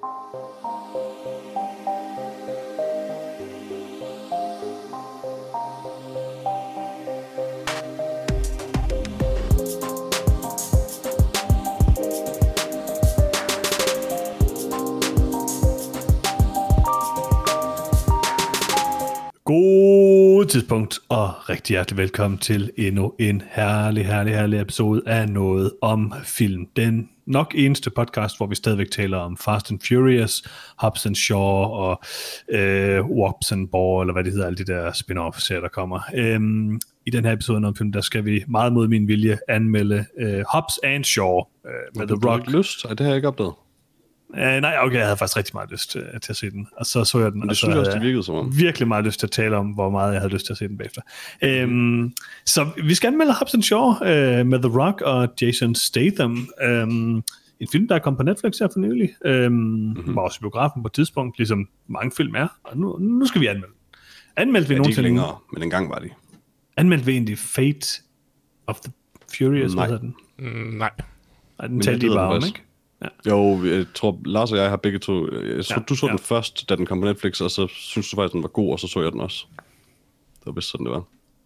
God tidspunkt, og rigtig hjertelig velkommen til endnu en herlig episode af Noget om Film. Den nok eneste podcast, hvor vi stadigvæk taler om Fast and Furious, Hobbs and Shaw og Wops and Ball, eller hvad det hedder, alle de der spin-off-serier, der kommer. I den her episode om film, der skal vi meget mod min vilje anmelde Hobbs and Shaw med The Rock. Du har lyst? Det har jeg ikke opdaget. Nej, okay, jeg havde faktisk rigtig meget lyst til at se den, og så jeg den, men og så havde jeg virkelig meget lyst til at tale om, hvor meget jeg havde lyst til at se den bagefter. Så vi skal anmelde Hobbs and Shaw med The Rock og Jason Statham. En film, der er kommet på Netflix her for nylig, var også i biografen på et tidspunkt, ligesom mange film er, og nu skal vi anmelde. Anmeldte vi nogensinde... ikke længere, men engang var de. Anmeldte vi egentlig Fate of the Furious, hvad hedder den? Nej. Den talte de bare om, ikke? Ja. Jo, jeg tror, Lars og jeg har begge to... Jeg tror, du så den først, da den kom på Netflix, og så synes du faktisk, den var god, og så jeg den også. Det var vist sådan, det var.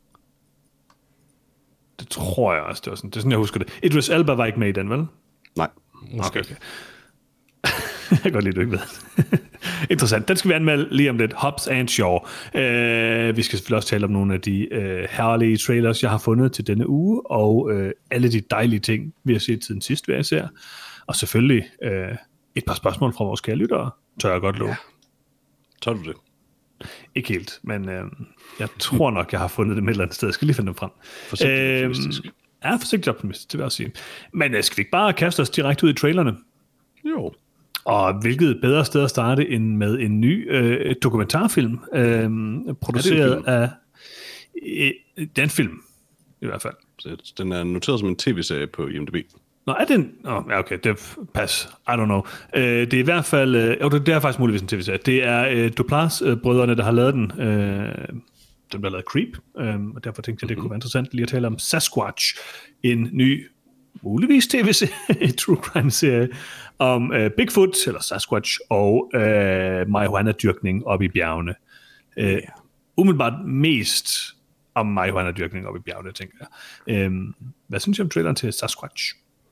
Det tror jeg også, det var sådan. Det er sådan, jeg husker det. Idris Elba var ikke med i den, vel? Nej. Okay. Jeg kan godt lide, du ikke ved. Interessant. Den skal vi anmelde lige om lidt. Hobbs and Shaw. Vi skal selvfølgelig også tale om nogle af de herlige trailers, jeg har fundet til denne uge, og alle de dejlige ting, vi har set siden sidst, hvad jeg ser. Og selvfølgelig et par spørgsmål fra vores kære lyttere. Tør jeg godt love. Ja. Tør du det? Ikke helt, men jeg tror nok, jeg har fundet det med et eller andet sted. Jeg skal lige finde dem frem. Forsigtigt optimistisk. Ja, forsigtigt optimistisk, det vil jeg sige. Men skal vi ikke bare kaste os direkte ud i trailerne? Jo. Og hvilket bedre sted at starte end med en ny dokumentarfilm, produceret af den film, i hvert fald. Den er noteret som en tv-serie på IMDb. Nå, er den? Ja, okay, det pas. I don't know. Det er i hvert fald... det er faktisk muligvis en tv-serie. Det er Duplass-brødrene, der har lavet den. Den bliver lavet Creep, og derfor tænkte jeg, det kunne være interessant lige at tale om Sasquatch, en ny, muligvis tv-serie, true crime-serie, om Bigfoot, eller Sasquatch, og marihuana-dyrkning op i bjergene. Umiddelbart mest om marihuana-dyrkning op i bjergene, tænker jeg. Hvad synes I om traileren til Sasquatch?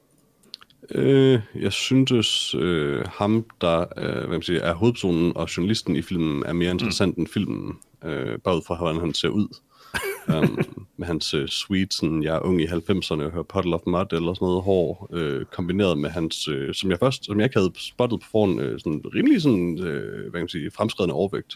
Jeg synes, ham, der er hovedpersonen og journalisten i filmen, er mere interessant end filmen, bare ud fra, hvordan han ser ud. Med hans sweet, sådan, jeg er ung i 90'erne og hører Puddle of Mud eller sådan noget hår, kombineret med hans, som jeg ikke havde spottet på forhånd, sådan rimelig sådan, fremskredende overvægt.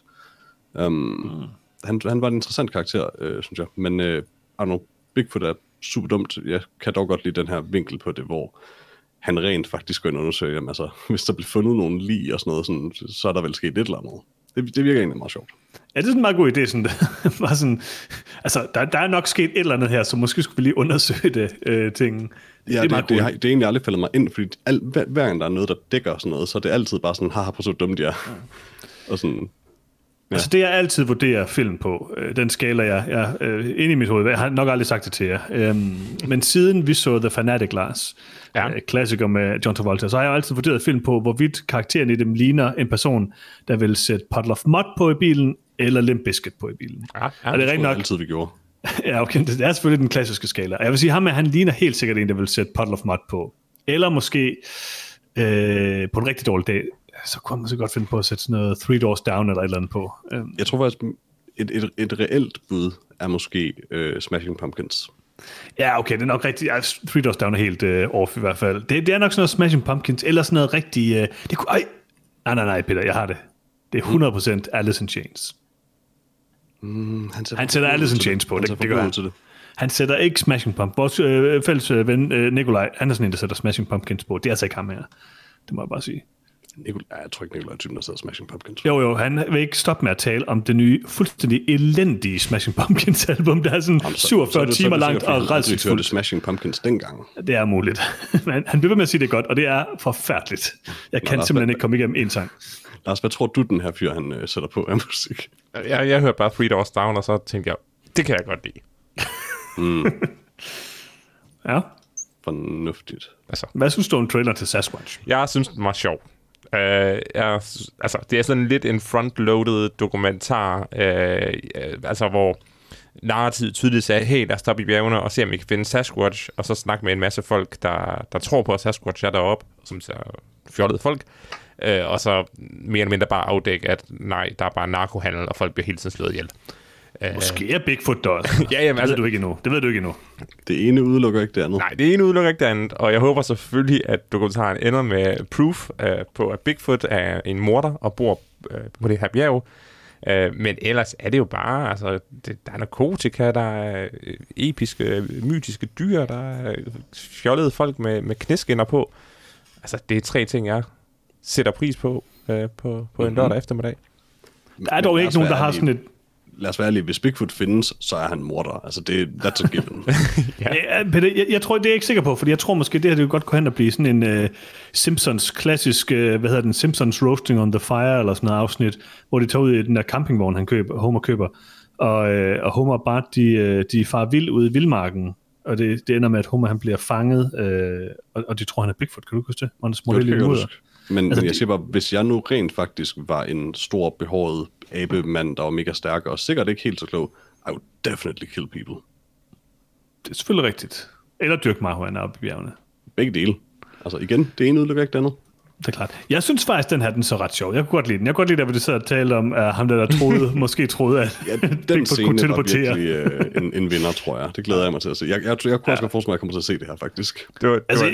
Han var en interessant karakter, synes jeg, men Bigfoot er super dumt. Jeg kan dog godt lide den her vinkel på det, hvor han rent faktisk går ind og undersøger, jamen, altså, hvis der bliver fundet nogle lig og sådan noget, sådan, så er der vel sket et eller andet. Det virker egentlig meget sjovt. Ja, det er sådan en meget god idé. Sådan, bare sådan, altså, der er nok sket et eller andet her, så måske skulle vi lige undersøge det ting. Ja, det er egentlig aldrig faldet mig ind, fordi hver gang der er noget, der dækker sådan noget, så er det altid bare sådan, haha, på så dumt de er. Og sådan... Ja. Altså det jeg altid vurderer film på, den skala jeg inde i mit hoved, jeg har nok aldrig sagt det til jer, men siden vi så The Fanatic, Lars, klassiker med John Travolta, så har jeg altid vurderet film på, hvorvidt karakteren i dem ligner en person, der vil sætte Puddle of Mud på i bilen, eller Limp Bizkit på i bilen. Ja, og det er nok altid vi gjorde. Ja, okay, det er selvfølgelig den klassiske skala. Jeg vil sige, han ligner helt sikkert en, der vil sætte Puddle of Mud på, eller måske på en rigtig dårlig dag, så kunne man så godt finde på at sætte sådan noget Three Doors Down eller et eller andet på. Jeg tror faktisk, et reelt bud er måske Smashing Pumpkins. Ja, okay, det er nok rigtigt. Three Doors Down er helt off i hvert fald. Det er nok sådan noget Smashing Pumpkins, eller sådan noget rigtig... det kunne... Nej, Peter, jeg har det. Det er 100% Alice in Chains. Han sætter Alice in Chains på, det gør han. Han sætter ikke Smashing Pumpkins. Vores fælles ven Nikolaj, han er sådan en, der sætter Smashing Pumpkins på. Det er altså ikke ham her. Det må jeg bare sige. Jeg tror ikke, Nikolaj er typen, der sidder Smashing Pumpkins. Jo, han vil ikke stoppe med at tale om det nye, fuldstændig elendige Smashing Pumpkins album, der er sådan 47 timer langt og rædselsfuldt. Det Smashing Pumpkins dengang. Det er muligt. Men han bliver med at sige det godt, og det er forfærdeligt. Jeg kan simpelthen ikke komme igennem en sang. Lars, hvad tror du, den her fyr, han sætter på af musik? Jeg hørte bare Three Doors Down, og så tænkte jeg, det kan jeg godt lide. Ja. Fornuftigt. Altså. Hvad synes du om trailer til Sasquatch? Jeg synes, den var sjov. Altså, det er sådan lidt en frontloaded dokumentar, altså hvor narrativet tydeligt sagde, hey, lad os stoppe i bjergene og se, om vi kan finde Sasquatch, og så snakke med en masse folk, der tror på, at Sasquatch er deroppe, som ser fjollede folk, og så mere eller mindre bare afdække, at nej, der er bare narkohandel, og folk bliver hele tiden slået ihjel. Måske er Bigfoot der også. Ja, jamen, det ved du ikke endnu. Det ved du ikke endnu. Det ene udelukker ikke det andet. Nej, det ene udelukker ikke det andet, og jeg håber selvfølgelig, at dokumentaren ender med proof på, at Bigfoot er en morder og bor på det her bjerg. Men ellers er det jo bare, altså, der er narkotika, der er episke, mytiske dyr, der er fjollede folk med knæskinner på. Altså, det er 3 ting, jeg sætter pris på en lørdag eftermiddag. Der er dog ikke nogen, der har sådan et... Lad os være ærlige, hvis Bigfoot findes, så er han morder. Altså, that's a given. Ja. Jeg tror, det er jeg ikke sikker på, fordi jeg tror måske, det her det godt kunne hen at blive sådan en Simpsons klassisk, Simpsons Roasting on the Fire, eller sådan noget afsnit, hvor de tager ud i den der campingvogn, Homer køber, og Homer og Bart, de farer vild ud i vildmarken, og det ender med, at Homer han bliver fanget, og de tror, han er Bigfoot. Kan du huske det? Men jeg siger bare, hvis jeg nu rent faktisk var en stor, behåret abemand, der var mega stærk, og sikkert ikke helt så klog, I would definitely kill people. Det er selvfølgelig rigtigt. Eller dyrke marihuana op i bjergene. Begge dele. Altså igen, det ene udelukker ikke det andet. Det er klart. Jeg synes faktisk, den så ret sjov. Jeg kunne godt lide den. Jeg kunne godt lide, at vi sad og talte om, at ham der troede, måske troede, at den scene var virkelig en vinder, tror jeg. Det glæder jeg mig til at se. Jeg kunne også godt forestille mig, at jeg kommer til at se det her, faktisk. Det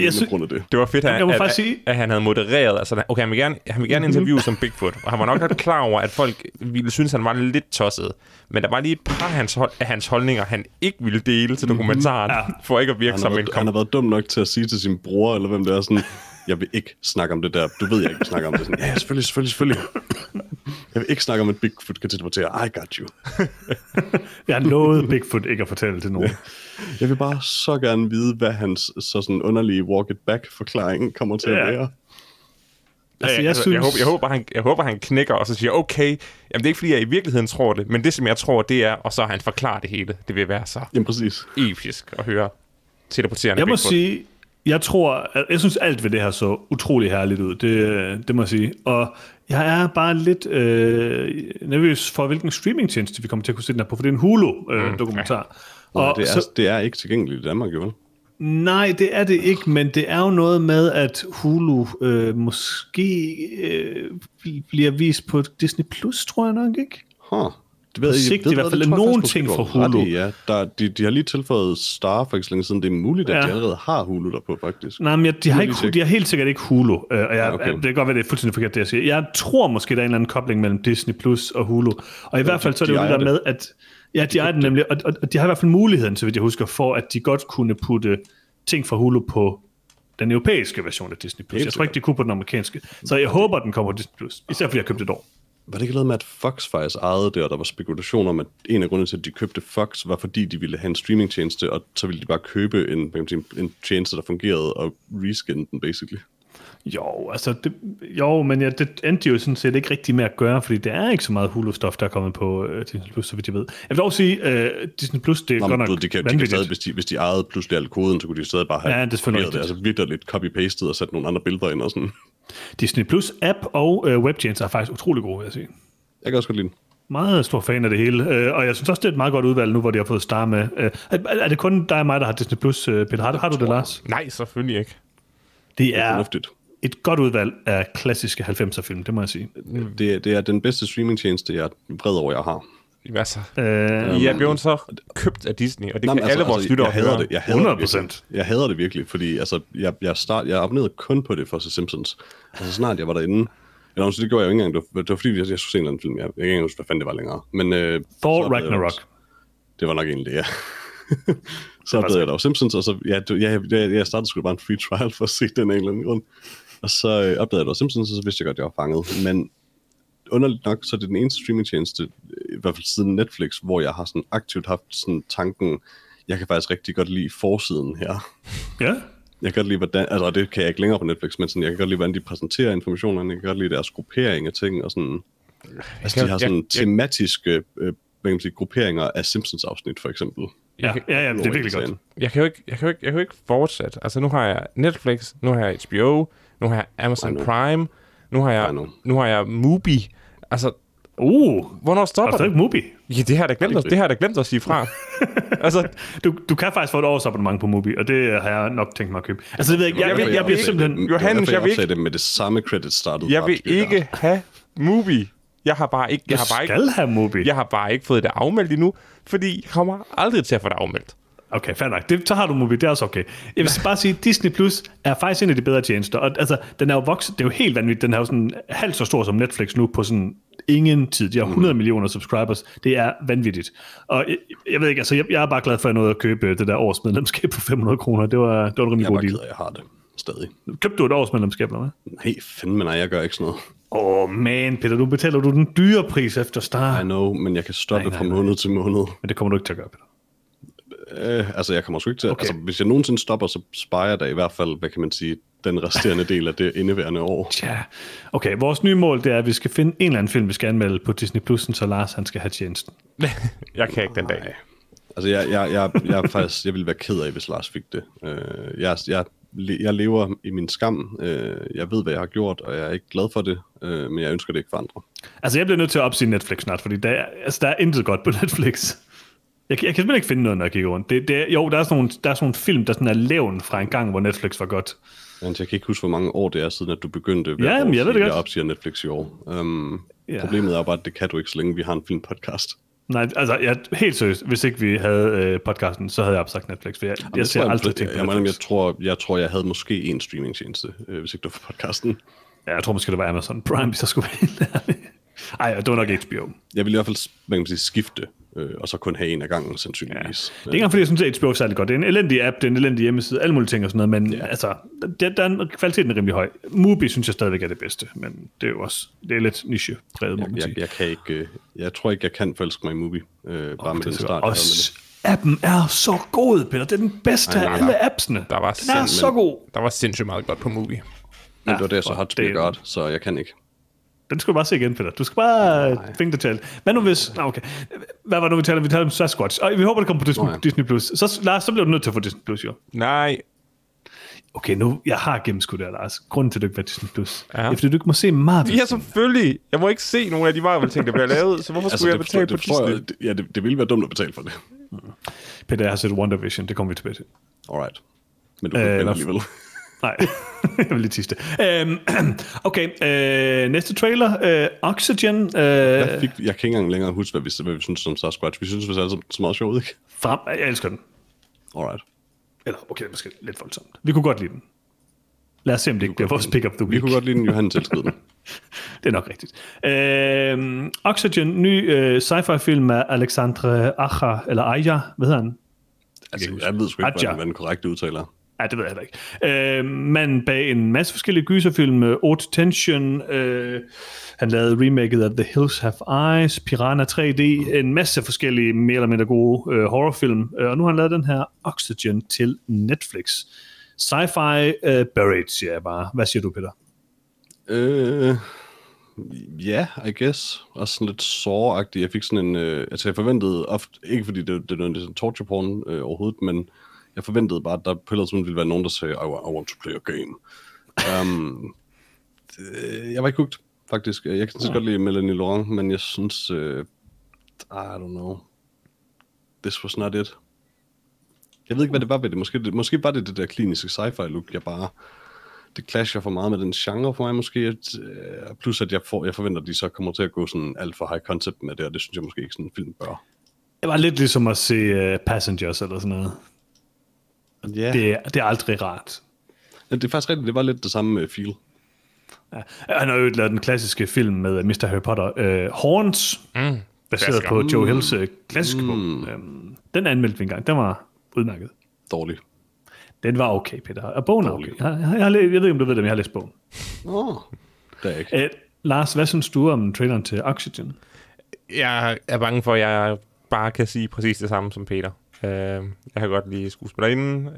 var fedt, at han havde modereret. Altså, okay, han vil gerne interviewe som Bigfoot, og han var nok lidt klar over, at folk ville synes, han var lidt tosset. Men der var lige et par af hans holdninger, han ikke ville dele til dokumentaren, for ikke at virke som en... Han har været dum nok til at sige til sin bror, eller hvem det er sådan... Jeg vil ikke snakke om det der. Du ved, jeg ikke vil snakke om det. Sådan, ja, selvfølgelig. Jeg vil ikke snakke om, at Bigfoot kan teleportere. I got you. Jeg har lovet Bigfoot ikke at fortælle til nogen. Jeg vil bare så gerne vide, hvad hans så sådan underlige walk-it-back-forklaring kommer til at være. Altså, jeg håber, han knækker, og så siger, okay, jamen, det er ikke, fordi jeg i virkeligheden tror det, men det, som jeg tror, det er, og så han forklarer det hele. Det vil være så episk at høre teleporterende Bigfoot. Jeg må sige... Jeg synes alt ved det her så utrolig herligt ud, det må jeg sige. Og jeg er bare lidt nervøs for, hvilken streamingtjeneste vi kommer til at kunne se den her på, for det er en Hulu-dokumentar. Og det er ikke tilgængeligt i Danmark, jo vel? Nej, det er det ikke, men det er jo noget med, at Hulu måske bliver vist på Disney Plus, tror jeg nok, ikke? Det ved jeg, i hvert fald nogle ting fra Hulu. Ja. De har lige tilføjet Star for ikke så længe siden. Det er muligt, at de allerede har Hulu der på, faktisk. Nej, men de har helt sikkert ikke Hulu. Og det kan godt være, det er fuldstændig forkert, det jeg siger. Jeg tror måske, der er en eller anden kobling mellem Disney Plus og Hulu. Og i hvert fald så er det jo det der med, at... Ja, de ejer den nemlig, og de har i hvert fald muligheden, så vidt jeg husker, for at de godt kunne putte ting fra Hulu på den europæiske version af Disney Plus. Jeg tror ikke, de kunne på den amerikanske. Så jeg håber, den kommer på Disney Plus. Især fordi jeg købte et år. Var det ikke noget med, at Fox faktisk ejede det, og der var spekulationer om, at en af grundene til, at de købte Fox, var fordi de ville have en streamingtjeneste, og så ville de bare købe en tjeneste, der fungerede, og reskinne den, basically. Men det endte jo sådan set ikke rigtig med at gøre, fordi det er ikke så meget Hulu-stof, der er kommet på Disney Plus, så vidt jeg ved. Jeg vil dog sige, Disney Plus, det er godt nok de kan stadig, hvis de ejede pludselig al koden, så kunne de stadig bare have det. Altså virkelig lidt copy-pastet og sat nogle andre billeder ind og sådan. Disney Plus app og webtjenester er faktisk utrolig gode, vil jeg sige. Jeg kan også godt lide den. Meget stor fan af det hele, og jeg synes også, det er et meget godt udvalg nu, hvor de har fået Star med. Er det kun dig og mig, der har Disney Plus, Peter? Har du det, Lars? Nej, selvfølgelig ikke. Det er et godt udvalg af klassiske 90'er-film, det må jeg sige. Det er den bedste streamingtjeneste, jeg er vred over, jeg har. Hvad så? I er blevet så købt af Disney, og det kan alle vores lyttere høre. Jeg hader det. Jeg hader det virkelig, fordi altså, jeg abonnerede kun på det for The Simpsons. Altså snart jeg var derinde. Eller det gjorde jeg jo ikke engang. Det var fordi, jeg skulle se en eller anden film. Jeg kan ikke engang huske, hvad fanden det var længere. Men, Thor Ragnarok. Det var nok egentlig det, ja. Så opdagede jeg der Simpsons, og så jeg startede sgu bare en free trial for at se den af en eller anden grund. Og så opdagede jeg der Simpsons, og så vidste jeg godt, at jeg var fanget. Men underligt nok, så er det den eneste streamingtjeneste, i hvert fald siden Netflix, hvor jeg har sådan aktivt haft sådan tanken, jeg kan faktisk rigtig godt lide forsiden her. Ja. Jeg kan godt lide, hvordan, altså det kan jeg ikke længere på Netflix, men sådan, jeg kan godt lide, hvordan de præsenterer informationerne, jeg kan godt lide deres gruppering af ting, og sådan, altså de har sådan tematiske grupperinger af Simpsons-afsnit, for eksempel. Ja, det er virkelig godt. Jeg kan jo ikke fortsætte. Altså nu har jeg Netflix, nu har jeg HBO, nu har jeg Amazon Prime, Nu har jeg Mubi. Altså, hvornår stopper det? Har du ikke Mubi? Ja, det har jeg da glemt at sige fra. Altså, du kan faktisk få et årsabonnement på Mubi, og det har jeg nok tænkt mig at købe. Altså, det ved jeg bliver simpelthen... Johannes, jeg vil ikke... det med det samme credit startet. Jeg vil ikke have Mubi. Jeg har bare ikke fået det afmeldt endnu, fordi jeg kommer aldrig til at få det afmeldt. Okay, fair nok. Så har du Mubi, det er også okay. Jeg vil bare sige, Disney Plus er faktisk en af de bedre tjenester. Og altså, den er jo vokset, det er jo helt vanvittigt. Den er jo sådan halvt så stor som Netflix nu på sådan ingen tid. De har 100 millioner subscribers. Det er vanvittigt. Og jeg ved ikke, altså jeg er bare glad for at nå at købe det der årsmedlemskab på 500 kroner. Det var en rimelig god deal. Jeg har det stadig. Købte du et årsmedlemskab, eller hvad? Nej, fandme nej, jeg gør ikke sådan noget. Man, Peter, du betaler den dyre pris efter Star. I know, men jeg kan stoppe fra måned til måned. Men det kommer du ikke til at gøre, Peter. Altså, jeg kommer sgu ikke til. Okay. Altså, hvis jeg nogensinde stopper, så sparer jeg da i hvert fald, hvad kan man sige, den resterende del af det indeværende år. Tja. Okay, vores nye mål, det er, at vi skal finde en eller anden film, vi skal anmelde på Disney Plus, så Lars, han skal have tjenesten. Jeg kan ikke den dag. Nej. Altså, jeg faktisk, jeg ville være ked af, hvis Lars fik det. Jeg lever i min skam. Jeg ved, hvad jeg har gjort, og jeg er ikke glad for det, men jeg ønsker det ikke for andre. Altså, jeg bliver nødt til at opsige Netflix snart, fordi der er intet godt på Netflix. Jeg kan simpelthen ikke finde noget, når jeg kigger rundt. Der er sådan nogle film, der sådan er levn fra en gang, hvor Netflix var godt. Jeg kan ikke huske, hvor mange år det er siden, at du begyndte jeg opsiger Netflix i år. Problemet er bare, at det kan du ikke, så længe vi har en filmpodcast. Nej, altså helt seriøst, hvis ikke vi havde podcasten, så havde jeg opsagt Netflix, for jeg ser aldrig ting på Netflix. Jeg tror, jeg havde måske en streamingtjeneste, hvis ikke du var podcasten. Ja, jeg tror måske, det var Amazon Prime, hvis jeg skulle være helt ærlig. Ej, det var nok HBO. Jeg ville i hvert fald, man kan sige, skifte, og så kun have en af gangen, sandsynligvis. Ja. Det er ikke engang, fordi jeg synes, at HBO er særlig godt. Det er en elendig app, det er en elendig hjemmeside, alle mulige ting og sådan noget, men altså, kvaliteten er rimelig høj. Mubi synes jeg stadigvæk er det bedste, men det er jo også, det er lidt niche-præget, må man sige. Jeg kan ikke, jeg tror ikke, jeg kan forelske mig i Mubi, bare med den start. Og appen er så god, Peter. Det er den bedste af alle appsene. Den er så god. Der var sindssygt meget godt på Mubi. Men det var det, så hot to be godt, så jeg kan ikke. Den skal du bare se igen, Peter. Du skal bare finde det til. Hvad nu hvis... Okay. Hvad var det nu, vi taler om? Vi taler om Sasquatch. Og vi håber, det kommer på Disney Plus. Så bliver du nødt til at få Disney Plus, jo. Nej. Okay, nu... Jeg har gennemskudt det, Lars. Grunden til, at du ikke var Disney Plus. Ja. Fordi du ikke må se Marvel. Ja, selvfølgelig. Jeg må ikke se nogle af de Marvel-ting, der bliver lavet. Så hvorfor skulle jeg betale på Disney? Det ville være dumt at betale for det. Peter, jeg har set WandaVision. Det kommer vi tilbage til. Alright. Men du kan ikke alligevel. Nej, jeg vil lige tiste. Okay, næste trailer. Oxygen. Jeg kan ikke engang længere huske, hvad vi synes om Sasquatch. Vi synes, det er altså så meget sjovt, ikke? Jeg elsker den. Alright. Eller, okay, det er måske lidt voldsomt. Vi kunne godt lide den. Lad os se, om det ikke bliver vores pick-up the week. Vi kunne godt lide den, Johannes elskede den. Det er nok rigtigt. Oxygen, ny sci-fi film af Alexandre Aja, eller Aja, hvad hedder han? Altså, jeg ved sgu ikke, hvad den korrekte udtaler. Ja, det ved jeg heller ikke. Manden bag en masse forskellige gyserfilm, Haute Tension, han lavede remaket af The Hills Have Eyes, Piranha 3D, en masse forskellige mere eller mindre gode horrorfilm, og nu har han lavet den her Oxygen til Netflix. Sci-fi buried, siger jeg bare. Hvad siger du, Peter? Ja, I guess. Også sådan lidt Saw-agtigt. Jeg fik sådan en... jeg forventede ofte... Ikke fordi det er noget torture porn overhovedet, men jeg forventede bare, at der på et ville være nogen, der sagde, I want to play a game. Jeg var ikke hooked, faktisk. Jeg kan godt lide Melanie Laurent, men jeg synes... I don't know. This was not it. Jeg ved ikke, hvad det var ved det. Måske var det der kliniske sci-fi look, jeg bare... Det clasher for meget med den genre for mig måske. Plus at jeg forventer, at de så kommer til at gå sådan alt for high concept med det, og det synes jeg måske ikke sådan en film bør. Det var lidt ligesom at se Passengers eller sådan noget. Yeah. Det er aldrig rart. Ja, det er faktisk rigtigt, det var lidt det samme feel. Ja. Han har jo lavet den klassiske film med Mr. Harry Potter, Horns, baseret på Joe Hills klassiske bog. Den anmeldte vi engang, den var udmærket. Dårlig. Den var okay, Peter. Og bogen er okay. Jeg ved ikke, om du ved det, men jeg har læst bogen. Det er ikke. Lars, hvad synes du om traileren til Oxygen? Jeg er bange for, at jeg bare kan sige præcis det samme som Peter. Jeg kan godt lide skuespillerinden.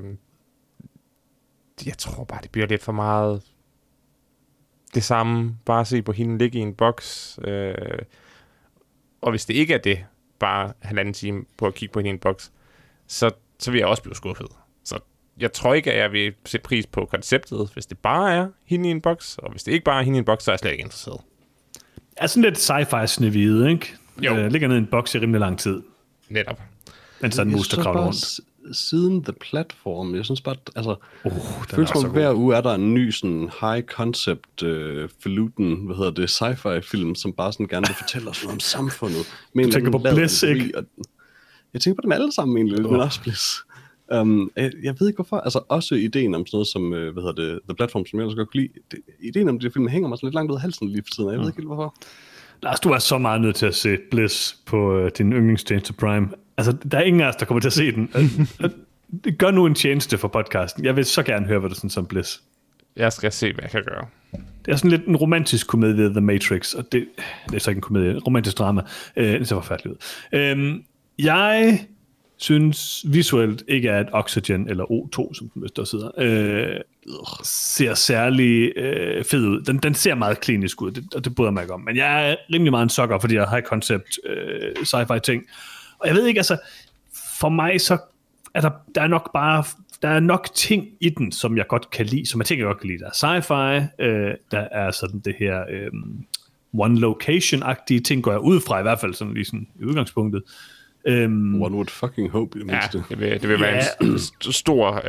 Jeg tror bare, det bliver lidt for meget det samme. Bare se på hende ligge i en boks. Og hvis det ikke er det, bare 1,5 time på at kigge på hende i en boks, så vil jeg også blive skuffet. Så jeg tror ikke, at jeg vil sætte pris på konceptet, hvis det bare er hende i en boks, og hvis det ikke bare er hende i en boks, så er jeg slet ikke interesseret. Er sådan lidt sci-fi-snevide, ikke? Jo. Ligger ned i en boks i rimelig lang tid. Netop. Men sådan en mus, der kravler rundt. Siden The Platform, jeg synes bare, altså, føles som hver uge er der en ny sådan high concept faluten, sci-fi film, som bare sådan gerne vil fortælle os noget om samfundet. Du tænker på Bliss, ikke? Jeg tænker på dem alle sammen egentlig, men også Bliss. Jeg ved ikke hvorfor, altså også ideen om sådan noget som, The Platform, som jeg også godt kunne lide, ideen om det film hænger mig sådan lidt langt ud af halsen lige for tiden, jeg ved ikke helt hvorfor. Lars, du er så meget nødt til at se Bliss på din yndlingstjeneste Prime. Altså, der er ingen af os, der kommer til at se den. Gør nu en tjeneste for podcasten. Jeg vil så gerne høre, hvad du synes om Bliss. Jeg skal se, hvad jeg kan gøre. Det er sådan lidt en romantisk komedie, The Matrix, og det er så ikke en komedie, romantisk drama. Det ser forfærdeligt ud. Jeg synes visuelt ikke, at Oxygen eller O2, som den vist også hedder, ser særlig fed ud. Den ser meget klinisk ud, og det bryder mig ikke om. Men jeg er rimelig meget en sukker for de her high concept sci-fi ting. Og jeg ved ikke, altså, for mig så er der er nok ting i den, som jeg godt kan lide, som jeg tænker, jeg godt kan lide. Der er sci-fi, der er sådan det her one location-agtige ting, går jeg ud fra i hvert fald, sådan lige sådan i udgangspunktet. One would fucking hope, i mindste. Ja, det vil være en stor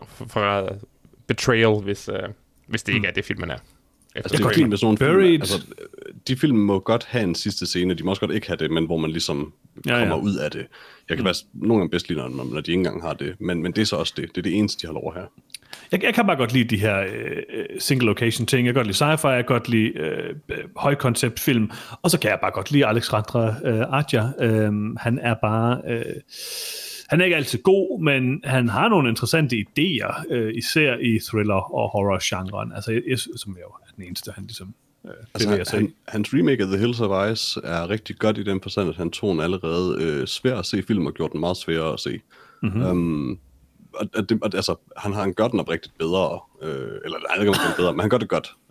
betrayal, hvis det ikke er det, filmen er. Altså, det er fint med sådan nogle film. Altså, de film må godt have en sidste scene, de må også godt ikke have det, men hvor man ligesom kommer ud af det. Jeg kan være nogle gange bedst lide, når de ikke engang har det, men det er så også det. Det er det eneste, de har lov her. Jeg kan bare godt lide de her single location ting. Jeg kan godt lide sci-fi, jeg kan godt lide højkoncept film, og så kan jeg bare godt lide Alex Radra Adja. Han er bare... han er ikke altid god, men han har nogle interessante idéer, især i thriller- og horror-genren. Altså, som jo er den eneste, han ligesom... hans remake af The Hills of Ice er rigtig godt i den forstand, at han tog en allerede svær at se film og gjorde den meget sværere at se. Mm-hmm. Altså, han gør den oprigtigt bedre, eller han gør den bedre, men han gør det godt.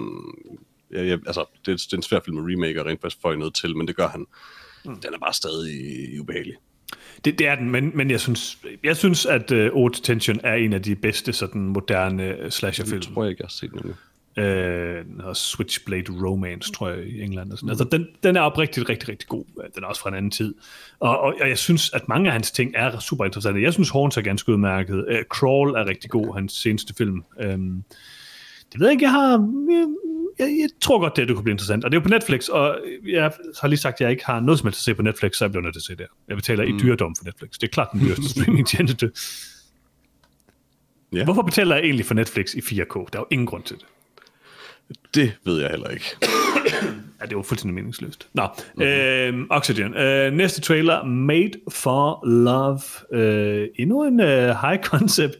Altså, det er en svær film at remake og rent faktisk få noget til, men det gør han. Den er bare stadig ubehagelig. Det er den, men jeg synes at Ode to Tension er en af de bedste sådan moderne slasherfilm. Det tror jeg ikke, jeg har set nemlig. Og Switchblade Romance, tror jeg, i England. Og sådan. Altså, den er oprigtigt rigtig, rigtig god. Den er også fra en anden tid. Og jeg synes, at mange af hans ting er super interessante. Jeg synes, Horns er ganske udmærket. Crawl er rigtig god, hans seneste film. Det ved jeg ikke, jeg tror godt, det kunne blive interessant. Og det er jo på Netflix, og jeg har lige sagt, at jeg ikke har noget som helst at se på Netflix, så jeg bliver nødt til at se det. Jeg betaler i dyredom for Netflix. Det er klart den dyreste streamingtjeneste. Yeah. Hvorfor betaler jeg egentlig for Netflix i 4K? Der er jo ingen grund til det. Det ved jeg heller ikke. Ja, det var fuldstændig meningsløst. Nå, Oxygen. Næste trailer, Made for Love. Endnu en high concept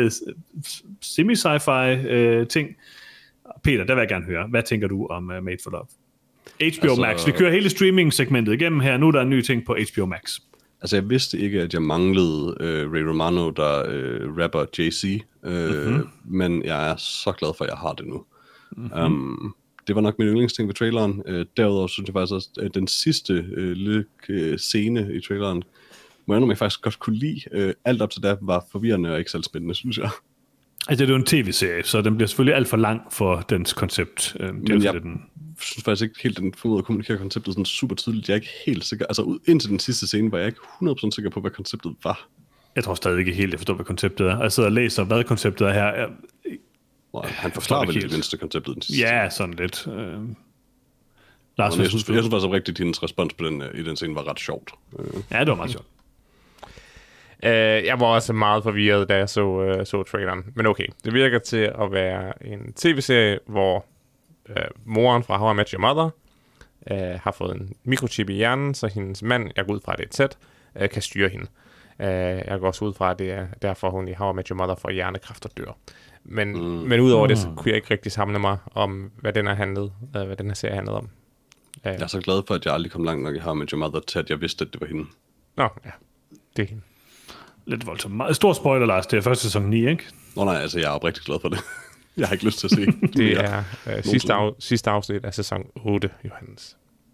semi-sci-fi ting. Peter, der vil jeg gerne høre. Hvad tænker du om Made for Love? HBO Max. Vi kører hele streaming-segmentet igennem her. Nu er der en ny ting på HBO Max. Altså, jeg vidste ikke, at jeg manglede Ray Romano, der rapper Jay-Z. Men jeg er så glad for, at jeg har det nu. Det var nok min yndlingsting ved traileren. Derudover synes jeg faktisk også, at den sidste lille scene i traileren, må jeg faktisk godt kunne lide. Alt op til da var forvirrende og ikke særlig spændende, synes jeg. Altså, det er jo en tv-serie, så den bliver selvfølgelig alt for lang for dens koncept. Men jeg synes faktisk ikke helt, den får ud at kommunikere konceptet sådan super tydeligt. Jeg er ikke helt sikker. Altså, indtil den sidste scene var jeg ikke 100% sikker på, hvad konceptet var. Jeg tror stadig ikke helt, jeg forstår, hvad konceptet er. Jeg sidder og læser, hvad konceptet er her. Han forklarer vel det mindste konceptet den sidste. Ja, sådan lidt. Lars, jeg synes faktisk oprigtigt, at hendes respons på i den scene var ret sjovt. Ja, det var meget sjovt. Jeg var også meget forvirret, da jeg så traileren. Men okay, det virker til at være en tv-serie, hvor moren fra How I Met Your Mother har fået en mikrochip i hjernen, så hendes mand, jeg går ud fra, det er tæt, kan styre hende. Jeg går også ud fra, at det er derfor, hun i How I Met Your Mother får hjernekræft og dør. Men udover det, så kunne jeg ikke rigtig samle mig om, hvad den her serie handlede om. Jeg er så glad for, at jeg aldrig kom langt nok i How I Met Your Mother til, at jeg vidste, at det var hende. Nå, ja. Det er hende. Lidt voldsomt. Stor spoiler, Lars. Det er første sæson 9, ikke? Nej, altså jeg er oprigtigt glad for det. Jeg har ikke lyst til at se. Det er sidste afsnit af sæson 8, Johannes.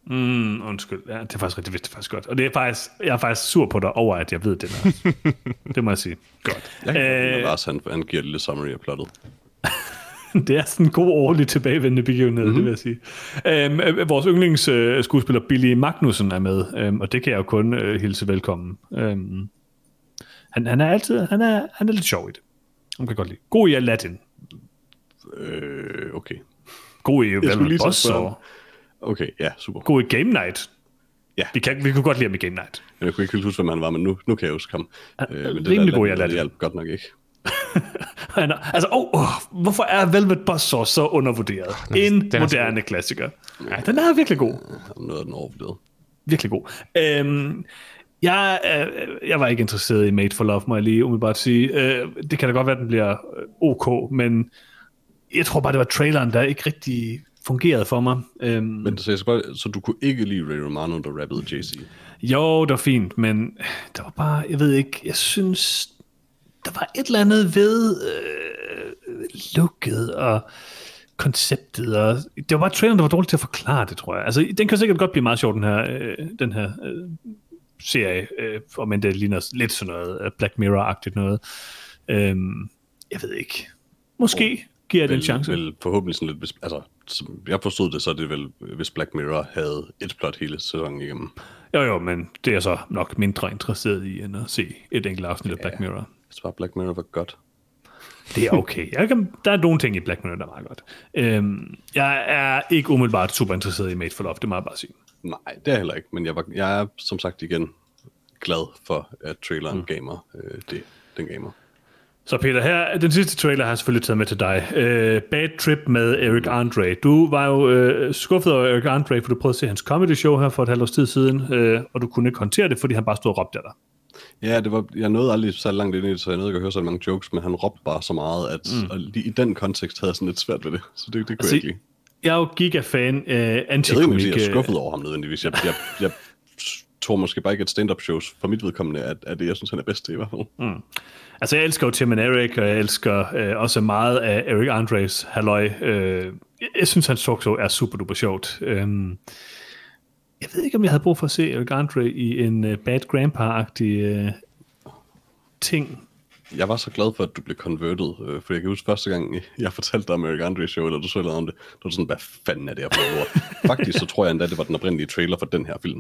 Undskyld. Ja, det er faktisk rigtigt, det er faktisk godt. Og det er faktisk, jeg er faktisk sur på dig over, at jeg ved det der. Det må jeg sige. Godt. Lars, han giver et lille summary af plottet. Det er sådan en god årlig tilbagevendende begivenhed, det vil jeg sige. Vores yndlingsskuespiller Billy Magnussen er med, og det kan jeg jo kun hilse velkommen. Han er altid, han er lidt sjov i det. Han kan godt lide. God i Aladdin. Okay. God i Velvet Buzzsaw. Okay, ja, super. God i Game Night. Ja. Vi kunne godt lide ham i Game Night. Jeg kunne ikke helt huske, hvem han var, men nu kan jeg huske ham. Men rimelig god i Aladdin. Det hjalp godt nok ikke. Hvorfor er Velvet Buzzsaw så undervurderet? En moderne klassiker. Ja, den er virkelig god. Noget af den overvurderet. Virkelig god. Jeg var ikke interesseret i Made for Love, må jeg lige umiddelbart sige. Det kan da godt være, at den bliver ok, men jeg tror bare, det var traileren, der ikke rigtig fungerede for mig. Men så du kunne ikke lide Ray Romano, der rappede Jay-Z? Jo, det var fint, men der var bare, jeg ved ikke, jeg synes, der var et eller andet ved looket og konceptet, og det var bare traileren, der var dårligt til at forklare det, tror jeg. Altså, den kan sikkert godt blive meget sjov, den her serie, men det ligner lidt sådan noget Black Mirror-agtigt noget. Jeg ved ikke. Måske giver jeg den en chance. Vel forhåbentlig sådan lidt, altså, som jeg forstod det, så er det vel, hvis Black Mirror havde et plot hele sæsonen igennem. Jo, men det er jeg så nok mindre interesseret i, end at se et enkelt afsnit af Black Mirror. Jeg tror Black Mirror var godt. Det er okay. Der er nogle ting i Black Mirror, der er meget godt. Jeg er ikke umiddelbart super interesseret i Made for Love, det må jeg bare sige. Nej, det er heller ikke, men jeg er som sagt igen glad for, at traileren gav mig den gav mig. Så Peter, her, den sidste trailer har jeg selvfølgelig taget med til dig. Bad Trip med Eric Andre. Du var jo skuffet over Eric Andre, for du prøvede at se hans comedy show her for et halvt års tid siden, og du kunne ikke håndtere det, fordi han bare stod og råbte af dig. Ja, jeg nåede aldrig så langt ind i det, så jeg nåede ikke at høre så mange jokes, men han råbte bare så meget, at og lige i den kontekst havde jeg sådan lidt svært ved det, så det kunne jeg ikke lide. Jeg er jo giga-fan af antikomik. Jeg er skuffet over ham nødvendigvis. Jeg tror måske bare ikke, at stand-up shows for mit vedkommende er det, jeg synes, han er bedst til i hvert fald. Altså, jeg elsker jo Tim and Eric, og jeg elsker også meget af Eric Andres halløj. Jeg synes, hans talkshow er super duper sjovt. Jeg ved ikke, om jeg havde brug for at se Eric Andre i en Bad Grandpa-agtig ting. Jeg var så glad for, at du blev converted, for jeg kan huske første gang, jeg fortalte dig om Eric Andre show, eller du så noget om det, du var sådan, hvad fanden er det her for noget? Faktisk så tror jeg endda, det var den oprindelige trailer for den her film.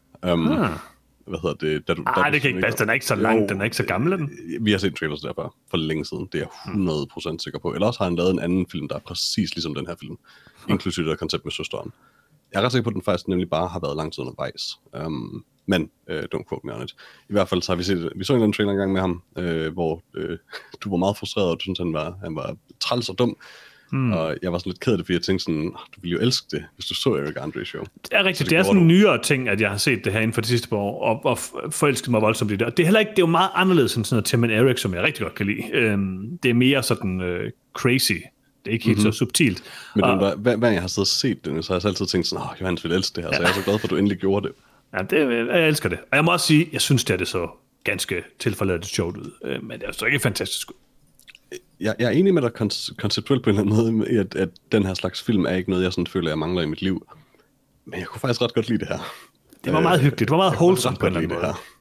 Hvad hedder det? Det kan ikke passe, den er ikke så lang, den er ikke så gammel, den. Vi har set trailers derfor for længe siden, det er jeg 100% sikker på. Eller også har han lavet en anden film, der er præcis ligesom den her film, inklusive det koncept med søsteren. Jeg er ret sikker på, at den faktisk nemlig bare har været lang tid undervejs. Men don't quote me on it. I hvert fald så har vi så en eller anden trailer engang med ham, hvor du var meget frustreret, og du synes, han var træls og dum. Og jeg var sådan lidt ked af det, fordi jeg tænkte sådan, du ville jo elske det, hvis du så Eric Andre show. Det er rigtigt, det er sådan en nyere ting, at jeg har set det her inden for de sidste par år, og forelsket mig voldsomt i det. Og det er heller ikke, det er jo meget anderledes end sådan noget Tim and Eric, som jeg rigtig godt kan lide. Det er mere sådan crazy. Det er ikke helt så subtilt. Men hver jeg har siddet og set det, så har jeg altid tænkt sådan, Johannes vil elske det her, så jeg er så glad for, at du endelig gjorde det. Ja, jeg elsker det. Og jeg må også sige, jeg synes, det så ganske tilforladet sjovt ud. Men det er så ikke fantastisk ud. Jeg er enig med dig konceptuelt på en eller anden måde, at den her slags film er ikke noget, jeg sådan føler, jeg mangler i mit liv. Men jeg kunne faktisk ret godt lide det her. Det var meget hyggeligt. Det var meget wholesome på en eller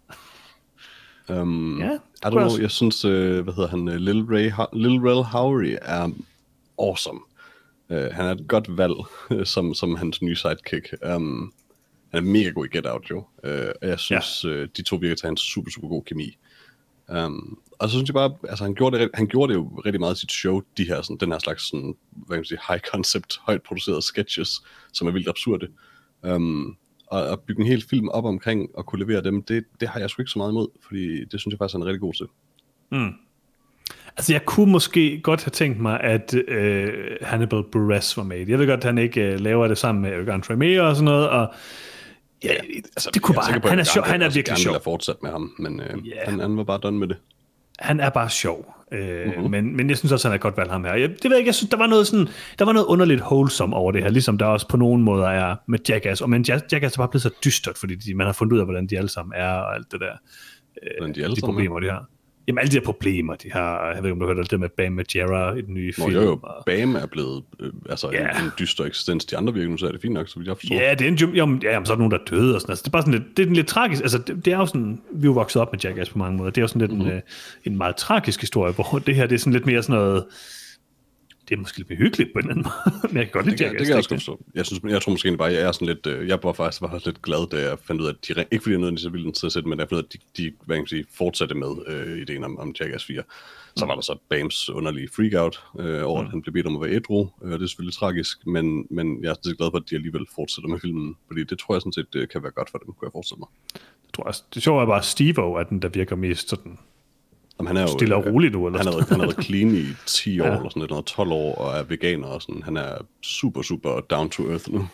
anden måde. Jeg synes, Lil Rel Howery er awesome. Han er et godt valg som hans nye sidekick. Han er mega god i Get Out, jo. Og jeg synes, de to virker til at have en super, super god kemi. Og så synes jeg bare, altså han gjorde det jo rigtig meget i sit show, den her slags sådan, hvad kan man sige, high concept, højt producerede sketches, som er vildt absurde. Og at bygge en hel film op omkring og kunne levere dem, det har jeg sgu ikke så meget imod, fordi det synes jeg faktisk er en rigtig god til. Altså jeg kunne måske godt have tænkt mig, at Hannibal Buress var med. Jeg ved godt, at han ikke laver det sammen med Eric Andre mere og sådan noget, og det kunne bare, han er sjov, han er virkelig sjov. Jeg fortsat med ham, men han var bare done med det. Han er bare sjov, men jeg synes også, han er godt valgt ham her. Det ved jeg ikke, jeg synes, der var noget underligt wholesome over det her, ligesom der også på nogle måder er med Jackass, og men Jackass er bare blevet så dystert, fordi man har fundet ud af, hvordan de alle sammen er, og alt det der, de problemer, de har. Jamen alle de her problemer, de har, jeg ved ikke om du har hørt det med Bam Margera i den nye film. Jo, Bam er blevet en dyster eksistens. De andre virker nu, så er det fint nok, så vidt jeg forstår. Ja, det er en så er der nogen, der er døde og sådan. Altså, det er bare sådan lidt, det er lidt tragisk. Altså, det er jo sådan, vi er jo vokset op med Jackass på mange måder. Det er jo sådan lidt en meget tragisk historie, hvor det her, det er sådan lidt mere sådan noget, det er måske lidt mere hyggeligt på en anden måde, men jeg kan godt lide Jackass. Det kan jeg også godt forstå. Jeg tror måske bare, jeg er sådan lidt, jeg var faktisk lidt glad, da jeg fandt ud af, at ikke fordi jeg nåede så vildt til at sætte, men jeg fandt ud af, at de hvad kan man sige, fortsatte med ideen om Jackass 4. Så var der så Bams underlige freakout over, at han blev bedt om at være ædru. Det er selvfølgelig tragisk, men jeg er sådan set glad for, at de alligevel fortsætter med filmen, fordi det tror jeg sådan set kan være godt for dem, kunne jeg forestille mig. Jeg tror også, det sjove er bare, at Steve-O er den, der virker mest sådan han er jo stille og roligt nu. Eller han har været clean i 10 år, eller sådan noget, 12 år, og er veganer og sådan. Han er super, super down to earth nu.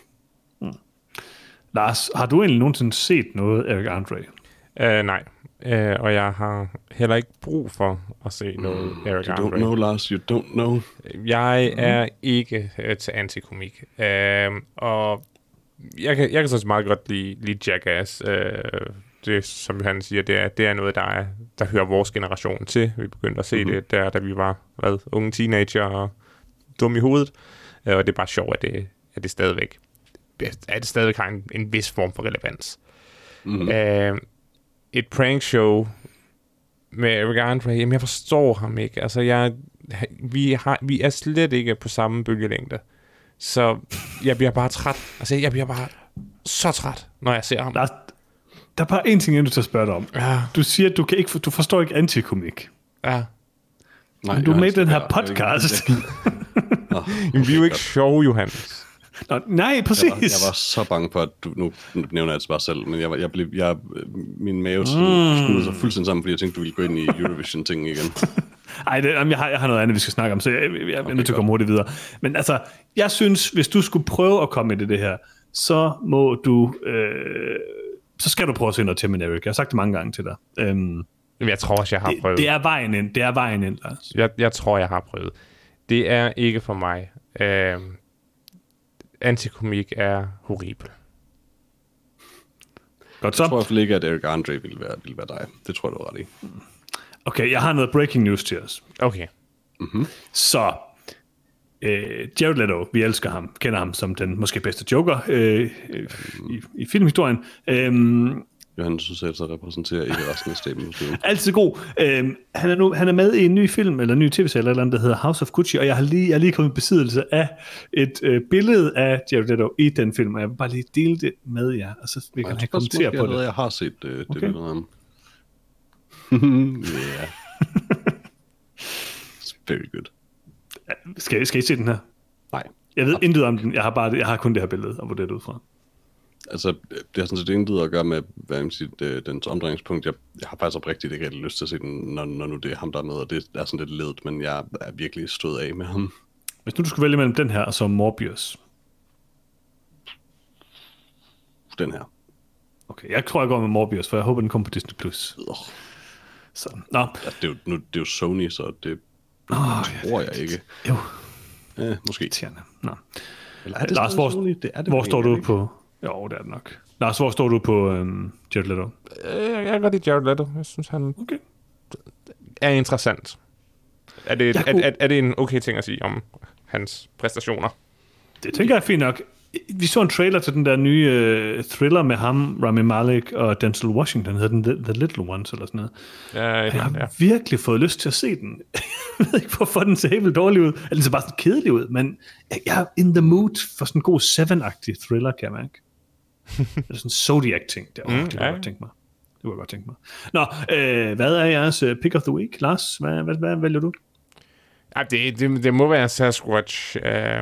Lars, har du egentlig nogensinde set noget Eric Andre? Nej, og jeg har heller ikke brug for at se noget Eric Andre. You don't know, Lars, you don't know. Jeg er ikke til antikomik. Og jeg kan så meget godt lide Jackass. Det, som han siger, det er noget, der hører vores generation til. Vi begyndte at se det der, da vi var unge teenager og dumme i hovedet. Og det er bare sjovt, at det stadigvæk har en vis form for relevans. Et prankshow med Eric Andre, jamen jeg forstår ham ikke. Altså vi er slet ikke på samme bølgelængde. Så jeg bliver bare træt. Altså jeg bliver bare så træt, når jeg ser ham. Der er bare en ting, jeg er nødt til at spørge dig om. Ja. Du siger, at du forstår ikke antikomik. Ja. Nej, du er med i den her podcast. Jamen, vi er jo ikke sjove, Johannes. Nej, præcis. Jeg var så bange for, at du nu nævner jeg det bare selv, men min mave skudde sig fuldstændig sammen, fordi jeg tænkte, du ville gå ind i Eurovision-ting igen. Nej, jeg har noget andet, vi skal snakke om, så jeg er nødt til at komme hurtigt videre. Men altså, jeg synes, hvis du skulle prøve at komme ind i det her, så må du... så skal du prøve at se noget Tim and Eric. Jeg har sagt det mange gange til dig. Jeg tror også, jeg har prøvet. Det er vejen ind, Lars. Jeg tror, jeg har prøvet. Det er ikke for mig. Antikomik er horribel. Godt så. Jeg tror i hvert fald ikke, at Eric Andre ville være dig. Det tror jeg, du er ret i. Okay, jeg har noget breaking news til os. Okay. Så... Jared Leto, vi elsker ham, kender ham som den måske bedste Joker i filmhistorien. Johannes, du selv så repræsenterer ikke resten af staben. Altid god. Han er med i en ny film, eller en ny tv-serie, eller andet, der hedder House of Gucci, og jeg har lige kommet i besiddelse af et billede af Jared Leto i den film, og jeg vil bare lige dele det med jer, og så vi kan kommentere på det. Jeg har set det billede af ham. Yeah. It's very good. Skal I se den her? Nej. Jeg ved intet om den. Jeg har kun det her billede at vurdere det ud fra. Altså, det har sådan set intet at gøre med, hvad jeg siger, dens omdrejningspunkt. Jeg har faktisk oprigtigt ikke rigtig lyst til at se den, når nu det er ham, der er med, og det er sådan lidt ledet, men jeg er virkelig stået af med ham. Hvis nu du skulle vælge mellem den her og så Morbius. Den her. Okay, jeg tror, jeg går med Morbius, for jeg håber, den kommer på Disney+. Så, nå. Altså, det er jo Sony, så det tror jeg ikke. Jo. Måske. Nå. Eller er det Lars, hvor står du på... Jo, det er det nok. Lars, hvor står du på Jared Leto? Jeg kan godt lide Jared Leto. Jeg synes, han er interessant. Er det en okay ting at sige om hans præstationer? Det tænker jeg er fint nok. Vi så en trailer til den der nye thriller med ham, Rami Malek og Denzel Washington, hedder den The Little Ones eller sådan noget. Jeg har virkelig fået lyst til at se den. Jeg ved ikke, hvorfor den ser helt dårlig ud. Den ser bare sådan kedelig ud, men jeg er in the mood for sådan en god Seven-agtig thriller, kan jeg mærke. Eller sådan Zodiac-ting. Det kunne jeg godt tænke mig. Nå, hvad er jeres pick of the week, Lars? Hvad vælger du? Ja, det må være Sasquatch.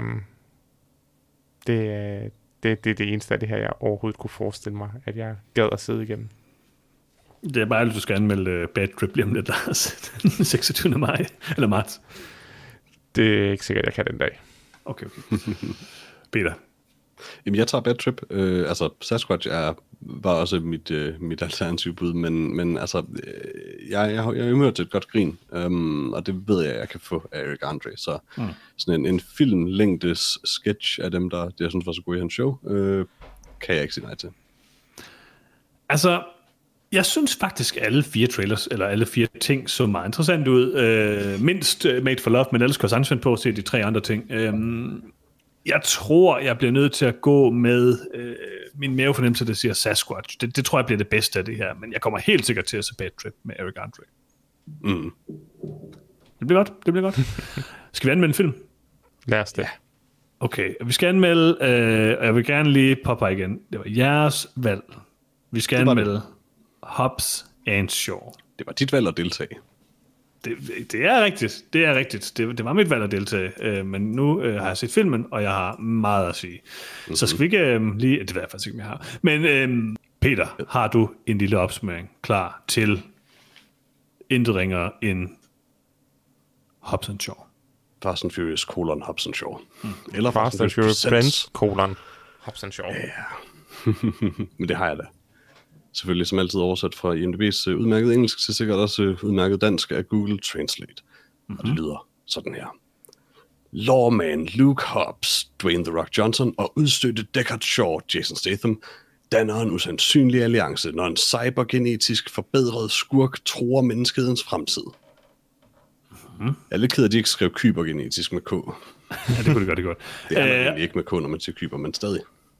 Det er det eneste af det her, jeg overhovedet kunne forestille mig, at jeg gad at sidde igennem. Det er bare, at du skal anmelde Bad Trip lige om lidt, Lars. Den 26. maj, eller marts. Det er ikke sikkert, jeg kan den dag. Okay. Peter? Jamen, jeg tager Bad Trip. Sasquatch var også mit alternative bud, men altså, jeg har hørt til et godt grin, og det ved jeg kan få af Eric Andre, så sådan en filmlængdes sketch af dem, der jeg synes var så god i hans show, kan jeg ikke sige nej til. Altså, Jeg synes faktisk, alle 4 trailers, eller alle 4 ting, så meget interessant ud. Mindst Made for Love, men ellers kan jeg sagtens finde på at se de 3 andre ting. Jeg tror, jeg bliver nødt til at gå med min mavefornemmelse, der siger Sasquatch. Det tror jeg bliver det bedste af det her, men jeg kommer helt sikkert til at se Bad Trip med Eric Andre. Mm. Det bliver godt. Skal vi anmelde en film? Lad os det. Okay, vi skal anmelde, og jeg vil gerne lige poppe igen. Det var jeres valg. Vi skal anmelde Hobbs and Shaw. Det var dit valg at deltage. Det er rigtigt. Det var mit valg at deltage, men nu har jeg set filmen, og jeg har meget at sige. Mm-hmm. Så skal vi ikke lige... Det ved jeg faktisk ikke, om jeg har. Men Peter, har du en lille opsummering klar til intet ringere end Hobbs and Shaw? Fast and Furious Hobbs and Shaw. Eller Fast and Furious Friends Hobbs and Shaw. Ja. Men det har jeg da. Selvfølgelig som altid oversat fra IMDb's udmærket engelsk til sikkert også udmærket dansk af Google Translate. Mm-hmm. Og det lyder sådan her. Lawman Luke Hobbs, Dwayne The Rock Johnson og udstødte Deckard Shaw, Jason Statham, danner en usandsynlig alliance, når en cybergenetisk forbedret skurk truer menneskehedens fremtid. Mm-hmm. Jeg er lidt ked af, at de ikke skrev kybergenetisk med K. Ja, det kunne det godt. Det er egentlig ikke med K, når man siger kyber, men stadig.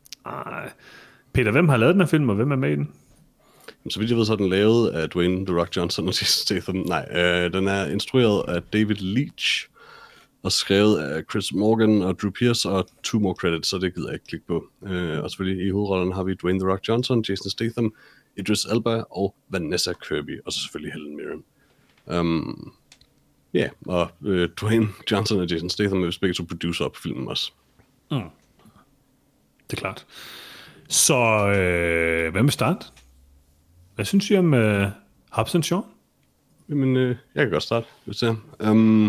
Peter, hvem har lavet den her film, og hvem er med i den? Så vidt jeg ved, så er den lavet af Dwayne The Rock Johnson og Jason Statham. Nej, den er instrueret af David Leitch og skrevet af Chris Morgan og Drew Pearce og 2 more credits, så det gider jeg ikke klikke på. Og selvfølgelig i hovedrollen har vi Dwayne The Rock Johnson, Jason Statham, Idris Elba og Vanessa Kirby, og så selvfølgelig Helen Mirren. Og Dwayne Johnson og Jason Statham er begge to producer på filmen også. Det er klart. Så hvem vil starte? Hvad synes I om Hobbs and Shaw? Jamen, jeg kan godt starte, hvis det er.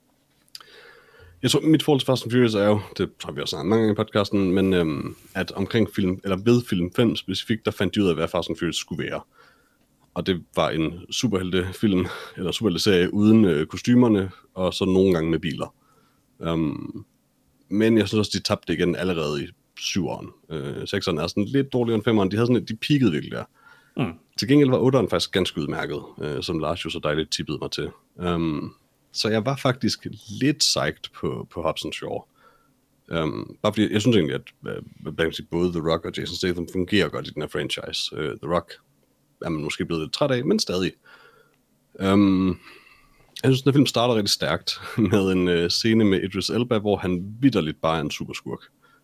Jeg tror, mit forhold til Fast and Furious er jo, det har vi også snakket mange gange i podcasten, men at omkring film, eller ved film 5 specifikt, der fandt de ud af, hvad Fast and Furious skulle være. Og det var en superheltefilm, eller superhelteserie uden kostymerne, og så nogle gange med biler. Men jeg synes også, de tabte igen allerede i 7'eren. 6'eren er sådan lidt dårligere end 5'eren. De havde sådan, de peakede virkelig der. Til gengæld var 8'eren faktisk ganske udmærket, som Lars jo så dejligt tippede mig til. Så jeg var faktisk lidt psyched på Hobbs and Shaw. Bare fordi jeg synes egentlig, at både The Rock og Jason Statham fungerer godt i den her franchise. The Rock er man måske blevet lidt træt af, men stadig. Jeg synes, den film starter rigtig stærkt med en scene med Idris Elba, hvor han vitterligt bare er en superskurk.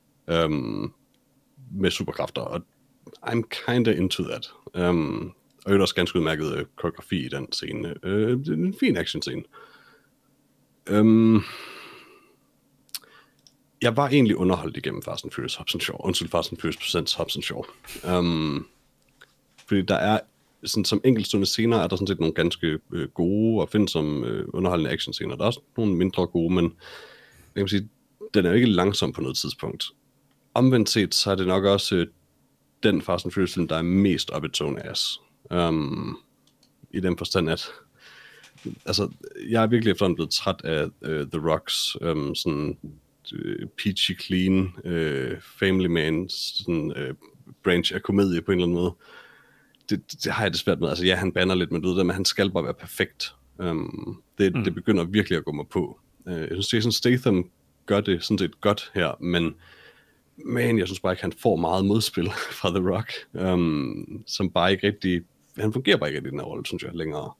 Med superkræfter, og I'm kinda into that. Og det er også ganske udmærket koreografi i den scene. Det er en fin action-scene. Jeg var egentlig underholdt igennem Fast and Furious Hobbs and Shaw. Undskyld, Fast and Furious Presents Hobbs and Shaw. Fordi der er, sådan, som enkeltstående scener, er der sådan set nogle ganske gode og findsomme underholdende action-scener. Der er også nogle mindre gode, men jeg kan sige, den er jo ikke langsom på noget tidspunkt. Omvendt set, så er det nok også den Fast and Furious film, der er mest up its own ass. I den forstand, at altså, jeg er virkelig efterhånden blevet træt af The Rocks sådan peachy clean family man sådan, branch af komedie på en eller anden måde. Det har jeg det svært med. Altså ja, han banner lidt, men du ved det, men han skal bare være perfekt. Det begynder virkelig at gå mig på. Jeg synes, Jason Statham gør det sådan set godt her, men jeg synes bare ikke, han får meget modspil fra The Rock, som bare ikke rigtig, han fungerer bare ikke i den her rolle, synes jeg, længere.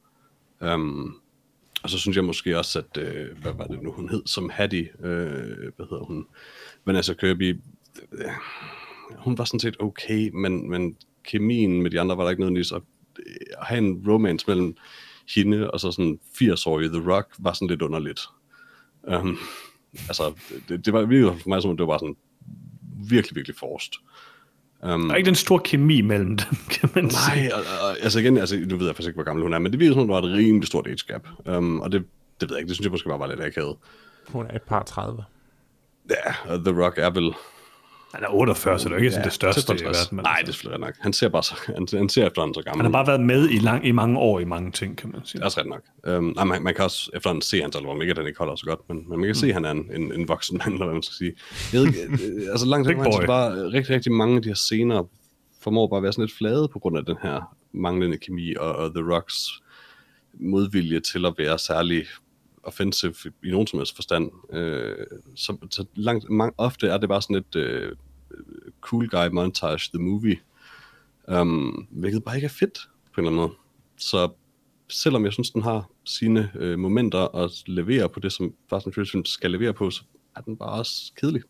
Og så synes jeg måske også, at, hvad var det nu, hun hed, som Hattie, hvad hedder hun, Vanessa Kirby, hun var sådan set okay, men kemien med de andre var der ikke noget nyt, at have en romance mellem hende og så sådan 80-årige The Rock var sådan lidt underligt. Altså, det var virkelig for mig, som det var bare sådan virkelig, virkelig forced. Der er ikke den store kemi mellem dem, kan man sige. Nej, altså igen, nu ved jeg faktisk ikke, hvor gammel hun er, men det virker som, der var et rimelig stort age gap. Og det ved jeg ikke, det synes jeg måske bare var lidt akavet. Hun er et par 30. Ja, og The Rock er vel... Han er 48, så det er ikke sådan det største i verden. Nej, det er selvfølgelig nok. Han ser bare så, han ser efterhånden så gammel. Han har bare været med i mange år i mange ting, kan man sige. Det er også ret nok. Man kan også efterhånden se hans album, ikke at han ikke holder så godt, men man kan se, at han er en voksen mand, eller hvad man skal sige. Jeg ved ikke, altså langt hen bare rigtig, rigtig mange af de her scener formår bare at være sådan lidt flade på grund af den her manglende kemi og The Rocks modvilje til at være særlig offensive i nogen som helst forstand. Så ofte er det bare sådan et cool guy montage, the movie, hvilket bare ikke er fedt på en eller anden måde. Så selvom jeg synes, den har sine momenter og leverer på det, som Fast and Furious skal levere på, så er den bare også kedelig.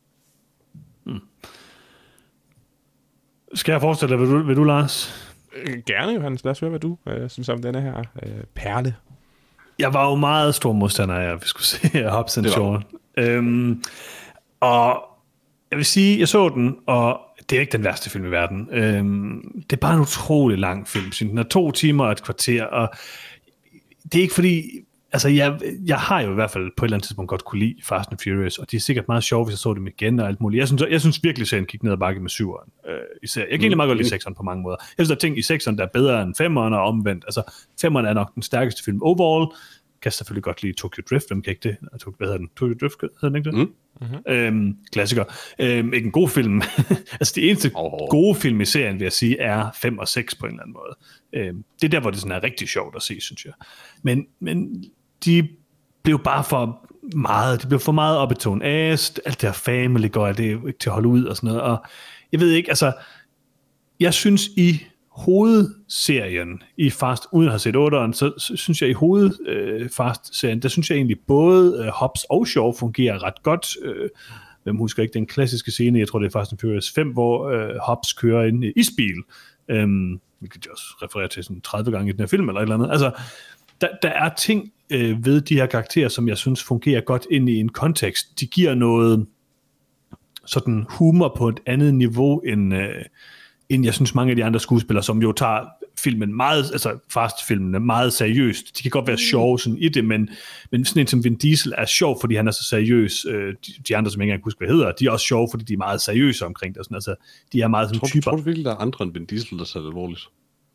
Skal jeg forestille dig, vil du Lars? Gerne, Johannes. Lad os høre, hvad du synes om denne her perle. Jeg var jo meget stor modstander af, at vi skulle se Hobbs and Shaw. Og jeg vil sige, jeg så den, og det er ikke den værste film i verden. Det er bare en utrolig lang film. Den er 2 timer og et kvarter, og det er ikke fordi... Altså, jeg har jo i hvert fald på et eller andet tidspunkt godt kunne lide Fast and Furious, og de er sikkert meget sjove, hvis jeg så dem igen og alt muligt. Jeg synes virkelig, serien gik ned ad bakke med 7'eren. Især. Jeg kan egentlig meget godt lide 6'eren på mange måder. Jeg synes, der er ting i 6'eren, der er bedre end 5'eren og omvendt. Altså, 5'eren er nok den stærkeste film overall. Kan selvfølgelig godt lide Tokyo Drift, hvem kan ikke det? Hvad hedder den? Tokyo Drift, hedder den ikke det? Klassiker. Ikke en god film. Altså, de eneste gode film i serien, vil jeg sige, er 5 og 6 på en eller anden måde. Det er der, hvor det sådan er rigtig sjovt at se, synes jeg. Men de blev bare for meget, de blev for meget op i tone ass, alt det her family går, det er jo ikke til at holde ud og sådan noget, og jeg ved ikke, altså, jeg synes i hovedserien i Fast, uden at have set 8'eren, så synes jeg i Fast-serien, der synes jeg egentlig både Hobbs og Shaw fungerer ret godt. Hvem husker ikke den klassiske scene, jeg tror det er Fast and Furious 5, hvor Hobbs kører ind i isbil, hvilket jeg også refererer til sådan 30 gange i den her film, eller et eller andet. Altså, der er ting ved de her karakterer, som jeg synes fungerer godt ind i en kontekst. De giver noget sådan humor på et andet niveau, end jeg synes mange af de andre skuespillere, som jo tager filmen meget, altså Fast-filmene meget seriøst. De kan godt være sjove sådan i det, men sådan en som Vin Diesel er sjov, fordi han er så seriøs. De andre, som jeg ikke engang husker, hvad hedder, de er også sjove, fordi de er meget seriøse omkring det. Sådan. Altså, de er meget sådan typer. Tror du virkelig, der er andre end Vin Diesel, der tager det alvorligt?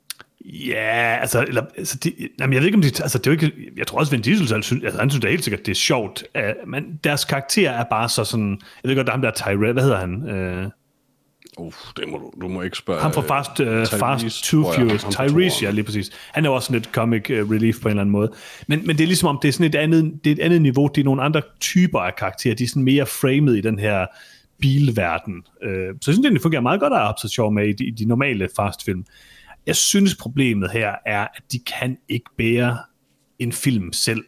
Ja, jamen jeg ved ikke om de, altså det er jo ikke, jeg tror også Vin Diesel han synes da helt sikkert det er sjovt, men deres karakter er bare så sådan, jeg ved godt der er ham der Tyrell, hvad hedder han? Du må ikke spørge. Han fra Fast Too Furious, Tyrese, ja lige præcis. Han er også sådan lidt comic relief på en eller anden måde, men det er ligesom om det er sådan et andet niveau, det er nogle andre typer af karakterer, de er sådan mere framed i den her bilverden, så jeg synes det fungerer meget godt at have så sjov med i de normale Fast-film. Jeg synes, problemet her er, at de kan ikke bære en film selv.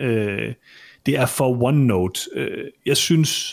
Det er for one note. Jeg synes...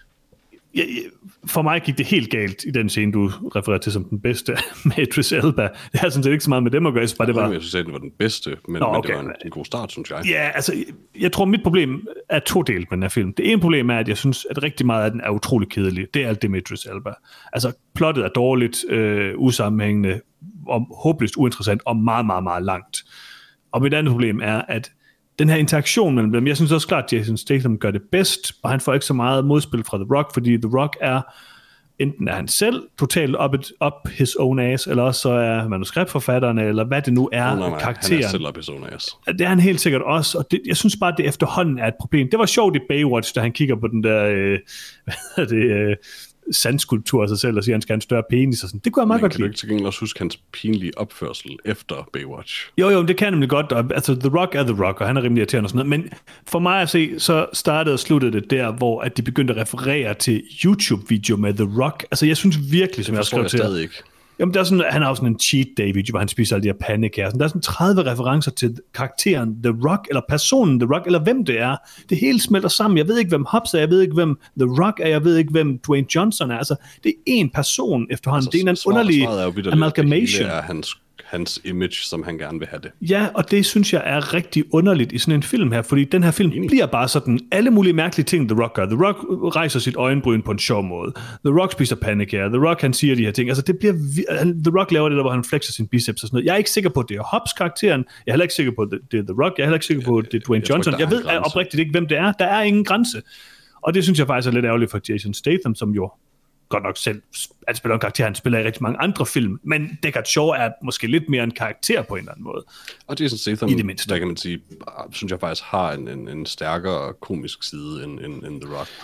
For mig gik det helt galt i den scene, du refererer til som den bedste med Idris Elba. Det har sådan set ikke så meget med dem at gøre. Jeg synes, at det var den bedste, men det var en god start, synes jeg. Ja, altså, jeg tror, mit problem er todelt med den her film. Det ene problem er, at jeg synes, at rigtig meget af den er utrolig kedelig. Det er alt det med Idris Elba. Altså, plottet er dårligt, usammenhængende, og håbløst uinteressant, og meget, meget, meget langt. Og mit andet problem er, at den her interaktion mellem dem, jeg synes også klart, at Jason Statham gør det bedst, og han får ikke så meget modspil fra The Rock, fordi The Rock er, enten er han selv totalt up his own ass, eller også så er manuskriptforfatterne, eller hvad det nu er, karakteren. Han er selv up his own ass. Det er han helt sikkert også, og jeg synes bare, at det efterhånden er et problem. Det var sjovt i Baywatch, da han kigger på den der, sandskulptur af sig selv og siger, at han skal have en større penis og sådan. Det kunne jeg meget godt lide. Kan du ikke til gengæld også huske hans pinlige opførsel efter Baywatch? Jo, det kan jeg nemlig godt. Altså, The Rock er The Rock, og han er rimelig irriterende og sådan noget. Men for mig at se, så startede og sluttede det der, hvor at de begyndte at referere til YouTube-video med The Rock. Altså, jeg synes virkelig, som jeg har skrevet til... stadig ikke. Jamen, der er sådan, han har jo sådan en cheat day video, hvor han spiser alle de her pandekager. Der er sådan 30 referencer til karakteren The Rock, eller personen The Rock, eller hvem det er. Det hele smelter sammen. Jeg ved ikke, hvem Hobbs er, jeg ved ikke, hvem The Rock er, jeg ved ikke, hvem Dwayne Johnson er. Altså, det er én person efterhånden. Altså, det er en underlig amalgamation. Det er hans image, som han gerne vil have det. Ja, og det synes jeg er rigtig underligt i sådan en film her, fordi den her film bliver bare sådan alle mulige mærkelige ting, The Rock gør. The Rock rejser sit øjenbryn på en sjov måde. The Rock spiser pandekager. The Rock, han siger de her ting. Altså, det bliver... The Rock laver det der, hvor han flexer sin biceps og sådan noget. Jeg er ikke sikker på, at det er Hobbs-karakteren. Jeg er heller ikke sikker på, at det er The Rock. Jeg er heller ikke sikker på, at det er Dwayne Johnson. Jeg ved oprigtigt ikke, hvem det er. Der er ingen grænse. Og det synes jeg faktisk er lidt ærgerligt for Jason Statham, som jo godt nok selv, han spiller en karakter, han spiller i rigtig mange andre film, men Deckard Shaw er måske lidt mere en karakter på en eller anden måde. Og Jason Statham, i det mindste, kan man sige, synes jeg faktisk har en stærkere komisk side, end The Rock har.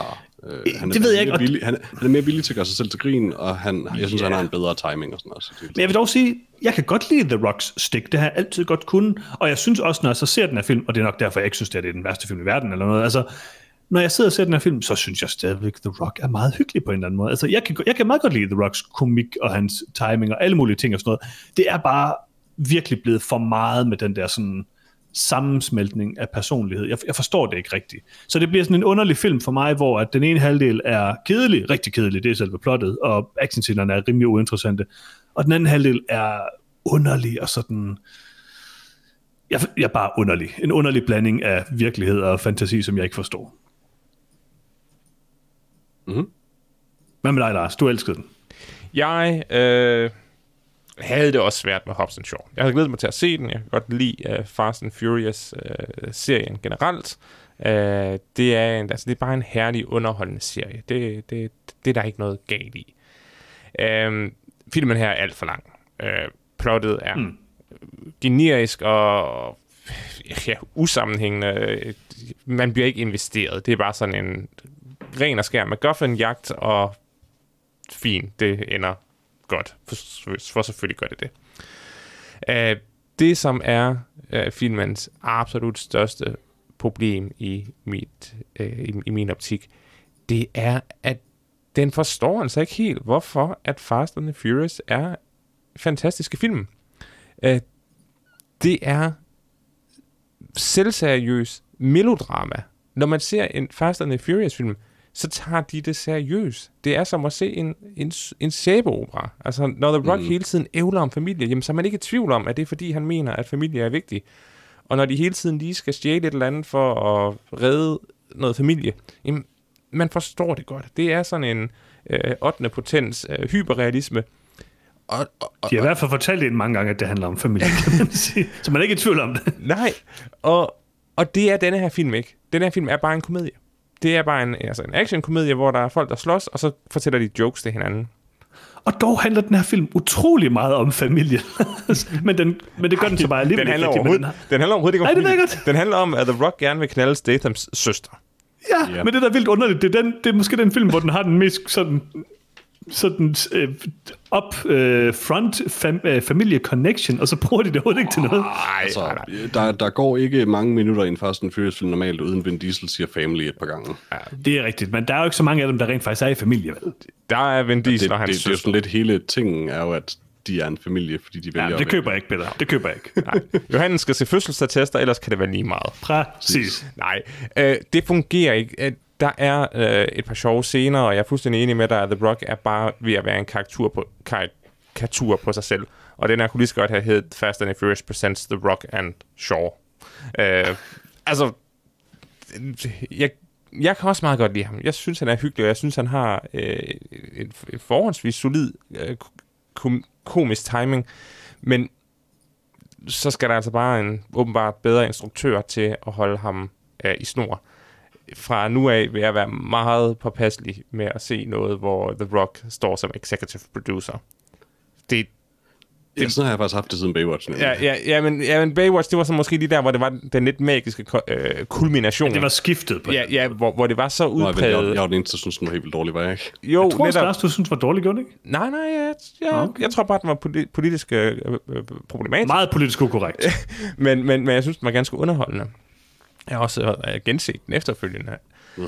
Det ved jeg ikke. Han er mere villig til at gøre sig selv til grin, og jeg synes, han har en bedre timing og sådan noget. Men jeg vil dog sige, jeg kan godt lide The Rocks stik. Det har jeg altid godt kunnet. Og jeg synes også, når jeg så ser den her film, og det er nok derfor, jeg ikke synes, det er den værste film i verden eller noget. Altså, når jeg sidder og ser den her film, så synes jeg stadigvæk, The Rock er meget hyggelig på en eller anden måde. Altså, jeg kan meget godt lide The Rocks komik og hans timing og alle mulige ting og sådan noget. Det er bare virkelig blevet for meget med den der sådan sammensmeltning af personlighed. Jeg forstår det ikke rigtigt. Så det bliver sådan en underlig film for mig, hvor at den ene halvdel er kedelig, rigtig kedelig, det er selve plottet, og actionscenerne er rimelig uinteressante, og den anden halvdel er underlig og sådan... Jeg er bare underlig. En underlig blanding af virkelighed og fantasi, som jeg ikke forstår. Mm-hmm. Hvad med dig, Lars? Du elskede den. Jeg havde det også svært med Hobbs & Shaw. Jeg havde glædet mig til at se den. Jeg kan godt lide Fast and Furious-serien generelt. Det er bare en herlig, underholdende serie. Det er der ikke noget galt i. Filmen her er alt for lang. Plottet er generisk og usammenhængende. Man bliver ikke investeret. Det er bare sådan en ren og skær MacGuffin-jagt, og fint, det ender godt. For selvfølgelig gør det det. Det, som er filmens absolut største problem i min optik, det er, at den forstår altså ikke helt, hvorfor at Fast and the Furious er fantastiske film. Det er selvseriøs melodrama. Når man ser en Fast and the Furious film, så tager de det seriøst. Det er som at se en sæbeopera. Altså, når The Rock hele tiden ævler om familie, jamen, så er man ikke i tvivl om, at det er fordi, han mener, at familie er vigtig. Og når de hele tiden lige skal stjæle et eller andet for at redde noget familie, jamen, man forstår det godt. Det er sådan en 8. potens hyperrealisme. De har i hvert fald fortalt det mange gange, at det handler om familie, kan man sige. Så man er ikke i tvivl om det. Nej, og det er denne her film ikke. Denne her film er bare en komedie. Det er bare en actionkomedie, hvor der er folk, der slås, og så fortæller de jokes til hinanden. Og dog handler den her film utrolig meget om familie. men det gør den så bare alligevel. Den handler overhovedet ikke om familie. Den handler om, at The Rock gerne vil knalde Stathams søster. Ja, men det der er vildt underligt. Det er måske den film, hvor den har den mest sådan front familie connection, og så bruger de det overhovedet ikke til noget. Altså, der går ikke mange minutter i en Fast and Furious film normalt, uden Vin Diesel siger family et par gange. Ja, det er rigtigt, men der er jo ikke så mange af dem, der rent faktisk er i familie. Vel? Der er Vin Diesel og hans søster. Det er jo sådan lidt hele tingen er jo, at de er en familie, fordi de vælger det køber jeg ikke, Peter. Det køber jeg ikke. Nej. Johannes skal se fødselsattester, ellers kan det være lige meget. Præcis. Nej, det fungerer ikke. Der er et par sjove scener, og jeg er fuldstændig enig med dig, at The Rock er bare ved at være en karikatur på sig selv. Og den her kunne lige så godt have heddet Fast and Furious Presents The Rock and Shaw. Altså, jeg kan også meget godt lide ham. Jeg synes, han er hyggelig, og jeg synes, han har en forholdsvis solid komisk timing. Men så skal der altså bare en åbenbart bedre instruktør til at holde ham i snor. Fra nu af vil jeg være meget påpasselig med at se noget, hvor The Rock står som executive producer. Sådan har jeg faktisk haft det siden Baywatch. Men Baywatch, det var så måske lige der, hvor det var den lidt magiske kulmination. Ja, det var skiftet på det. Ja, hvor det var så udpræget. Jeg var den eneste, der synes, den var helt vildt dårlig, var jeg ikke? Jo, jeg tror også, du synes, den var dårlig, gjorde det ikke? Nej, jeg tror bare, den var politisk problematisk. Meget politisk ukorrekt. men jeg synes, den var ganske underholdende. Jeg har også genset den efterfølgende.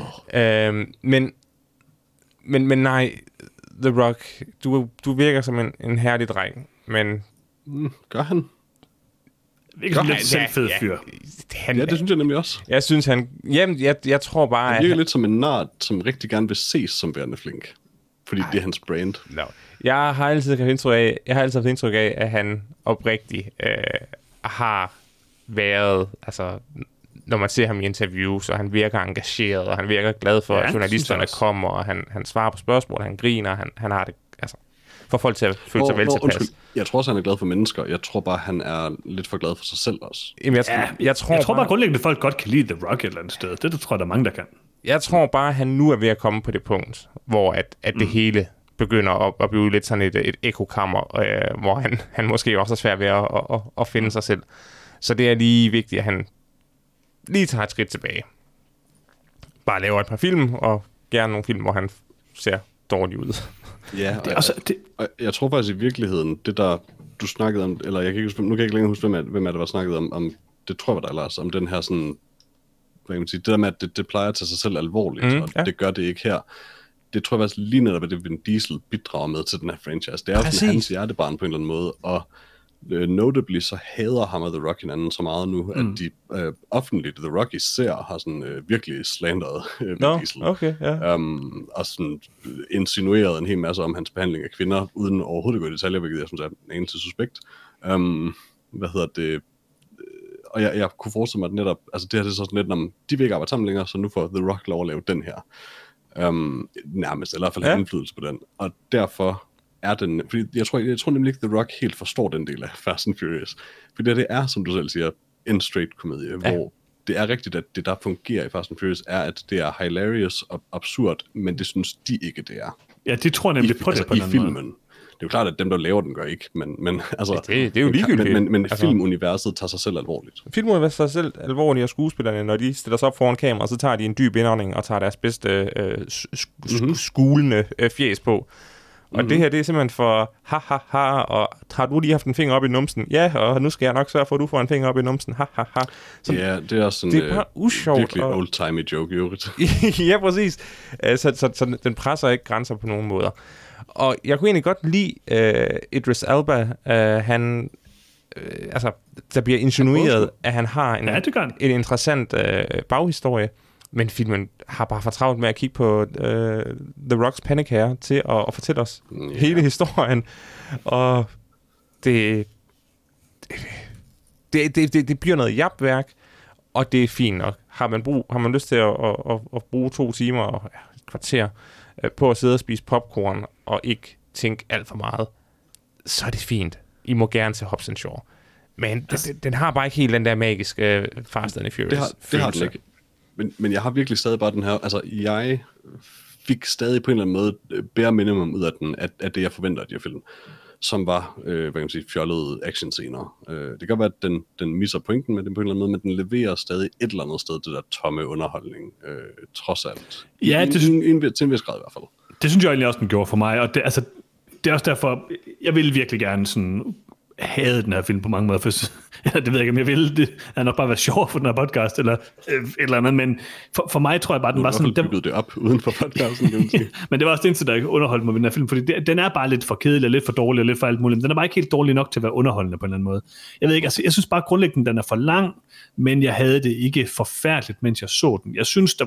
Men nej, The Rock, du virker som en herlig dreng, men... Gør han? Virker som lidt selvfed fyr. Ja, det synes jeg nemlig også. Jeg synes, han... Jamen, jeg tror bare... Han virker lidt som en nørd, som rigtig gerne vil ses som værende flink. Fordi det er hans brand. No. Jeg har altid haft indtryk af, at han oprigtigt har været... Altså, når man ser ham i interviews, så han virker engageret, og han virker glad for, at journalisterne kommer, og han svarer på spørgsmål, han griner, han har det, altså, for folk til at føle sig vel tilpas. Jeg tror også, han er glad for mennesker. Jeg tror bare, han er lidt for glad for sig selv også. Jamen, jeg tror bare grundlæggende, at folk godt kan lide The Rock et eller andet sted. Det tror jeg, der er mange, der kan. Jeg tror bare, at han nu er ved at komme på det punkt, hvor at det hele begynder at blive lidt sådan et ekokammer, hvor han måske også er svær ved at finde sig selv. Så det er lige vigtigt, at han lige tager et skridt tilbage. Bare laver et par film, og gerne nogle film, hvor han ser dårlig ud. Ja, og jeg tror faktisk i virkeligheden, det der du snakkede om, eller jeg kan ikke huske, nu kan jeg ikke længere huske, hvem der var snakket om det tror jeg var der, Lars, om den her sådan, hvad kan man sige, det der med, at det plejer at tage sig selv alvorligt, og det gør det ikke her. Det tror jeg faktisk lige netop, at det Vin Diesel bidrager med til den her franchise. Det er jo sådan hans hjertebarn på en eller anden måde, og notably så hader ham og The Rock hinanden så meget nu, at de offentligt, The Rock især, har sådan virkelig slandret Vin Diesel. Okay, og sådan insinueret en hel masse om hans behandling af kvinder, uden overhovedet at gå i detaljer, hvilket jeg synes er en eneste suspekt. Og jeg kunne forestille mig, at netop, altså det her det er så sådan lidt, om de vil ikke arbejde sammen længere, så nu får The Rock lov at lave den her. Nærmest, eller i hvert fald have indflydelse på den. Og derfor er den, fordi jeg tror nemlig ikke, The Rock helt forstår den del af Fast and Furious. Fordi det er, som du selv siger, en straight komedie, hvor det er rigtigt, at det der fungerer i Fast and Furious, er, at det er hilarious og absurd, men det synes de ikke, det er. Ja, de tror nemlig på det på i den filmen. måde. Det er jo klart, at dem, der laver den, gør ikke, men altså... Det er jo ligegyldigt. Men filmuniverset tager sig selv alvorligt. Filmuniverset tager sig selv alvorligt, og skuespillerne, når de stiller sig op foran kamera, så tager de en dyb indånding og tager deres bedste skulende fjes på. Og det her, det er simpelthen for ha, og har du lige haft en finger op i numsen? Ja, og nu skal jeg nok sørge for, at du får en finger op i numsen. Ha. Ja, det er også sådan det er bare usjovt, virkelig old-timey joke i øvrigt. Ja, præcis. Så den presser ikke grænser på nogen måder. Og jeg kunne egentlig godt lide Idris Elba. Han, der bliver insinueret, at han har en interessant baghistorie. Men filmen har bare for travlt med at kigge på The Rock's Panic her til at fortælle os hele historien. Og det bliver noget japværk, og det er fint nok. Har man lyst til at bruge 2 timer og et kvarter på at sidde og spise popcorn og ikke tænke alt for meget, så er det fint. I må gerne til Hobbs & Shaw. Men den har bare ikke helt den der magiske Fast and Furious. Det har den ikke. Men jeg har virkelig stadig bare den her, altså jeg fik stadig på en eller anden måde bare minimum ud af den, at det jeg forventer af de her film, som var, hvad kan man sige, fjollede actionscener. Det kan godt være, at den misser pointen med den på en eller anden måde, men den leverer stadig et eller andet sted, det der tomme underholdning, trods alt. Ja, til en vis grad i hvert fald. Det synes jeg egentlig også, den gjorde for mig, og det er også derfor, jeg ville virkelig gerne sådan havde den her film på mange måder, for det ved jeg ikke, om jeg ville. Det er nok bare været sjovt for den her podcast, eller et eller andet, men for mig tror jeg bare, den var sådan... Du har bygget det op uden for podcasten, kan man sige. Men det var også det eneste, der underholdt mig ved den her film, fordi den er bare lidt for kedelig, lidt for dårlig, og lidt for alt muligt, men den er bare ikke helt dårlig nok til at være underholdende på en eller anden måde. Jeg ved ikke, altså, jeg synes bare grundlæggende, den er for lang, men jeg havde det ikke forfærdeligt, mens jeg så den. Jeg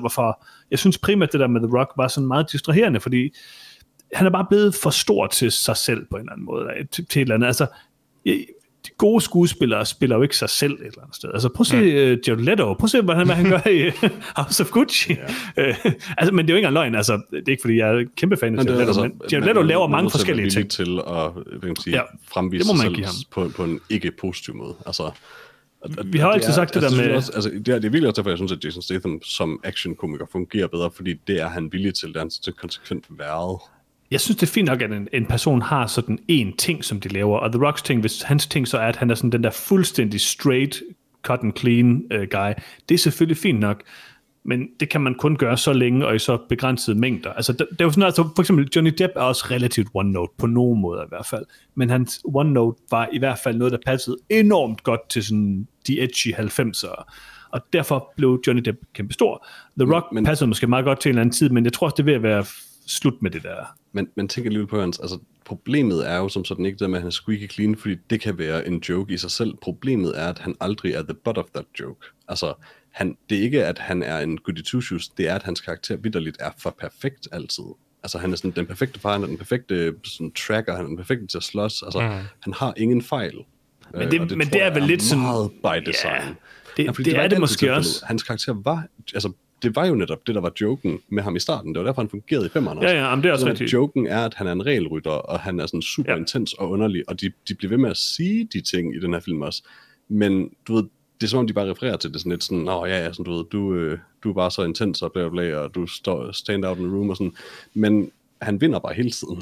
synes primært, det der med The Rock var sådan meget distraherende, fordi han er bare blevet for stor til sig selv på en eller anden måde, til et eller andet. Altså, de gode skuespillere spiller jo ikke sig selv et eller andet sted. Altså prøv at se Jared Leto, prøv at se, hvad han gør i House of Gucci. Ja. Altså, men det er jo ikke engang løgn, altså, det er ikke fordi, jeg er kæmpe fan af Jared Leto, altså, men Jared Leto laver mange forskellige ting. Til at fremvise sig selv på en ikke positiv måde. Altså, vi har altid sagt det der med... Altså, det er virkelig også derfor, jeg synes, at Jason Statham som actionkomiker fungerer bedre, fordi det er han villig til, det er han så konsekvent været. Jeg synes, det er fint nok, at en person har sådan en ting, som de laver. Og The Rocks ting, hvis hans ting så er, at han er sådan den der fuldstændig straight, cut and clean guy, det er selvfølgelig fint nok. Men det kan man kun gøre så længe og i så begrænsede mængder. Altså, det er jo sådan, altså, for eksempel Johnny Depp er også relativt one-note, på nogen måde i hvert fald. Men hans one-note var i hvert fald noget, der passede enormt godt til sådan de edgy 90'ere. Og derfor blev Johnny Depp kæmpe stor. The Rock passede måske meget godt til en eller anden tid, men jeg tror også, det vil være slut med det der. Men tænk alligevel på hans, altså problemet er jo som sådan ikke det med, at han er squeaky clean, fordi det kan være en joke i sig selv. Problemet er, at han aldrig er the butt of that joke. Altså, det er ikke, at han er en goody two shoes, det er, at hans karakter vitterligt er for perfekt altid. Altså, han er sådan den perfekte far, han er den perfekte sådan, tracker, han er den perfekte til at slås. Altså, han har ingen fejl. Men det er vel lidt sådan... meget by design. Ja, det er det måske også. Hans karakter var... Altså, det var jo netop det, der var joken med ham i starten. Det var derfor, han fungerede i 5'erne også. Ja, men det er også rigtigt. Joken er, at han er en regelrytter, og han er sådan super intens og underlig, og de bliver ved med at sige de ting i den her film også. Men du ved, det er som om, de bare refererer til det sådan lidt sådan, sådan, du ved, du er bare så intens og bla bla, og du stand out in the room og sådan. Men han vinder bare hele tiden.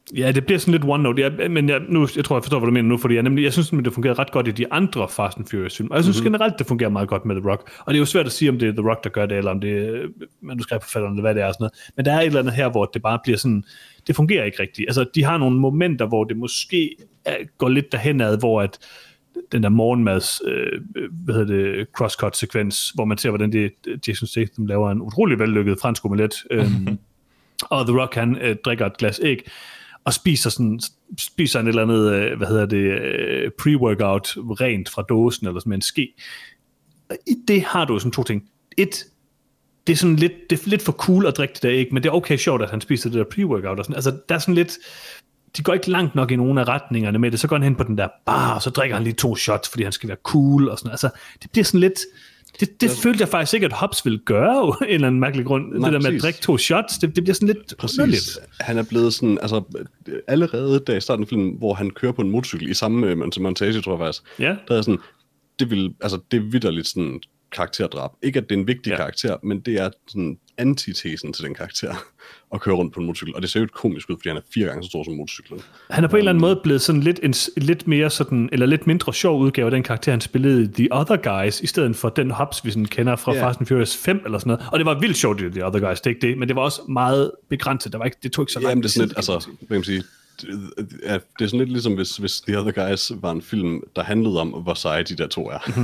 Ja, det bliver sådan lidt one note, men jeg tror, jeg forstår, hvad du mener nu, fordi jeg synes, at det fungerer ret godt i de andre Fast and Furious-film, og jeg synes generelt, det fungerer meget godt med The Rock, og det er jo svært at sige, om det er The Rock, der gør det, eller om det er manuskriptforfatteren, eller hvad det er, og sådan noget. Men der er et eller andet her, hvor det bare bliver sådan, det fungerer ikke rigtigt. Altså, de har nogle momenter, hvor det måske går lidt derhenad, hvor at den der morgenmads, crosscut-sekvens, hvor man ser, hvordan Jason Statham laver en utrolig vellykket fransk omelet, og The Rock, han drikker et glas æg, og spiser en eller andet, pre-workout rent fra dåsen, eller sådan med en ske. I det har du sådan to ting. Det er sådan lidt for cool at drikke det der æg, men det er okay sjovt, at han spiser det der pre-workout og sådan. Altså, der er sådan lidt, de går ikke langt nok i nogle af retningerne med det, så går han hen på den der bar, og så drikker han lige 2 shots, fordi han skal være cool og sådan. Altså, det bliver sådan lidt, det følte jeg faktisk ikke, at Hobbs ville gøre af en eller anden mærkelig grund. Nej, det der med at drikke 2 shots, det bliver sådan lidt underligt. Han er blevet sådan, altså allerede da i starten af filmen, hvor han kører på en motorcykel i samme montage, tror jeg faktisk, der er sådan, det er vitterligt sådan karakterdrab. Ikke at det er en vigtig karakter, men det er sådan antitesen til den karakter at køre rundt på en motorcykel, og det ser jo et komisk ud, fordi han er 4 gange så stor som motorcyklen. Han er på en eller anden måde blevet sådan lidt mere sådan, eller lidt mindre sjov udgave af den karakter, han spillede i The Other Guys, i stedet for den Hobbs, vi sådan kender fra Fast and Furious 5 eller sådan noget. Og det var vildt sjovt i The Other Guys, det er ikke det, men det var også meget begrænset. Det tog ikke så langt. Jamen, det er sådan lidt, altså, hvad kan man sige, det er sådan lidt ligesom, hvis The Other Guys var en film, der handlede om, hvor seje de der 2 er.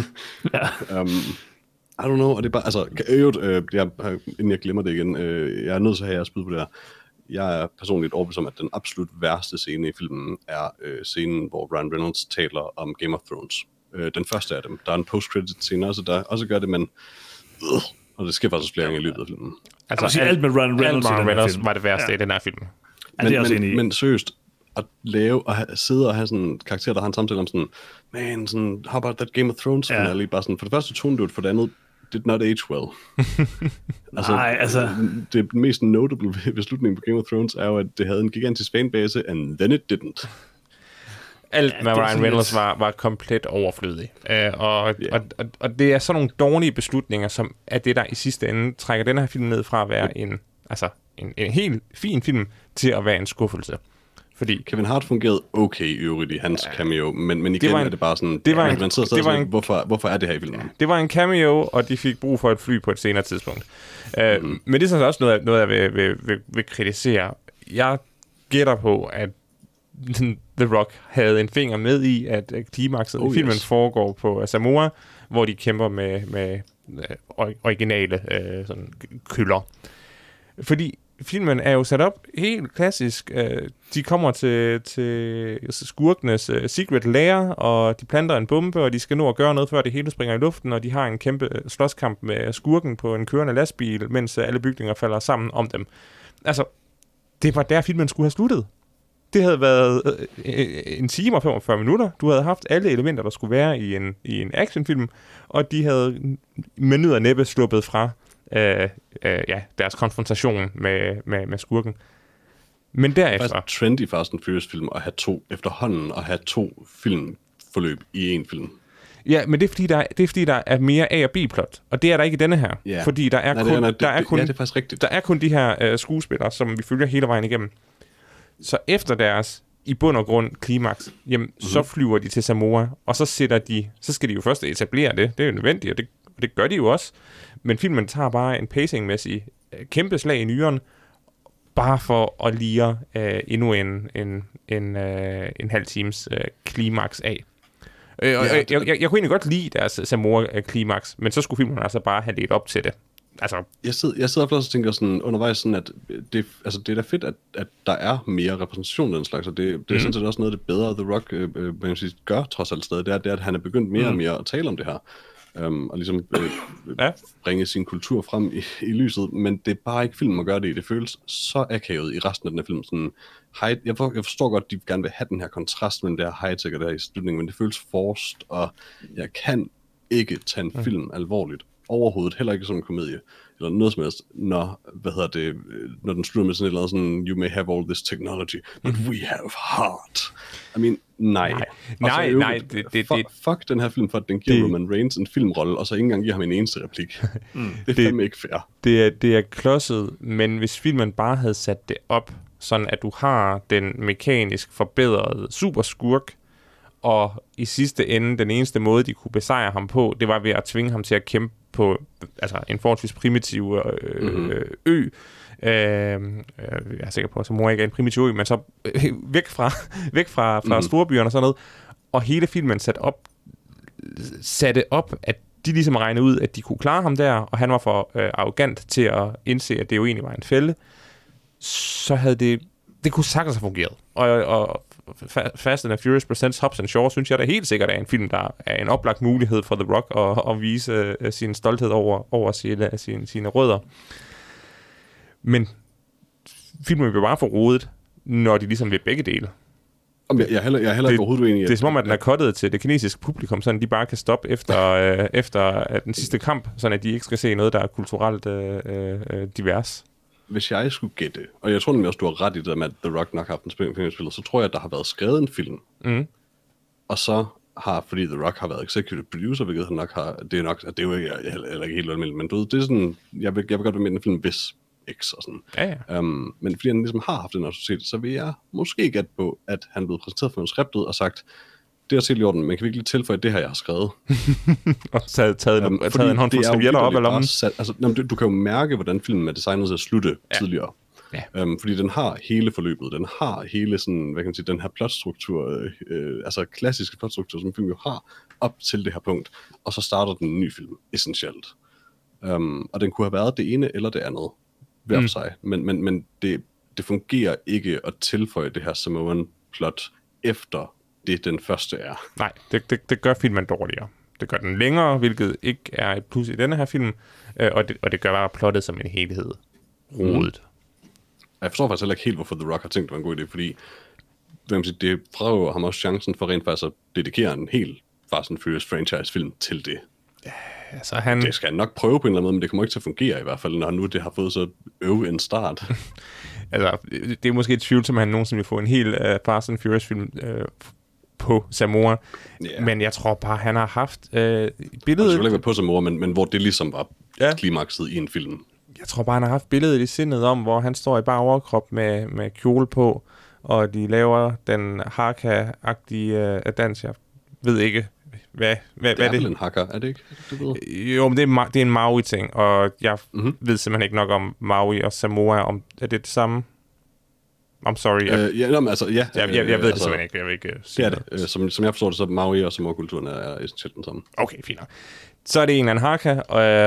I don't know, og det er bare, altså, inden jeg glemmer det igen, jeg er nødt til at have jeres bud på det her. Jeg er personligt overbevist om, at den absolut værste scene i filmen er scenen, hvor Ryan Reynolds taler om Game of Thrones. Den første af dem. Der er en post-credit scene også, der også gør det, men og det sker faktisk flere gange i løbet af filmen. Altså, alt med Ryan Reynolds var det værste i den her film. Men seriøst, at lave og sidde og have sådan en karakter, der har en samtale om sådan, man, sådan, how about that Game of Thrones finale? Bare sådan, for det første tone, for det andet, did not age well. Det mest notable ved slutningen på Game of Thrones er jo, at det havde en gigantisk fanbase, and then it didn't. Alt med Ryan Reynolds var komplet overflødig. Og det er sådan nogle dårlige beslutninger, som er det, der i sidste ende trækker den her film ned fra at være en helt fin film til at være en skuffelse. Fordi Kevin Hart fungerede okay i øvrigt i hans cameo, men igen er det bare sådan, man sidder stadig hvorfor er det her i filmen? Det var en cameo, og de fik brug for et fly på et senere tidspunkt. Men det er sådan også noget, jeg vil kritisere. Jeg gætter på, at The Rock havde en finger med i, at klimakset i filmen foregår på Samoa, hvor de kæmper med originale sådan køller. Fordi filmen er jo sat op helt klassisk. De kommer til skurkenes secret lair, og de planter en bombe, og de skal nå at gøre noget, før det hele springer i luften, og de har en kæmpe slåskamp med skurken på en kørende lastbil, mens alle bygninger falder sammen om dem. Altså, det var der filmen skulle have sluttet. Det havde været 1 time og 45 minutter. Du havde haft alle elementer, der skulle være i en actionfilm, og de havde med nød og næppe sluppet fra deres konfrontation med skurken. Men derefter... Det er faktisk trendy Fast and Furious film at have 2 filmforløb i en film. Ja, men det er fordi, der er mere A- og B-plot, og det er der ikke i denne her. Yeah. Fordi der er det er kun de her skuespillere, som vi følger hele vejen igennem. Så efter deres i bund og grund klimaks, så flyver de til Samoa, og så skal de jo først etablere det. Det er jo nødvendigt, og det gør de jo også. Men filmen tager bare en pacingmæssig kæmpe slag i nyren, bare for at lire endnu en halv times klimaks af. Jeg kunne egentlig godt lide deres Samoa-klimaks, men så skulle filmen altså bare have ledt op til det. Altså, jeg sidder og tænker sådan undervejs sådan, at det er da fedt, at der er mere repræsentation af den slags, og det er sådan set også noget af det bedre, The Rock gør trods alt stadig, det er, at han er begyndt mere og mere at tale om det her, og ligesom bringe sin kultur frem i lyset, men det er bare ikke filmen at gøre det i. Det føles så akavet i resten af den her film. Sådan, jeg forstår godt, at de gerne vil have den her kontrast mellem det her high-tech og det her i slutningen, men det føles forced, og jeg kan ikke tage en film alvorligt. Overhovedet, heller ikke som en komedie, eller noget som helst, når den slutter med sådan et eller andet sådan, you may have all this technology, but we have heart. I mean, nej. Fuck den her film, for at den giver Roman Reigns en filmrolle, og så ikke engang giver ham en eneste replik. Det er fandme ikke fair. Det er klodset, men hvis filmen bare havde sat det op, sådan at du har den mekanisk forbedrede superskurk, og i sidste ende, den eneste måde, de kunne besejre ham på, det var ved at tvinge ham til at kæmpe på en forholdsvis primitiv ø. Jeg er sikker på, at Samora ikke er en primitiv ø, men så væk fra storbyerne og sådan noget. Og hele filmen satte op, at de ligesom regnede ud, at de kunne klare ham der, og han var for arrogant til at indse, at det jo egentlig var en fælde. Så havde det kunne sagtens have fungeret. Og Fast and Furious Presents Hobbs and Shaw, synes jeg da helt sikkert er en film, der er en oplagt mulighed for The Rock at vise sin stolthed over sine rødder. Men filmen bliver bare for rodet, når de ligesom vil begge dele. Jeg er heller ikke overhovedet uenig. Det er som om, at den er cuttet til det kinesiske publikum, så de bare kan stoppe efter den sidste kamp, så de ikke skal se noget, der er kulturelt divers. Hvis jeg skulle gætte, og jeg tror nemlig også, du har ret i det med, at The Rock nok har haft en spillet, så tror jeg, at der har været skrevet en film. Og så fordi The Rock har været executive producer, hvilket han nok har, det er jo heller ikke helt almindeligt, men du ved, det er sådan, jeg vil godt være med i en film, hvis X og sådan. Ja. Men fordi han ligesom har haft en autoritet, så vil jeg måske gætte på, at han blev præsenteret for manuskriptet og sagt, det er til i orden, men kan vi ikke lige tilføje det her, jeg har skrevet? Og taget en håndfuld servietter op af lommen. Du kan jo mærke, hvordan filmen er designet til at slutte tidligere. Ja. Fordi den har hele forløbet, den har hele sådan, hvad kan man sige, den her plotstruktur, altså klassiske plotstruktur, som film jo har, op til det her punkt, og så starter den en ny film, essentielt. Og den kunne have været det ene eller det andet, hver for sig, men det fungerer ikke at tilføje det her Samoan-plot efter det den første er. Nej, det gør filmen dårligere. Det gør den længere, hvilket ikke er et plus i denne her film, og det gør bare plottet som en helhed rodet. Jeg forstår faktisk heller ikke helt, hvorfor The Rock har tænkt, det var en god idé, fordi det frarøver ham også chancen for rent faktisk at dedikere en hel Fast and Furious franchise-film til det. Altså, det skal han nok prøve på en eller anden måde, men det kommer ikke til at fungere i hvert fald, når nu det har fået så en start. Altså, det er måske et tvivl, som han nogensinde vil få en hel Fast and Furious-film på Samoa, men jeg tror bare, han har haft billedet... Det skulle ikke være på Samoa, men hvor det ligesom var klimakset i en film. Jeg tror bare, han har haft billedet i sindet om, hvor han står i bare overkrop med kjole på, og de laver den haka-agtige dans. Jeg ved ikke, hvad det er vel en hacker, er det ikke? Jo, men det er en Maui-ting, og jeg ved simpelthen ikke nok om Maui og Samoa. Er det samme? I'm sorry. Jeg ved det simpelthen ikke. Jeg vil ikke sige det. Som jeg forstår det, så Maui og Samoa-kulturen er essentielt den samme. Okay, fint. Så er det en eller anden haka,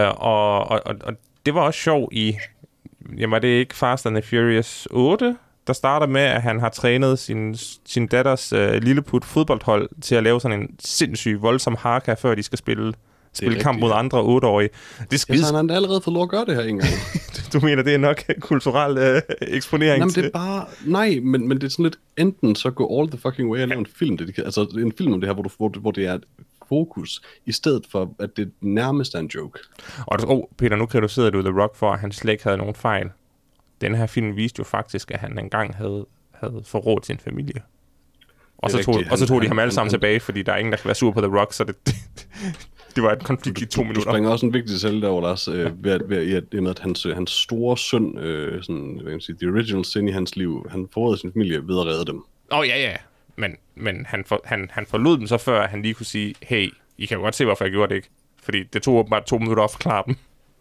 og det var også sjovt i... Jamen, var det ikke Fast and the Furious 8, der starter med, at han har trænet sin datters lilleput fodboldhold til at lave sådan en sindssyg, voldsom haka, før de skal spille kamp mod andre 8-årige. Så han har allerede fået lov at gøre det her en gang. Du mener, det er nok kulturel eksponering? Nej, men det er bare... Nej, men det er sådan lidt, enten så gå all the fucking way og lave en film, altså en film om det her, hvor det er fokus, i stedet for, at det nærmest er en joke. Og Peter, nu kritiserede du The Rock for, at han slet ikke havde nogen fejl. Den her film viste jo faktisk, at han engang havde forrådt sin familie. Og så tog de ham alle sammen tilbage, fordi der er ingen, der kan være sur på The Rock, så det var et konflikt i 2 minutter. Du springer også en vigtig detalje derovre, Lars, ved at hans store søn, sådan, hvad kan man sige, the original sin i hans liv, han forrådede sin familie ved at redde dem. Ja. Men han forlod dem så før, at han lige kunne sige, hey, I kan jo godt se, hvorfor jeg gjorde det ikke. Fordi det tog åbenbart 2 minutter at forklare dem.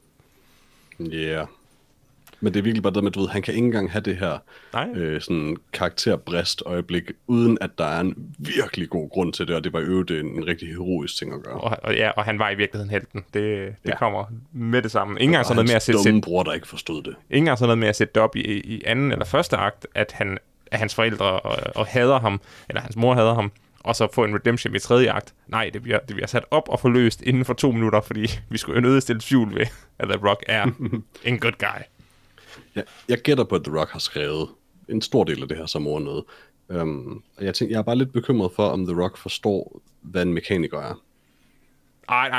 Ja. Yeah. Men det er virkelig bare det med, du ved, han kan ikke engang have det her sådan karakterbrist øjeblik, uden at der er en virkelig god grund til det, og det var jo en rigtig heroisk ting at gøre. Og han var i virkeligheden helten. Det kommer med det samme. Ingen gang sådan noget med at sætte... dumme bror, der ikke forstod det. Ingen gang sådan noget med at sætte det op i anden eller første akt, at hans forældre og hader ham, eller hans mor hader ham, og så få en redemption i 3. akt. Nej, det bliver sat op og forløst inden for 2 minutter, fordi vi skulle jo nødt stille tvivl ved, at The Rock er en good guy. Jeg gætter på, at The Rock har skrevet en stor del af det her som noget. Og jeg er bare lidt bekymret for, om The Rock forstår, hvad en mekaniker er. Nej,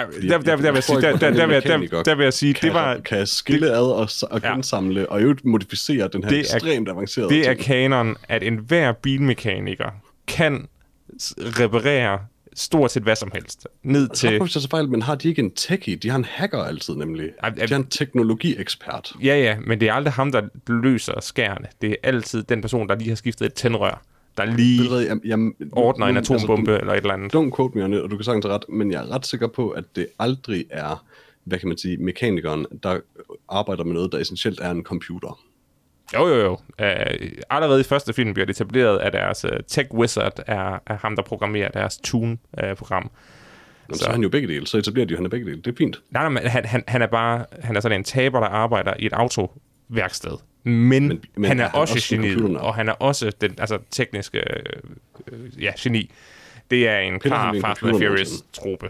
der vil jeg sige, det var... Kan skille ad og gensamle, og jo modificere den her ekstremt avancerede ting. Det er kanon, at enhver bilmekaniker kan reparere stort set hvad som helst. Ned til... Så fejl, men har de ikke en techie? De har en hacker altid nemlig. De har en teknologiekspert. Ja, men det er aldrig ham, der løser skærene. Det er altid den person, der lige har skiftet et tændrør, der lige ordner en atombombe eller et eller andet. Don't quote me on it, og du kan sagtens ret, men jeg er ret sikker på, at det aldrig er, hvad kan man sige, mekanikeren, der arbejder med noget, der essentielt er en computer. Jo. Allerede i første film bliver det etableret, at deres tech wizard er ham, der programmerer deres Tune-program. Så er han jo begge dele, så etablerer de jo, han er begge dele. Det er fint. Nej, men han er sådan en taber, der arbejder i et autoværksted. Men han er også geniet, og han er også den tekniske geni. Det er en klar Fast and Furious-trope.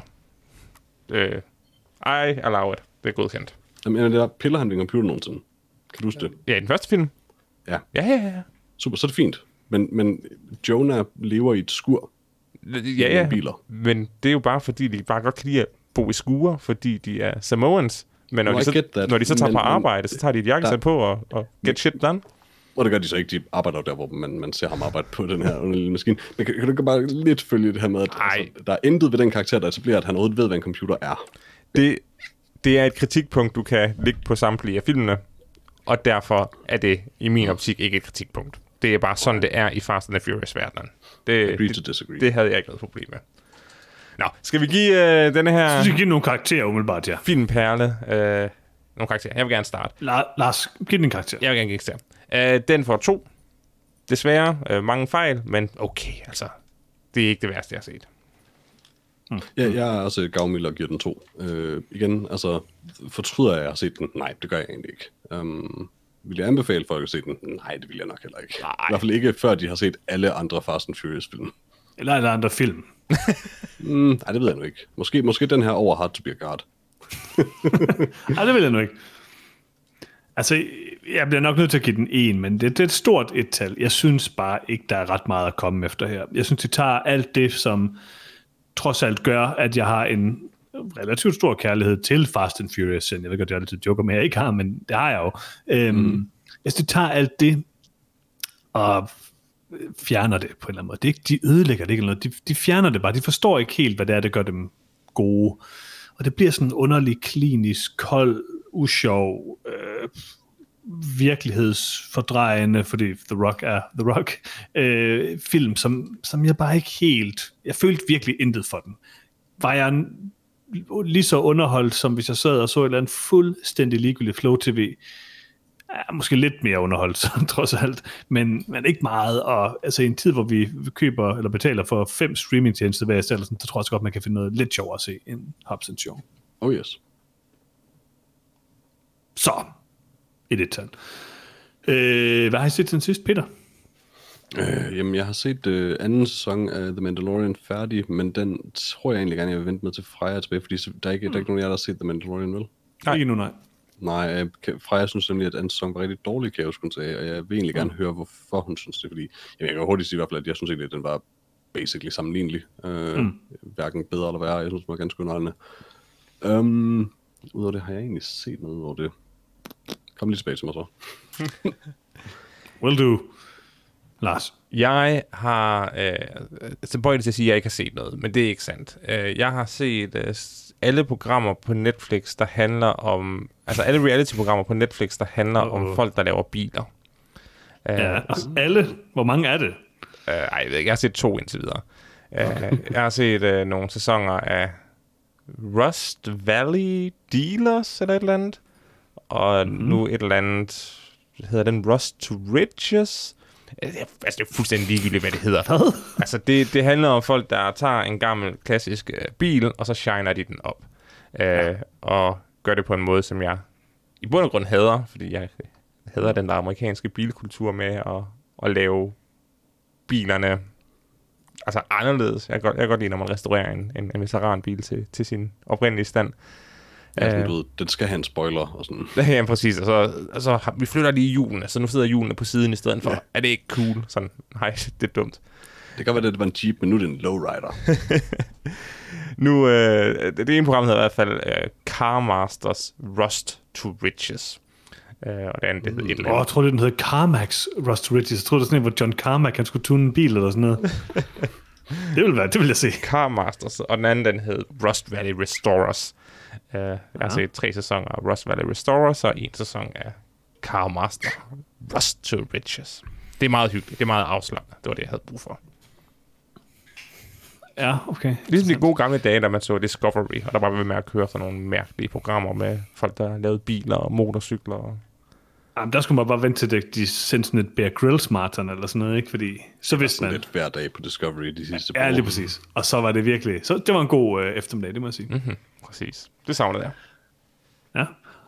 I allow it. Det er godkendt. Jamen, det er piller han ved en computer nogensinde. Kan du huske det? Ja, i den første film. Ja. Super, så er det fint. Men Jonah lever i et skur. Ja. Biler. Men det er jo bare, fordi de bare godt kan lide at bo i skuer, fordi de er Samoans. Men når de så tager på arbejde, så tager de et jakkesæt på og get shit done. Og det gør de så ikke. De arbejder der, hvor man ser ham arbejde på den her underlige maskine. Men kan du ikke bare lidt følge det her med, at der er intet ved den karakter, der etablerer, at han overhovedet ved, hvad en computer er? Det er et kritikpunkt, du kan ligge på samtlige af filmene, og derfor er det i min optik ikke et kritikpunkt. Det er bare sådan, det er i Fast and Furious-verdenen. Det havde jeg ikke noget problem med. Nå, skal vi give denne her... Skal vi give nogle karakterer umiddelbart, ja. Filmperle. Nogle karakterer. Jeg vil gerne starte. Lars, giv den en karakter. Jeg vil gerne give karakter. Den får 2. Desværre mange fejl, men okay, altså. Det er ikke det værste, jeg har set. Ja, jeg er også gavmild og giver den 2. Igen, altså, fortryder jeg har set den? Nej, det gør jeg egentlig ikke. Vil jeg anbefale folk at se den? Nej, det vil jeg nok heller ikke. Nej. I hvert fald ikke, før de har set alle andre Fast and Furious-film. Eller alle andre film. Nej, det ved jeg nu ikke. Måske den her over Hard to Be a God. Nej, det vil jeg nu ikke. Altså, jeg bliver nok nødt til at give den 1, men det er et stort et-tal. Jeg synes bare ikke, der er ret meget at komme efter her. Jeg synes, de tager alt det, som trods alt gør, at jeg har en relativt stor kærlighed til Fast and Furious. Jeg ved godt, jeg altid joker med, at jeg ikke har, men det har jeg jo. Jeg synes, de tager alt det og fjerner det på en eller anden måde. De ødelægger det ikke eller noget. De fjerner det bare. De forstår ikke helt, hvad det er, der gør dem gode. Og det bliver sådan en underlig, klinisk, kold, usjov, virkelighedsfordrejende, fordi The Rock er The Rock, film, som jeg bare ikke helt... Jeg følte virkelig intet for den. Var jeg lige så underholdt, som hvis jeg sad og så et eller andet fuldstændig ligegyldigt Flow TV. Måske lidt mere underholdt, trods alt, men ikke meget. Og altså i en tid, hvor vi køber eller betaler for 5 streamingtjenester hver især, så tror jeg også godt, man kan finde noget lidt sjovere at se end Hobbs & Shaw. Oh yes. Så, et tal. Hvad har I set den sidste, Peter? Jamen, jeg har set anden sæson af The Mandalorian færdig, men den tror jeg egentlig gerne, jeg vil vente med til Freja tilbage, fordi der er ikke nogen af jer, der har set The Mandalorian, vel? Nej, ikke nu, nej. Nej, Freja synes nemlig, at anden sæson var rigtig dårlig, kan jeg også kunne sige, og jeg vil egentlig gerne høre, hvorfor hun synes det, fordi jeg kan hurtigt sige i hvert fald, at jeg synes egentlig, at den var basically sammenlignelig. Hverken bedre eller værre, jeg synes, den var ganske underholdende. Udover det har jeg egentlig set noget over det. Kom lige tilbage til mig så. Will do. Lars? Jeg har... så bøjt til at sige, at jeg ikke har set noget, men det er ikke sandt. Jeg har set alle programmer på Netflix, der handler om... Altså alle reality-programmer på Netflix, der handler om folk, der laver biler. Ja, alle? Hvor mange er det? Jeg ved ikke. Jeg har set 2 indtil videre. Jeg har set nogle sæsoner af Rust Valley Dealers, eller et eller andet. Og nu et eller andet... Hedder den Rust to Riches? Altså, det er fuldstændig ligegyldigt, hvad det hedder. Hvad? Altså, det handler om folk, der tager en gammel, klassisk bil, og så shiner de den op. Og gør det på en måde, som jeg i bund og grund hader, fordi jeg hader den der amerikanske bilkultur med at lave bilerne altså anderledes. Jeg kan godt lide, når man restaurerer en veteranbil til sin oprindelige stand. Ja, den skal have en spoiler og sådan. Ja, præcis. Og så vi flytter lige hjulene, så nu sidder hjulene på siden i stedet for. Ja. Er det ikke cool? Sådan, nej, det er dumt. Det kan være, det var en Jeep, men nu er det en lowrider. Nu, det ene program hedder i hvert fald Car Masters Rust to Riches. Og det andet, det hedder et eller andet. Jeg tror, den hedder CarMax Rust to Riches. Jeg tror, det er sådan en, hvor John Carmack, han skulle tune en bil eller sådan noget. Det vil jeg se. Car Masters, og den anden, den hed Rust Valley Restorers. Jeg har set 3 sæsoner af Rust Valley Restorers, og 1 sæson af Car Master, Rust to Riches. Det er meget hyggeligt, det er meget afslappende. Det var det, jeg havde brug for. Ja, okay. Ligesom de gode gamle dage, da man så Discovery, og der var ved med at køre sådan nogle mærkelige programmer med folk, der lavede biler og motorcykler. Jamen, der skulle man bare vente til, de sendte sådan et Bear Grylls marathon eller sådan noget, ikke? Fordi så vidste man... lidt hver dag på Discovery de sidste par Ja, år. lige præcis. Og så var det virkelig... Så det var en god eftermiddag, det må jeg sige. Mm-hmm. Præcis. Det savnede jeg. Ja.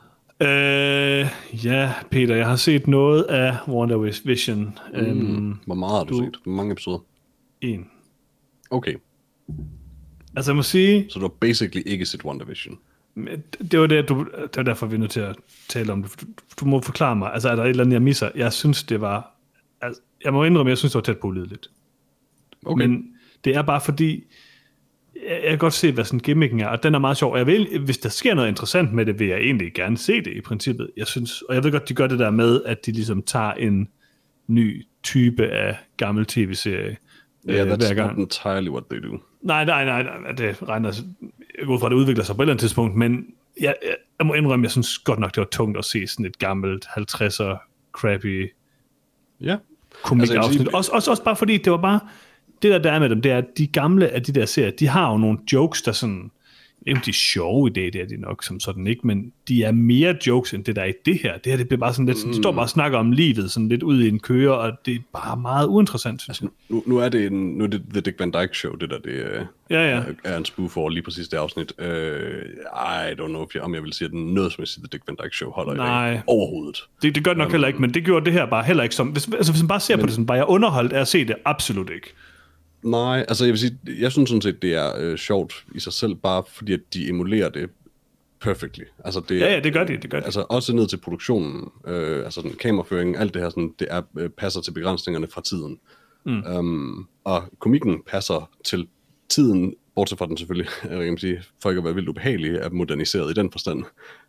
Ja, Peter, jeg har set noget af WandaVision. Hvor meget har du set? Hvor mange episoder? 1. Okay. Altså, jeg må sige... Så du har basically ikke set WandaVision? Det var derfor, vi er nødt til at tale om det. Du må forklare mig, altså er der et eller andet, jeg misser? Jeg synes, det var... Altså, jeg må indrømme, jeg synes, det var tæt på ulideligt. Okay. Men det er bare fordi... Jeg kan godt se, hvad sådan gimmicken er, og den er meget sjov. Hvis der sker noget interessant med det, vil jeg egentlig gerne se det i princippet. Jeg synes, og jeg ved godt, de gør det der med, at de ligesom tager en ny type af gammel tv-serie hver gang. That's not entirely what they do. Nej, det regner ud fra, at det udvikler sig på et eller andet tidspunkt, men jeg må indrømme, jeg synes godt nok, det var tungt at se sådan et gammelt 50'er crappy komik-afsnit. Også bare fordi, det var bare, det der er med dem, det er, at de gamle af de der serier, de har jo nogle jokes, der sådan, ikke de er sjove i det er de nok som sådan ikke, men de er mere jokes, end det der er i det her. Det her, det bliver bare sådan lidt, de står bare og snakker om livet, sådan lidt ude i en køre, og det er bare meget uinteressant, synes jeg. Nu er det The Dick Van Dyke Show, det der, det er en spoof over lige præcis det afsnit. I don't know, om jeg vil sige, at den noget som The Dick Van Dyke Show holder i dag. Overhovedet. Det gør det nok heller ikke, men det gjorde det her bare heller ikke som, hvis man bare ser på det sådan, bare jeg underholdt af at se det, absolut ikke. Nej, altså jeg vil sige, jeg synes sådan set, det er sjovt i sig selv, bare fordi at de emulerer det perfectly. Altså, det gør de. Altså også ned til produktionen, altså den kameraføring, alt det her, sådan, det passer til begrænsningerne fra tiden. Og komikken passer til tiden, bortset fra den selvfølgelig, jeg kan sige, for ikke at være vildt ubehagelig, er moderniseret i den forstand.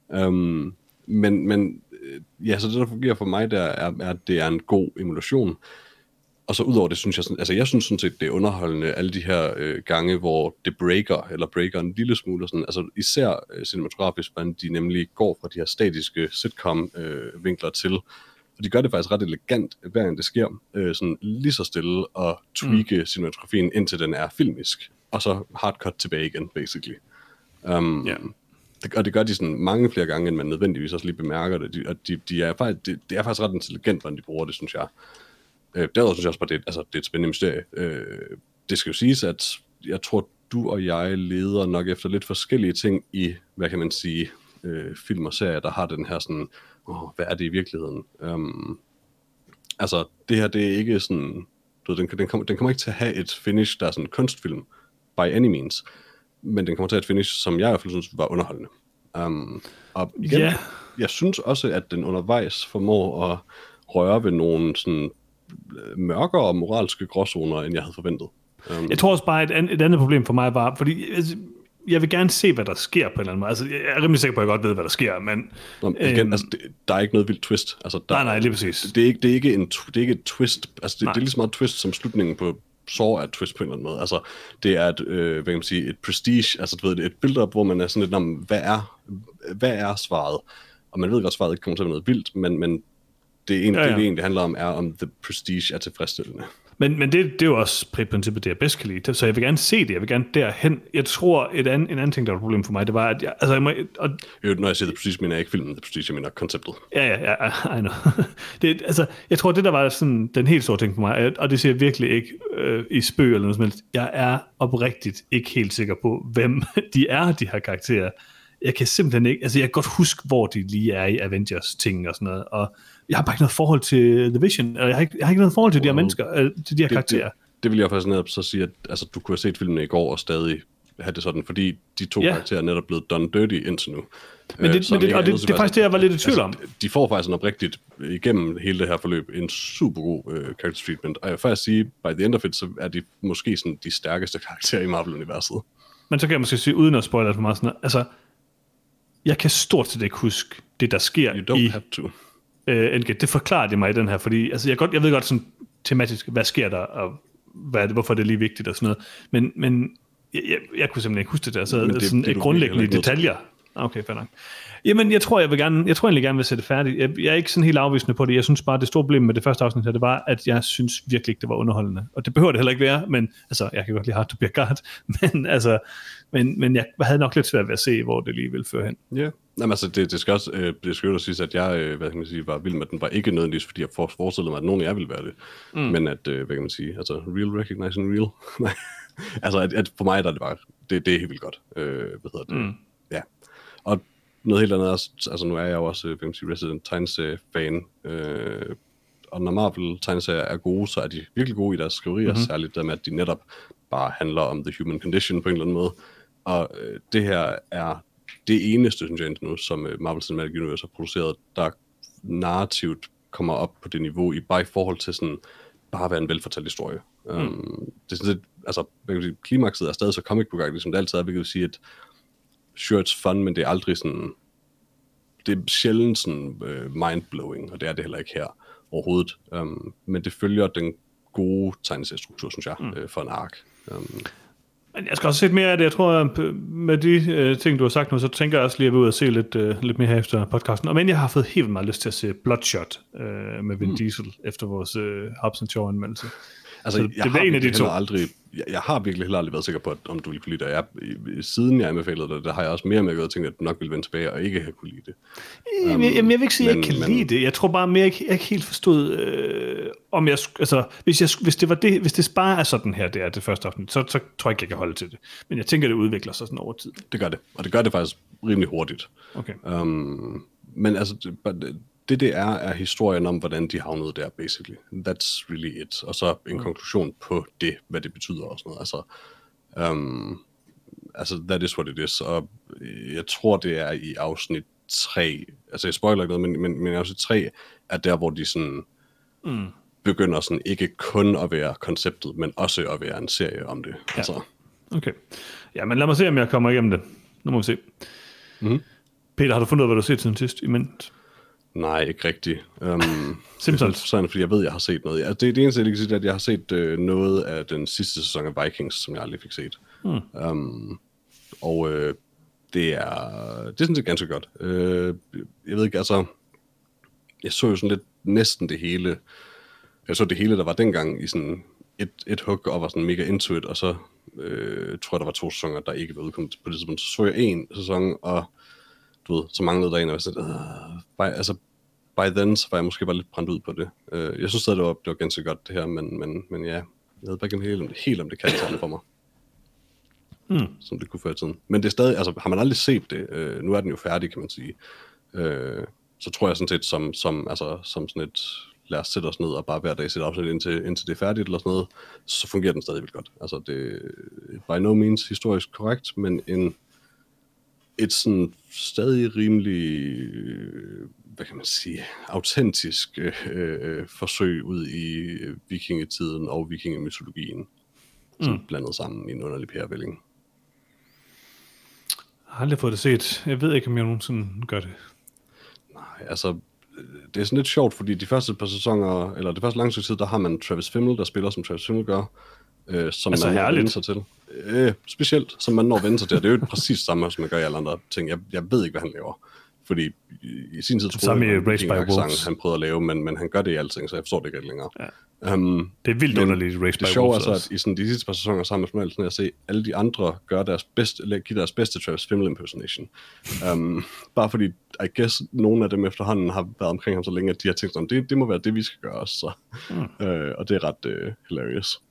Men så det der fungerer for mig, der er, at det er en god emulation. Og så udover det, synes jeg, altså jeg synes sådan set, det er underholdende, alle de her gange, hvor det breaker en lille smule, sådan, altså især cinematografisk, hvordan de nemlig går fra de her statiske sitcom-vinkler til, og de gør det faktisk ret elegant, hver gang det sker, sådan lige så stille og tweake cinematografien, indtil den er filmisk, og så hardcut tilbage igen, basically. Og det gør de sådan mange flere gange, end man nødvendigvis også lige bemærker det, og det er faktisk ret intelligent, hvordan de bruger det, synes jeg. Derudover synes jeg også bare, det er et spændende mysterie. Det skal jo siges, at jeg tror, du og jeg leder nok efter lidt forskellige ting i, hvad kan man sige, film og serier, der har den her sådan, hvad er det i virkeligheden? Altså, det her, det er ikke sådan, du ved, den kommer ikke til at have et finish, der er sådan en kunstfilm, by any means, men den kommer til at have et finish, som jeg i hvert fald synes var underholdende. Og igen, jeg synes også, at den undervejs formår at røre ved nogle sådan mørkere og moralske gråzoner, end jeg havde forventet. Jeg tror også bare, et andet problem for mig var, fordi jeg vil gerne se, hvad der sker på en eller anden måde. Altså, jeg er rimelig sikker på, at jeg godt ved, hvad der sker, men... Igen, altså, der er ikke noget vildt twist. Altså, nej, lige præcis. Det er ikke et twist. Altså, det er lige så meget twist, som slutningen på Saw er et twist på en eller anden måde. Altså, det er hvad kan man sige, et prestige, altså, du ved, et build-up, hvor man er sådan lidt om, hvad er svaret? Og man ved godt, at svaret ikke kommer til at være noget vildt, men det egentlig handler om, er om the prestige er tilfredsstillende. Men det er jo også princippet, det jeg bedst kan lide. Så jeg vil gerne se det, jeg vil gerne derhen. Jeg tror, en anden ting, der var et problem for mig, det var, at når jeg siger the prestige, mener jeg ikke filmen, the prestige, jeg mener konceptet. Ja, I know. Jeg tror, det der var sådan den helt store ting for mig, og det siger jeg virkelig ikke i spøg eller noget som helst. Jeg er oprigtigt ikke helt sikker på, hvem de her karakterer. Jeg kan simpelthen ikke, altså jeg kan godt huske, hvor de lige er i Avengers-ting og sådan noget, og jeg har bare ikke noget forhold til The Vision, og jeg har ikke noget forhold til de her mennesker, til de her karakterer. Det vil jeg faktisk netop så sige, at altså, du kunne have set filmen i går og stadig have det sådan, fordi de to karakterer er netop blevet done dirty indtil nu. Men det er faktisk det, jeg var lidt i tvivl om. De får faktisk en oprigtigt igennem hele det her forløb en super god character treatment, og jeg vil faktisk sige, by the end of it, så er de måske sådan de stærkeste karakterer i Marvel-universet. Men så kan jeg måske sige, uden at spoilere for meget sådan, altså jeg kan stort set ikke huske det, der sker i have to. Endgame. Det forklarer de mig i den her, fordi altså, jeg ved godt sådan tematisk, hvad sker der, og hvorfor det er lige vigtigt og sådan noget. Men jeg kunne simpelthen ikke huske det der, så Men det sådan er et du grundlæggende virkelig detaljer. Okay, fair nok. Jamen, jeg tror egentlig gerne vil se det færdigt. Jeg er ikke sådan helt afvisende på det. Jeg synes bare, det store problem med det første afsnit her, det var, at jeg synes virkelig ikke, det var underholdende. Og det behøver det heller ikke være, men altså, jeg kan godt lide Hard to Be a God, men altså, men jeg havde nok lidt svært ved at se, hvor det lige ville føre hen. Ja, jamen altså, det skal også, det skal jo sige, at jeg, hvad kan man sige, var vild med den, var ikke nødvendigvis, fordi jeg forestillede mig, at nogen af jer ville være det, men at, hvad kan man sige, altså, real recognition real, nej, altså, at for mig, der er det bare, det er helt vildt godt, hvad hedder det, ja, og noget helt andet også, altså nu er jeg jo også, hvad kan man sige, Resident tegneserie-fan, og når Marvel-tegneserier er gode, så er de virkelig gode i deres skriverier, særligt der med, at de netop bare handler om the human condition på en eller anden måde, og det her er det eneste, synes jeg indtil nu, som Marvel Cinematic Universe har produceret, der narrativt kommer op på det niveau, bare i forhold til sådan, bare at være en velfortalt historie. Det er sådan set, altså, hvad kan man sige, klimakset er stadig så comic book-agtigt, ligesom det altid er, hvilket vil sige, at sure, it's fun, men det er aldrig sådan, det er sjældent sådan mind-blowing, og det er det heller ikke her overhovedet. Men det følger den gode tegneseriestruktur, synes jeg, for en ark. Men jeg skal også se mere af det. Jeg tror, med de ting, du har sagt nu, så tænker jeg også lige at være ud og se lidt mere her efter podcasten. Og men jeg har fået helt meget lyst til at se Bloodshot med Vin Diesel efter vores Hobbs & Shaw-anmeldelse. Altså, jeg har virkelig heller aldrig været sikker på, om du ville kunne lide det. Siden jeg anbefalede det, der har jeg også mere med at tænke, at du nok ville vende tilbage og ikke have kunne lide det. Jamen, jeg vil ikke sige, at jeg ikke kan lide det. Jeg tror bare mere, jeg ikke helt forstod, om jeg... Altså, hvis det bare er sådan her, det er det første afsnit, så tror jeg ikke, jeg kan holde til det. Men jeg tænker, det udvikler sig sådan over tid. Det gør det. Og det gør det faktisk rimelig hurtigt. Okay. Men altså... Det er historien om, hvordan de havnede der, basically. That's really it. Og så en konklusion på det, hvad det betyder og sådan noget. Altså, that is what it is. Og jeg tror, det er i afsnit 3. Altså, jeg spoiler ikke noget, men afsnit 3 er der, hvor de sådan begynder sådan ikke kun at være konceptet, men også at være en serie om det. Ja. Altså. Okay. Ja, men lad mig se, om jeg kommer igennem det. Nu må vi se. Peter, har du fundet ud af, hvad du har set siden sidst imens? Nej, ikke rigtigt. Simpsons. Sådan, fordi jeg ved, jeg har set noget. Altså, det eneste, jeg kan sige, at jeg har set noget af den sidste sæson af Vikings, som jeg aldrig fik set. Og det er sådan set ganske godt. Jeg ved ikke, altså... Jeg så jo sådan lidt næsten det hele. Jeg så det hele, der var dengang i sådan et hug, og var sådan mega into it, og så tror jeg, der var 2 sæsoner, der ikke var udkommet på det tidspunkt. Så jeg 1 sæson, og du ved, så manglede der en, og jeg var sådan, by then, så var jeg måske bare lidt brændt ud på det. Jeg synes stadig, det var ganske godt det her, men ja, jeg havde bare ikke helt om det kan for mig. Som det kunne føre tiden. Men det er stadig, altså har man aldrig set det, nu er den jo færdig, kan man sige, så tror jeg sådan set, som sådan et, lad os sætte os ned og bare hver dag sætte afsnit indtil det er færdigt eller sådan noget, så fungerer den stadig vildt godt. Altså det er by no means historisk korrekt, men et sådan stadig rimelig, hvad kan man sige, autentisk forsøg ud i vikingetiden og vikingemytologien, som blandet sammen i en underlig pærevælling. Jeg har aldrig fået det set. Jeg ved ikke, om jeg nogensinde gør det. Nej, altså, det er sådan lidt sjovt, fordi de første par sæsoner, eller det første lange tid, der har man Travis Fimmel, der spiller, som Travis Fimmel gør, som altså man når at vende herligt. sig til. Specielt, som man når at vende sig til. Det er jo præcis samme, som man gør i alle andre ting. Jeg ved ikke, hvad han laver. Fordi i sin tid troede jeg, at han prøvede at lave, men han gør det i alting, så jeg forstår det ikke længere. Ja. Det er vildt underligt, Race by Wolves. Det sjove er så, at i sådan de sidste par sæsoner sammen med sådan at se alle de andre give deres bedste Travis Fimmel impersonation. Bare fordi, I guess, nogle af dem efterhånden har været omkring ham så længe, at de har tænkt om, det må være det, vi skal gøre også. Så. Og det er ret hilarious.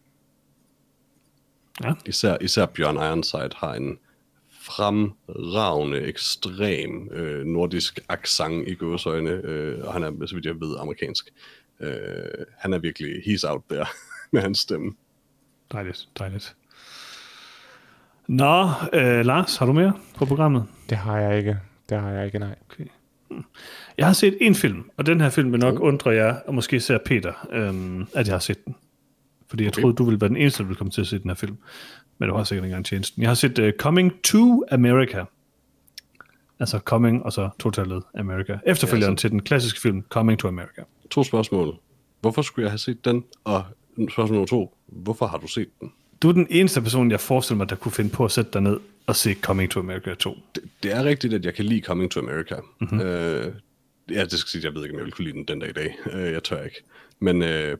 Ja. Især Bjørn Ironside har en fremragende, ekstrem nordisk accent i gåseøjne, og han er, så vidt jeg ved, amerikansk. Han er virkelig, he's out there med hans stemme. Dejligt. Nå, Lars, har du mere på programmet? Det har jeg ikke, nej. Okay. Jeg har set en film, og den her film vil nok undre jer, og måske især Peter, at jeg har set den. Fordi jeg troede, du ville være den eneste, der ville komme til at se den her film. Men du har sikkert ikke engang tjenesten. Jeg har set Coming to America. Altså Coming, og så totalet America. Efterfølgeren til den klassiske film Coming to America. 2 spørgsmål. Hvorfor skulle jeg have set den? Og spørgsmål nummer 2. Hvorfor har du set den? Du er den eneste person, jeg forestiller mig, der kunne finde på at sætte dig ned og se Coming to America 2. Det er rigtigt, at jeg kan lide Coming to America. Mm-hmm. Ja, det skal sige, jeg ved ikke, om jeg vil kunne lide den dag i dag. Jeg tør ikke. Men,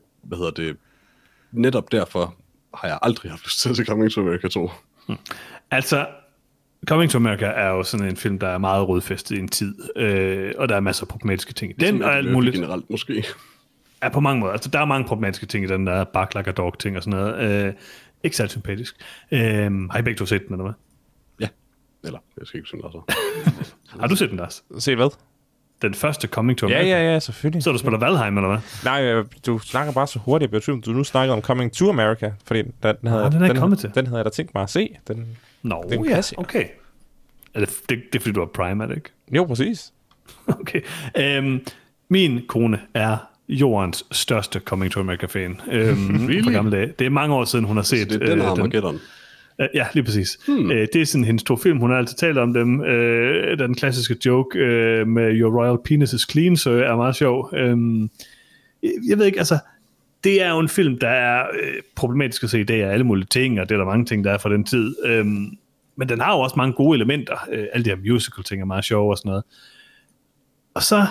netop derfor har jeg aldrig haft lyst til at se Coming to America 2. Altså, Coming to America er jo sådan en film, der er meget rodfæstet i en tid, og der er masser af problematiske ting i den, og alt muligt. Generelt måske. Ja, på mange måder. Altså, der er mange problematiske ting i den der bark like a dog ting og sådan noget. Ikke særlig sympatisk. Har I begge to set den, eller hvad? Ja. Eller, jeg skal ikke synes også. Har du set den, Lars? Se hvad? Den første Coming to America? Ja, selvfølgelig. Så du spiller Valheim, eller hvad? Nej, du snakker bare så hurtigt. Jeg betyder, du nu snakker om Coming to America, fordi den havde jeg da tænkt mig at se. Nå, ja, okay. Det er fordi, du har Prime, er det ikke? Jo, præcis. Okay. Min kone er jordens største Coming to America-fan. Really? Fra gamle dage. Det er mange år siden, hun har set det er den Armageddon. Ja, lige præcis. Det er sådan hendes 2 film. Hun har altid talt om dem. Den klassiske joke med Your Royal Penis is Clean, så er meget sjov. Jeg ved ikke, altså, det er jo en film, der er problematisk at se i dag af alle mulige ting, og det er der mange ting, der er fra den tid. Men den har jo også mange gode elementer. Alle de her musical-ting er meget sjove og sådan noget. Og så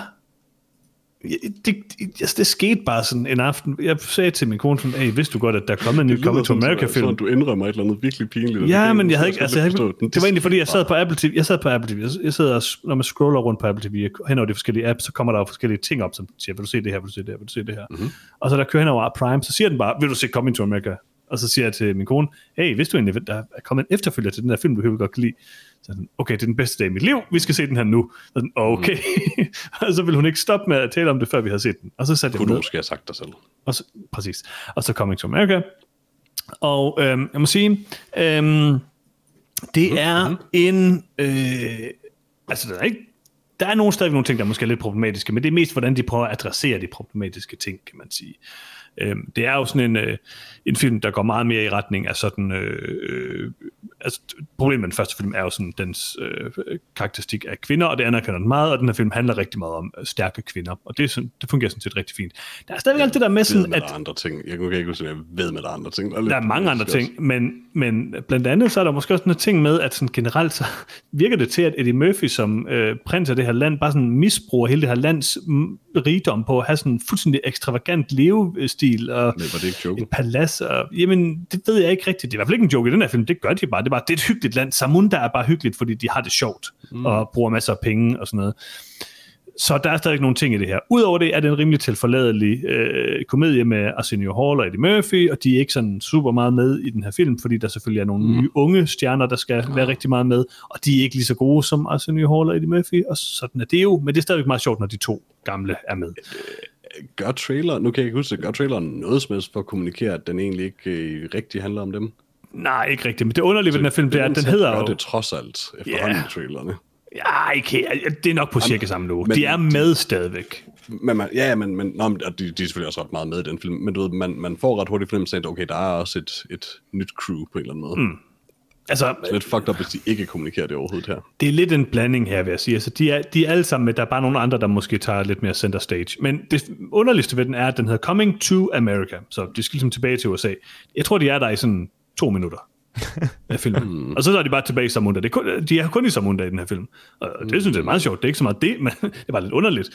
det skete bare sådan en aften. Jeg sagde til min kone sådan, vidste du godt, at der kom en ny Coming to America-film? Så du indrømmer et eller andet virkelig pinligt. Ja, men jeg havde ikke, det var egentlig fordi, jeg sad på Apple TV. Jeg sidder, når man scroller rundt på Apple TV, hen over de forskellige apps, så kommer der jo forskellige ting op, som siger, vil du se det her, vil du se det her, vil du se det her? Mm-hmm. Og så der kører hen over Prime, så siger den bare, vil du se Coming to America? Og så siger jeg til min kone, vidste du egentlig, der er kommet en efterfølger til den her film, du helt godt kan lide? Så sådan, okay, det er den bedste dag i mit liv, vi skal se den her nu. Så sådan, okay. Og så ville hun ikke stoppe med at tale om det, før vi havde set den. Og så satte jeg du måske have sagt dig selv. Og så, præcis. Og så Coming to America. Og jeg må sige, det er en... altså, der er stadigvæk nogle ting, der er måske lidt problematiske, men det er mest, hvordan de prøver at adressere de problematiske ting, kan man sige. Det er jo sådan en film, der går meget mere i retning af sådan... altså, problemet med den første film er jo sådan dens karakteristik af kvinder, og det anerkender den meget, og den her film handler rigtig meget om stærke kvinder, og det fungerer sådan set rigtig fint. Der er stadigvæk alt det der med sådan, at... Der er andre ting. Jeg kan ikke huske, at jeg ved med, der er andre ting. Der er mange andre ting, men blandt andet så er der måske også sådan en ting med, at sådan generelt så virker det til, at Eddie Murphy som prins af det her land, bare sådan misbruger hele det her lands rigdom på at have sådan en fuldstændig ekstravagant levestil, og et palads, og jamen, det ved jeg ikke rigtigt. Det er i hvert fald ikke en joke i den her film, det gør de bare. Det er et hyggeligt land. Zamunda er bare hyggeligt, fordi de har det sjovt, og bruger masser af penge og sådan noget. Så der er stadig nogle ting i det her. Udover det er det en rimelig tilforladelig komedie med Arsenio Hall og Eddie Murphy, og de er ikke sådan super meget med i den her film, fordi der selvfølgelig er nogle nye unge stjerner, der skal være rigtig meget med, og de er ikke lige så gode som Arsenio Hall og Eddie Murphy, og sådan er det jo, men det er stadig meget sjovt, når de 2 gamle er med. Gør traileren noget som helst for at kommunikere, at den egentlig ikke rigtig handler om dem? Nej, ikke rigtigt, men det underlige ved den her film, det er, at den hedder jo... det trods alt efterhånden trailerne. Ja, ikke. Det er nok på cirka samme niveau. De er med stadigvæk. Men de er selvfølgelig også ret meget med i den film, men du ved, man får ret hurtigt fornemmelse af, at okay, der er også et nyt crew på en eller anden måde. Altså, så lidt fucked up, hvis de ikke kommunikerer det overhovedet her. Det er lidt en blanding her, vil jeg sige. Altså, de er alle sammen med, der er bare nogle andre, der måske tager lidt mere center stage. Men det underligste ved den er, at den hedder Coming to America, så de skal ligesom tilbage til USA. Jeg tror, de er der i sådan 2 minutter af filmen. Og så er de bare tilbage i Zamunda. De er kun i Zamunda i den her film. Og det synes jeg er meget sjovt. Det er ikke så meget det, men det var lidt underligt.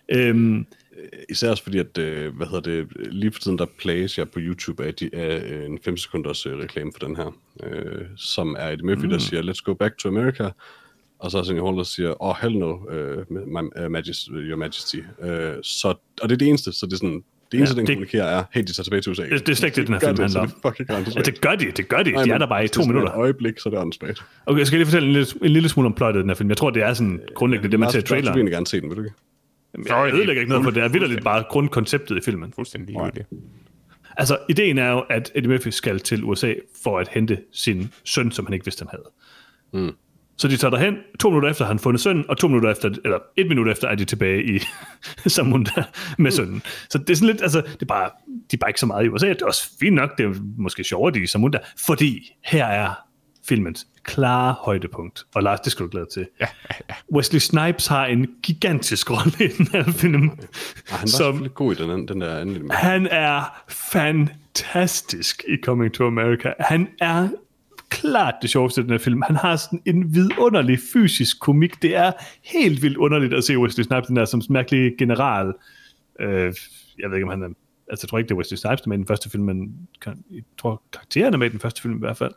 Især også fordi, at lige for tiden, der plays jeg på YouTube af en 5 sekunders reklame for den her, som er Eddie Murphy, der siger, let's go back to America. Og så er Arsenio Hall, der siger, hell no, your majesty. Og det er det eneste, så det er sådan... Det eneste, den kommunikerer er, hey, de tager tilbage til USA. Det er slet ikke det, den her film handler om. Det gør de. De er der bare i 2 minutter. Et øjeblik, så er det åndssvagt. Okay, jeg skal lige fortælle en lille smule om plottet i den her film. Jeg tror, det er sådan grundlæggende det, man ser i traileren. Jeg vil gerne se den, vil du ikke? Jeg ødelægger ikke noget for det. Det er vitterligt bare grundkonceptet i filmen. Fuldstændig ligegyldigt. Altså, ideen er jo, at Eddie Murphy skal til USA for at hente sin søn, som han ikke vidste, han havde. Så de tager derhen, 2 minutter efter har han fundet sønnen, og 2 minutter efter, eller 1 minut efter, er de tilbage i Zamunda med sønnen. Så det er sådan lidt, altså, de er bare ikke så meget i USA. Det er også fint nok, det er måske sjovere, de er i Zamunda, fordi her er filmens klare højdepunkt. Og Lars, det skal du glæde til. Ja. Wesley Snipes har en gigantisk rolle i den her film. Han var selvfølgelig god i den der anden. Han er fantastisk. fantastisk i Coming to America. Han er klart det sjoveste i den her film. Han har sådan en vidunderlig fysisk komik. Det er helt vildt underligt at se Wesley Snipes den der som mærkelig general. Jeg ved ikke, om han er... Altså, jeg tror ikke, det er Wesley Snipes, der med i den første film, men jeg tror, karakteren er med i den første film i hvert fald.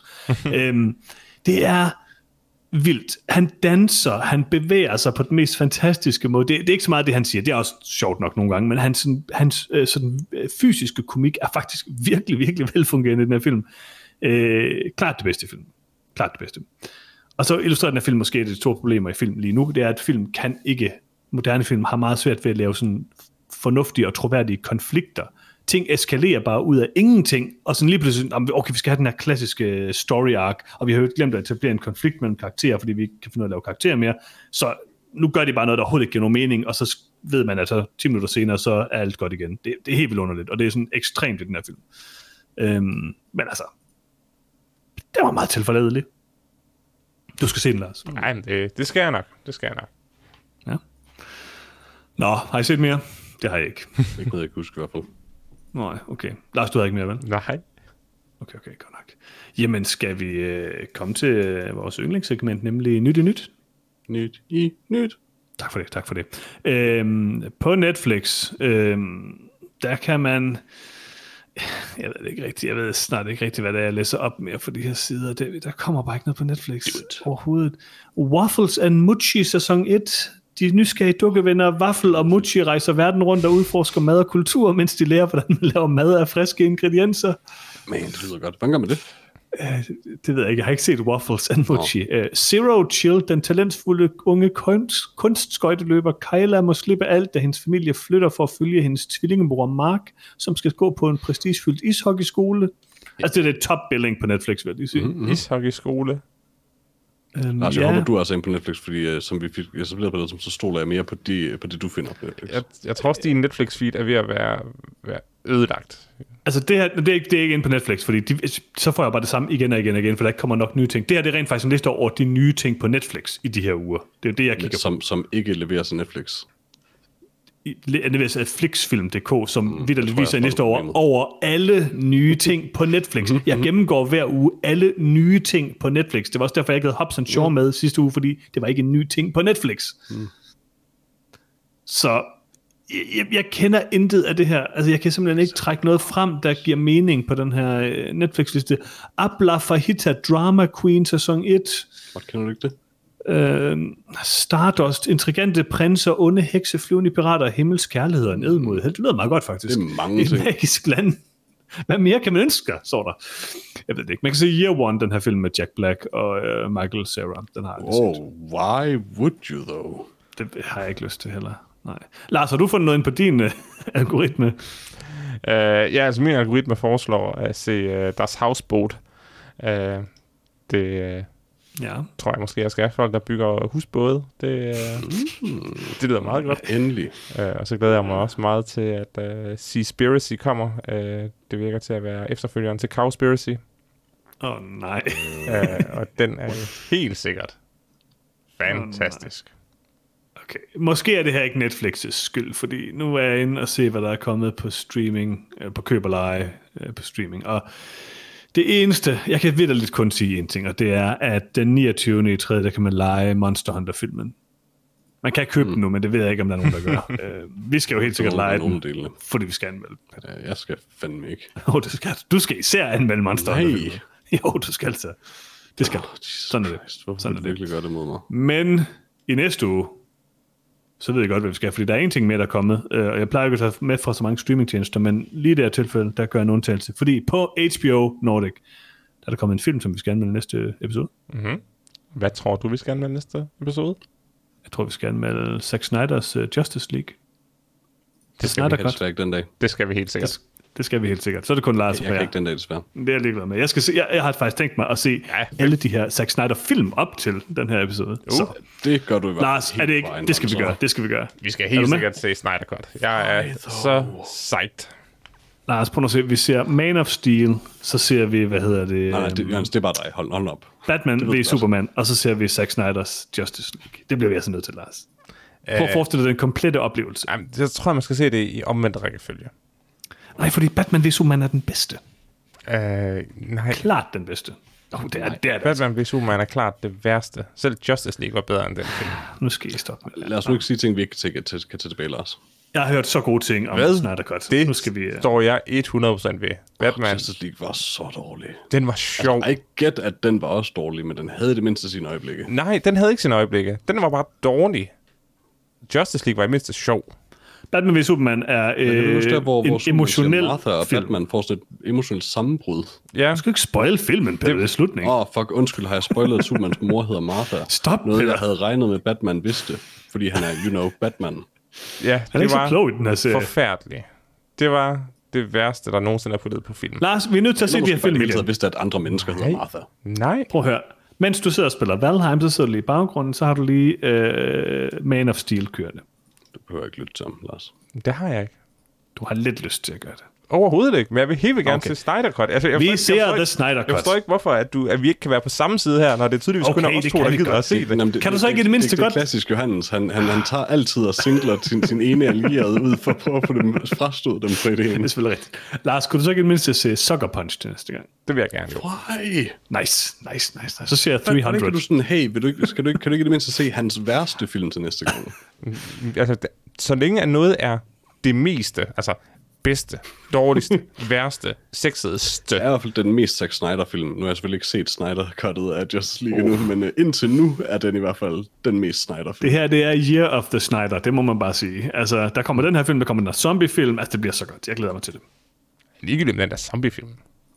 Det er vildt. Han danser, han bevæger sig på den mest fantastiske måde. Det er ikke så meget det, han siger. Det er også sjovt nok nogle gange, men hans sådan, fysiske komik er faktisk virkelig, virkelig velfungerende i den her film. Klart det bedste film. Klart det bedste. Og så illustrerer den her film måske det store problemer i film lige nu. Det er, at film kan ikke... Moderne film har meget svært ved at lave sådan fornuftige og troværdige konflikter. Ting eskalerer bare ud af ingenting, og sådan lige pludselig, okay, vi skal have den her klassiske story arc, og vi har jo ikke glemt at etablere en konflikt mellem karakterer, fordi vi ikke kan finde ud af at lave karakterer mere, så nu gør de bare noget, der overhovedet ikke giver nogen mening, og så ved man, at så 10 minutter senere, så er alt godt igen. Det er helt vildt underligt, og det er sådan ekstremt i den her film. Men altså, det var meget tilforladeligt. Du skal se den, Lars. Nej, det skal jeg nok. Ja. Nå, har I set mere? Det har jeg ikke. Ikke noget, jeg kan huske i hvert fald. Nej, okay. Lars, du har ikke mere, vel? Nej. Okay, godt nok. Jamen, skal vi komme til vores yndlingssegment, nemlig Nyt i Nyt? Nyt i Nyt. Tak for det. På Netflix, der kan man... Jeg ved ikke rigtigt, jeg ved snart ikke rigtigt, hvad det er, jeg læser op mere for de her sider. Der kommer bare ikke noget på Netflix overhovedet. Waffles and Mochi sæson 1. De nysgerrige dukkevenner Waffle og Mochi rejser verden rundt og udforsker mad og kultur, mens de lærer, hvordan man laver mad af friske ingredienser. Man, det lyder godt. Hvordan gør man det? Det ved jeg ikke. Jeg har ikke set Waffles and Mochi. Zero Chill, den talentfulde unge kunstskøjteløber Kyla må slippe alt, da hendes familie flytter for at følge hendes tvillingemor Mark, som skal gå på en prestigefyldt ishockeyskole. Altså det er top billing på Netflix, vil jeg sige. Mm-hmm. Ishockeyskole. Lars, jeg håber, du er også inde på Netflix, fordi som vi fik etableret på det, så stoler jeg mere på det, du finder på Netflix. Jeg tror også, din Netflix-feed er ved at være ødelagt. Altså det her, det er ikke inde på Netflix, fordi så får jeg bare det samme igen og igen, for der kommer nok nye ting. Det her det er rent faktisk en liste over de nye ting på Netflix i de her uger. Det er det, jeg kigger på. Som ikke leveres af Netflix. Leveres af Flixfilm.dk, som vitterligt viser i næste år over alle nye ting på Netflix. Jeg gennemgår hver uge alle nye ting på Netflix. Det var også derfor, jeg ikke havde Hobbs & Shaw med sidste uge, fordi det var ikke en ny ting på Netflix. Så jeg kender intet af det her. Altså, jeg kan simpelthen ikke trække noget frem, der giver mening på den her Netflix-liste. Abla Fahita Drama Queen sæson 1. Hvad kender du ikke det? Stardust, intrigante prinser, onde hekse, flyvende pirater, himmelsk kærlighed og en edmod. Det lyder meget godt, faktisk. Det er mange ting. Et magisk land. Hvad mere kan man ønske, står der. Jeg ved det ikke. Man kan se Year One, den her film med Jack Black og Michael Cera. Den har jeg set. Why would you though? Det har jeg ikke lyst til heller. Nej. Lars, har du fundet noget ind på din algoritme? Ja, altså min algoritme foreslår at se Das Hausboot. Det tror jeg måske, jeg skal have folk, der bygger husbåde. Det lyder meget godt. Endelig. Og så glæder jeg mig også meget til, at Seaspiracy kommer. Det virker til at være efterfølgeren til Cowspiracy. Nej. Og den er helt sikkert fantastisk. Okay. Måske er det her ikke Netflix's skyld, fordi nu er jeg inde og se, hvad der er kommet på streaming, på køb og leje på streaming, og det eneste, jeg kan vitterligt kun sige en ting, og det er, at den 29. i 3. der kan man lege Monster Hunter-filmen. Man kan købe den nu, men det ved jeg ikke, om der er nogen, der gør. Vi skal jo helt sikkert lege den, fordi vi skal anmelde. Jeg skal fandme ikke. Du skal især anmelde Monster Hunter. Jo, du skal så. Det skal sådan er det. Sådan er det virkelig gør det mod mig. Men i næste uge, så ved jeg godt, hvad vi skal, fordi der er en ting med, der er kommet, og jeg plejer ikke at tage med fra så mange streamingtjenester, men lige i det her tilfælde, der gør jeg en undtagelse, fordi på HBO Nordic, der er der kommet en film, som vi skal anmelde næste episode. Mm-hmm. Hvad tror du, vi skal anmelde næste episode? Jeg tror, vi skal anmelde Zack Snyders Justice League. Det skal vi helst ikke den dag. Det skal vi helt sikkert. Det skal vi helt sikkert. Så er det kun Lars. Jeg kan ikke den dag, desværre. Det er jeg ligeglad med. Jeg har faktisk tænkt mig at se alle de her Zack Snyder-film op til den her episode. Så det gør du i hvert fald. Lars, er det ikke? Det skal vi gøre. Det skal vi gøre. Vi skal helt sikkert se Snyder Cut. Jeg er så psyched. Lars, prøv at se. Vi ser Man of Steel, så ser vi, hvad hedder det? Nej, det er bare dig. Hold op. Batman v Superman, og så ser vi Zack Snyders Justice League. Det bliver vi altså nødt til, Lars. Prøv at forestille dig den komplette oplevelse. Jeg tror, man skal se det i omvendt rækkefølge. Nej, fordi Batman v Superman er den bedste. Nej. Klart den bedste. Det er Batman v Superman er klart det værste. Selv Justice League var bedre end den film. Nu skal I stoppe med. Lad os nu ikke sige ting, vi ikke kan tage tilbage, Lars. Jeg har hørt så gode ting om Snyder Cut. Det nu skal vi, står jeg 100% ved. Batman. Justice League var så dårlig. Den var sjov. Altså, I get, at den var også dårlig, men den havde det mindste sine øjeblikke. Nej, den havde ikke sine øjeblikke. Den var bare dårlig. Justice League var i mindste sjov. Batman v Superman er en emotionel Martha og film. Batman får sådan et emotionelt sammenbrud. Ja. Du skal ikke spoil filmen, Peter, det er slutningen. Fuck, undskyld, har jeg spoilet, at Supermans mor hedder Martha? Stop, noget, Peter. jeg havde regnet med, Batman vidste, fordi han er, Batman. Ja, Han er ikke så klog i den her serie. Forfærdeligt. Det var det værste, der nogensinde er puttet på film. Lars, vi er nødt til at se de her film igen. Jeg vidste, at andre mennesker hedder Martha. Nej. Prøv at høre. Mens du sidder og spiller Valheim, så sidder du lige i baggrunden, så har du lige Man of Steel kørende. Du behøver ikke lytte til ham, Lars. Det har jeg ikke. Du har lidt lyst til at gøre det. Overhovedet ikke, men jeg vil helt gerne se Snyder Cut. Altså, Vi ser The Snyder Cut. Jeg forstår ikke, hvorfor at vi ikke kan være på samme side her, når det er tydeligvis kun er os to, der gider at se det. Jamen, Kan du så ikke i det mindste godt? godt? Det er klassisk Johannes. Han tager altid og singler sin ene allierede ud for at prøve at få dem frastået dem fra ideen. Det er selvfølgelig rigtigt. Lars, kunne du så ikke i det mindste se Sucker Punch til næste gang? Det vil jeg gerne, jo. Why? Nice. Så ser jeg 300. Kan du sådan, hey, kan du ikke i det mindste se hans værste film til næste gang? Altså, så længe at noget er det meste, altså bedste, dårligste, værste, sexedeste. Det er i hvert fald den mest Zack Snyder-film. Nu har jeg selvfølgelig ikke set Snyder-cuttet af Justice League endnu, men indtil nu er den i hvert fald den mest Snyder-film. Det her, det er Year of the Snyder, det må man bare sige. Altså, der kommer den her film, der kommer den der zombie-film. Altså, det bliver så godt. Jeg glæder mig til det. Ligegyldigt med den der zombie-film.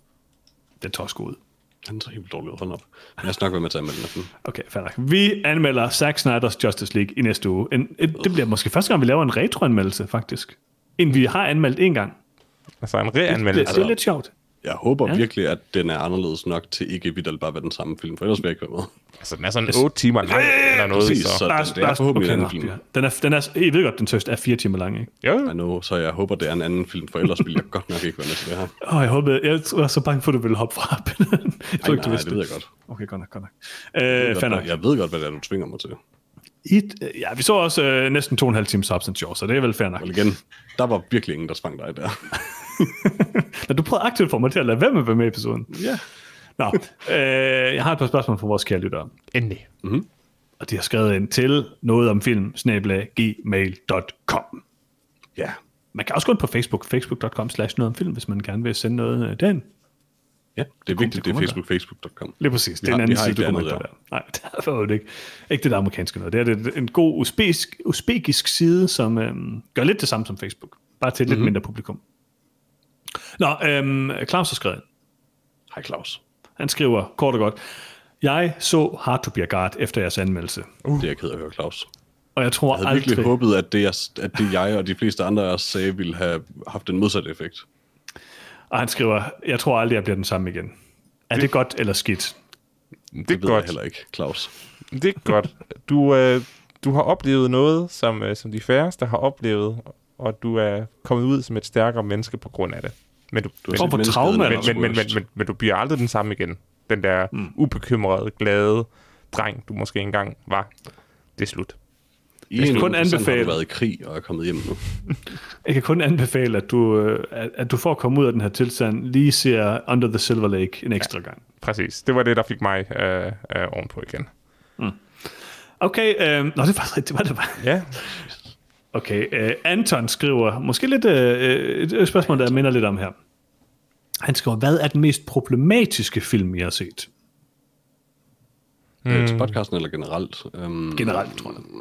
Den tager sgu ud. Den er helt dårlig hold op. Men jeg snakker med til at anmelde den. Okay, fair nok. Vi anmelder Zack Snyders Justice League i næste uge. Det bliver måske første gang, vi laver en retroanmeldelse, faktisk. End vi har anmeldt en gang. Altså en reanmeldelse. Det er lidt sjovt. Jeg håber virkelig, at den er anderledes nok til ikke vidt bare være den samme film, for ellers vil jeg ikke være med. Altså, den er sådan 8 timer lang, eller noget. Præcis, så det er forhåbentlig en anden film. Den er, I ved godt, den tøst er 4 timer lang, ikke? Jo. I know, så jeg håber, det er en anden film, for ellers vil jeg godt nok ikke være med til det her. Jeg var så bange for, at du ville hoppe fra. Nej, det ved jeg godt. Okay, godt nok. Jeg ved godt, hvad det er, du tvinger mig til. Ja, vi så også næsten 2,5 timer Substance Show, så det er vel fair nok. Og igen, der var virkelig ingen, der sprang dig der. Når du prøvede aktivt for mig til at lade være med at være med i episoden. Ja. Nå, jeg har et par spørgsmål fra vores kære lyttere. Endelig. Mm-hmm. Og de har skrevet ind til noget om film, @gmail.com. Ja. Man kan også gå ind på Facebook, facebook.com/noget om film, hvis man gerne vil sende noget derhen. Ja, det er vigtigt, det er facebook.com. Lige præcis. Det er en anden side, du kommer på der. Nej, det er det ikke. Ikke det der amerikanske noget. Det er en god usbekisk side, som gør lidt det samme som Facebook. Bare til et lidt mindre publikum. Nå, Claus har skrevet. Hej Claus. Han skriver kort og godt: Jeg så Hard to Be a Guard efter jeres anmeldelse. Det er jeg ked af at høre, Claus. Og jeg tror jeg havde virkelig håbet, at det jeg og de fleste andre af os sagde, ville have haft en modsatte effekt. Og han skriver: Jeg tror aldrig, jeg bliver den samme igen. Er det godt eller skidt? Det ved godt. Jeg heller ikke, Claus. Det er godt. Du har oplevet noget, som de færreste har oplevet, og du er kommet ud som et stærkere menneske på grund af det. Men men du bliver aldrig den samme igen. Den der ubekymrede, glade dreng, du måske engang var. Det er slut. Jeg kan kun anbefale, har været i krig og er kommet hjem nu. Jeg kan kun anbefale, at du for at komme ud af den her tilstand, lige ser Under the Silver Lake en ekstra gang. Præcis. Det var det, der fik mig ovenpå igen. Okay, det var faktisk rigtigt, det var det. Ja. Okay, Anton skriver, måske lidt et spørgsmål, der minder lidt om her. Han skriver, hvad er den mest problematiske film, I har set? Til podcasten eller generelt? Generelt, tror jeg.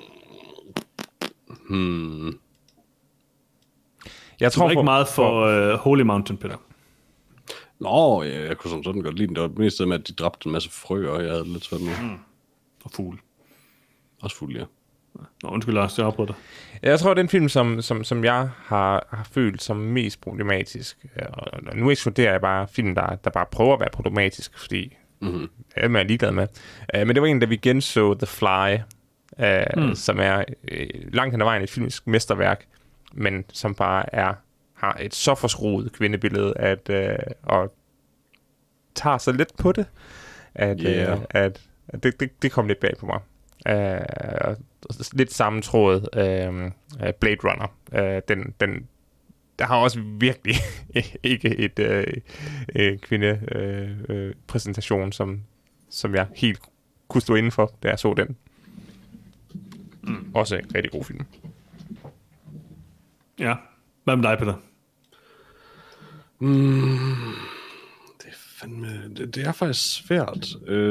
Jeg tror ikke meget for Holy Mountain, Peter. Nå, jeg kunne som sådan godt lide den. Det var mest med, at de dræbte en masse frøer, og jeg havde lidt svært med. Og fugle. Også fugle, ja. Nå, undskyld, Lars, jeg afbryder dig. Jeg tror, det er en film, som jeg har følt som mest problematisk. Og nu ekskluderer jeg bare film, der bare prøver at være problematisk, fordi jeg er ligeglad med. Men det var en, da vi genså The Fly, som er langt hen ad vejen et filmisk mesterværk, men som bare har et så forskruet kvindebillede, og tager så let på det, at det kom lidt bag på mig. Lidt sammentrådet Blade Runner. Den der har også virkelig ikke et kvindepræsentation, som jeg helt kunne stå inden for, da jeg så den. Også en rigtig god film. Ja. Hvad med dig, Peter? Det er faktisk svært.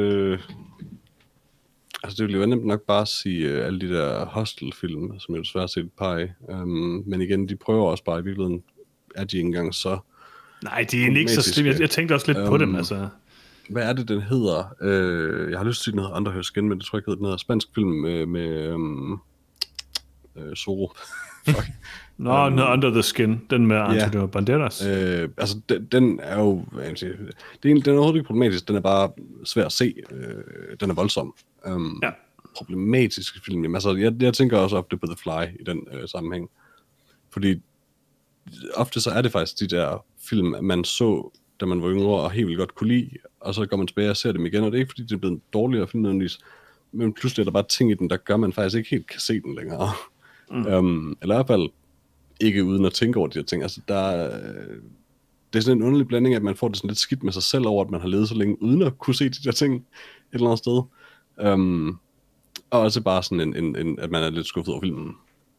Altså, det ville jo nemt nok bare sige alle de der Hostel-film, som jeg desværre har set et par af. Men igen, de prøver også bare i virkeligheden, at de ikke engang så... Nej, de er ikke så slemme. Jeg tænkte også lidt på dem, altså. Hvad er det, den hedder? Jeg har lyst til at sige, den hedder Under Her Skin, men det tror jeg ikke, den hedder spansk film med Zorro. Fuck. Nå, Under the Skin, den med Antonio Banderas. Altså, den er jo... Den er overhovedet ikke problematisk, den er bare svær at se. Den er voldsom. Problematisk film. Altså, jeg tænker også op det på The Fly i den sammenhæng. Fordi ofte så er det faktisk de der film, man så, da man var yngre, og helt vildt godt kunne lide, og så går man tilbage og ser dem igen, og det er ikke fordi, det er blevet dårligere film nødvendigvis, men pludselig er der bare ting i den, der gør, man faktisk ikke helt kan se den længere. Eller i hvert fald ikke uden at tænke over de her ting. Altså, det er sådan en underlig blanding, at man får det sådan lidt skidt med sig selv over, at man har levet så længe, uden at kunne se de der ting et eller andet sted. Og også bare sådan at man er lidt skuffet over filmen.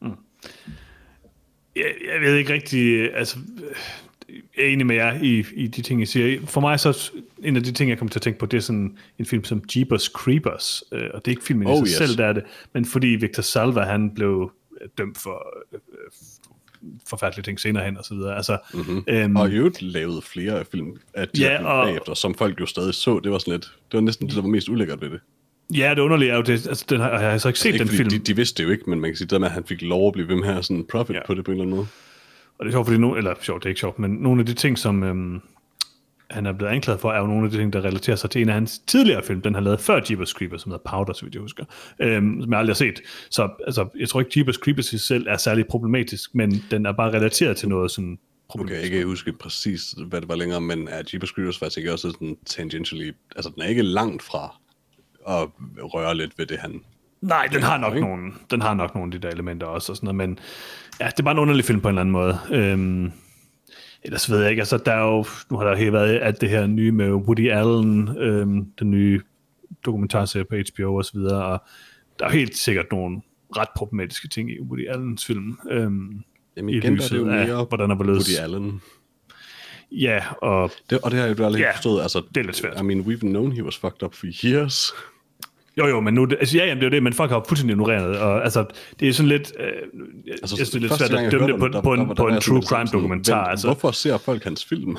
Jeg ved ikke rigtig, altså, jeg er enig med jer i de ting, I siger. For mig så, en af de ting, jeg kommer til at tænke på, det er sådan en film som Jeepers Creepers, og det er ikke filmen i sig selv, der er det, men fordi Victor Salva, han blev dømt for forfærdelige ting senere hen, og så videre. Altså, og jo lavet flere film af de bagefter, som folk jo stadig så. Det var sådan lidt, det var næsten det, der var mest ulækkert ved det. Ja, det underlige er jo det, altså, jeg har så ikke set den film. De vidste det jo ikke, men man kan sige, at han fik lov at blive ved med at have sådan en profit på det på en eller anden måde. Og det er sjovt, fordi det er ikke sjovt, men nogle af de ting, som han er blevet anklaget for, er jo nogle af de ting, der relaterer sig til en af hans tidligere film, den han lavede før Jeepers Creepers, som hedder Powder, så vidt jeg husker, som jeg aldrig har set. Så altså, jeg tror ikke, Jeepers Creepers i sig selv er særlig problematisk, men den er bare relateret til noget sådan problematisk. Okay, jeg kan ikke huske præcis, hvad det var længere, men er Jeepers Creepers faktisk ikke også sådan tangentially, altså den er ikke langt fra at røre lidt ved det, han... Nej, den har nok nogle af de der elementer også, og sådan noget, men ja, det er bare en underlig film på en eller anden måde. Ellers ved jeg ikke, altså der er jo, nu har der helt været alt det her nye med Woody Allen, den nye dokumentarserie på HBO og så videre, og der er helt sikkert nogle ret problematiske ting i Woody Allens film. Jamen igen, der er det jo mere hvordan er Woody Allen. Ja, og det har jeg jo aldrig forstået. Altså, det er lidt svært. I mean, we've known he was fucked up for years. Jo, men nu, altså, jamen, det er jo det, men folk har fuldstændig ignoreret, og altså, det er sådan lidt, jeg synes, det er lidt svært at dømme det på en true crime dokumentar. Altså. Hvorfor ser folk hans film?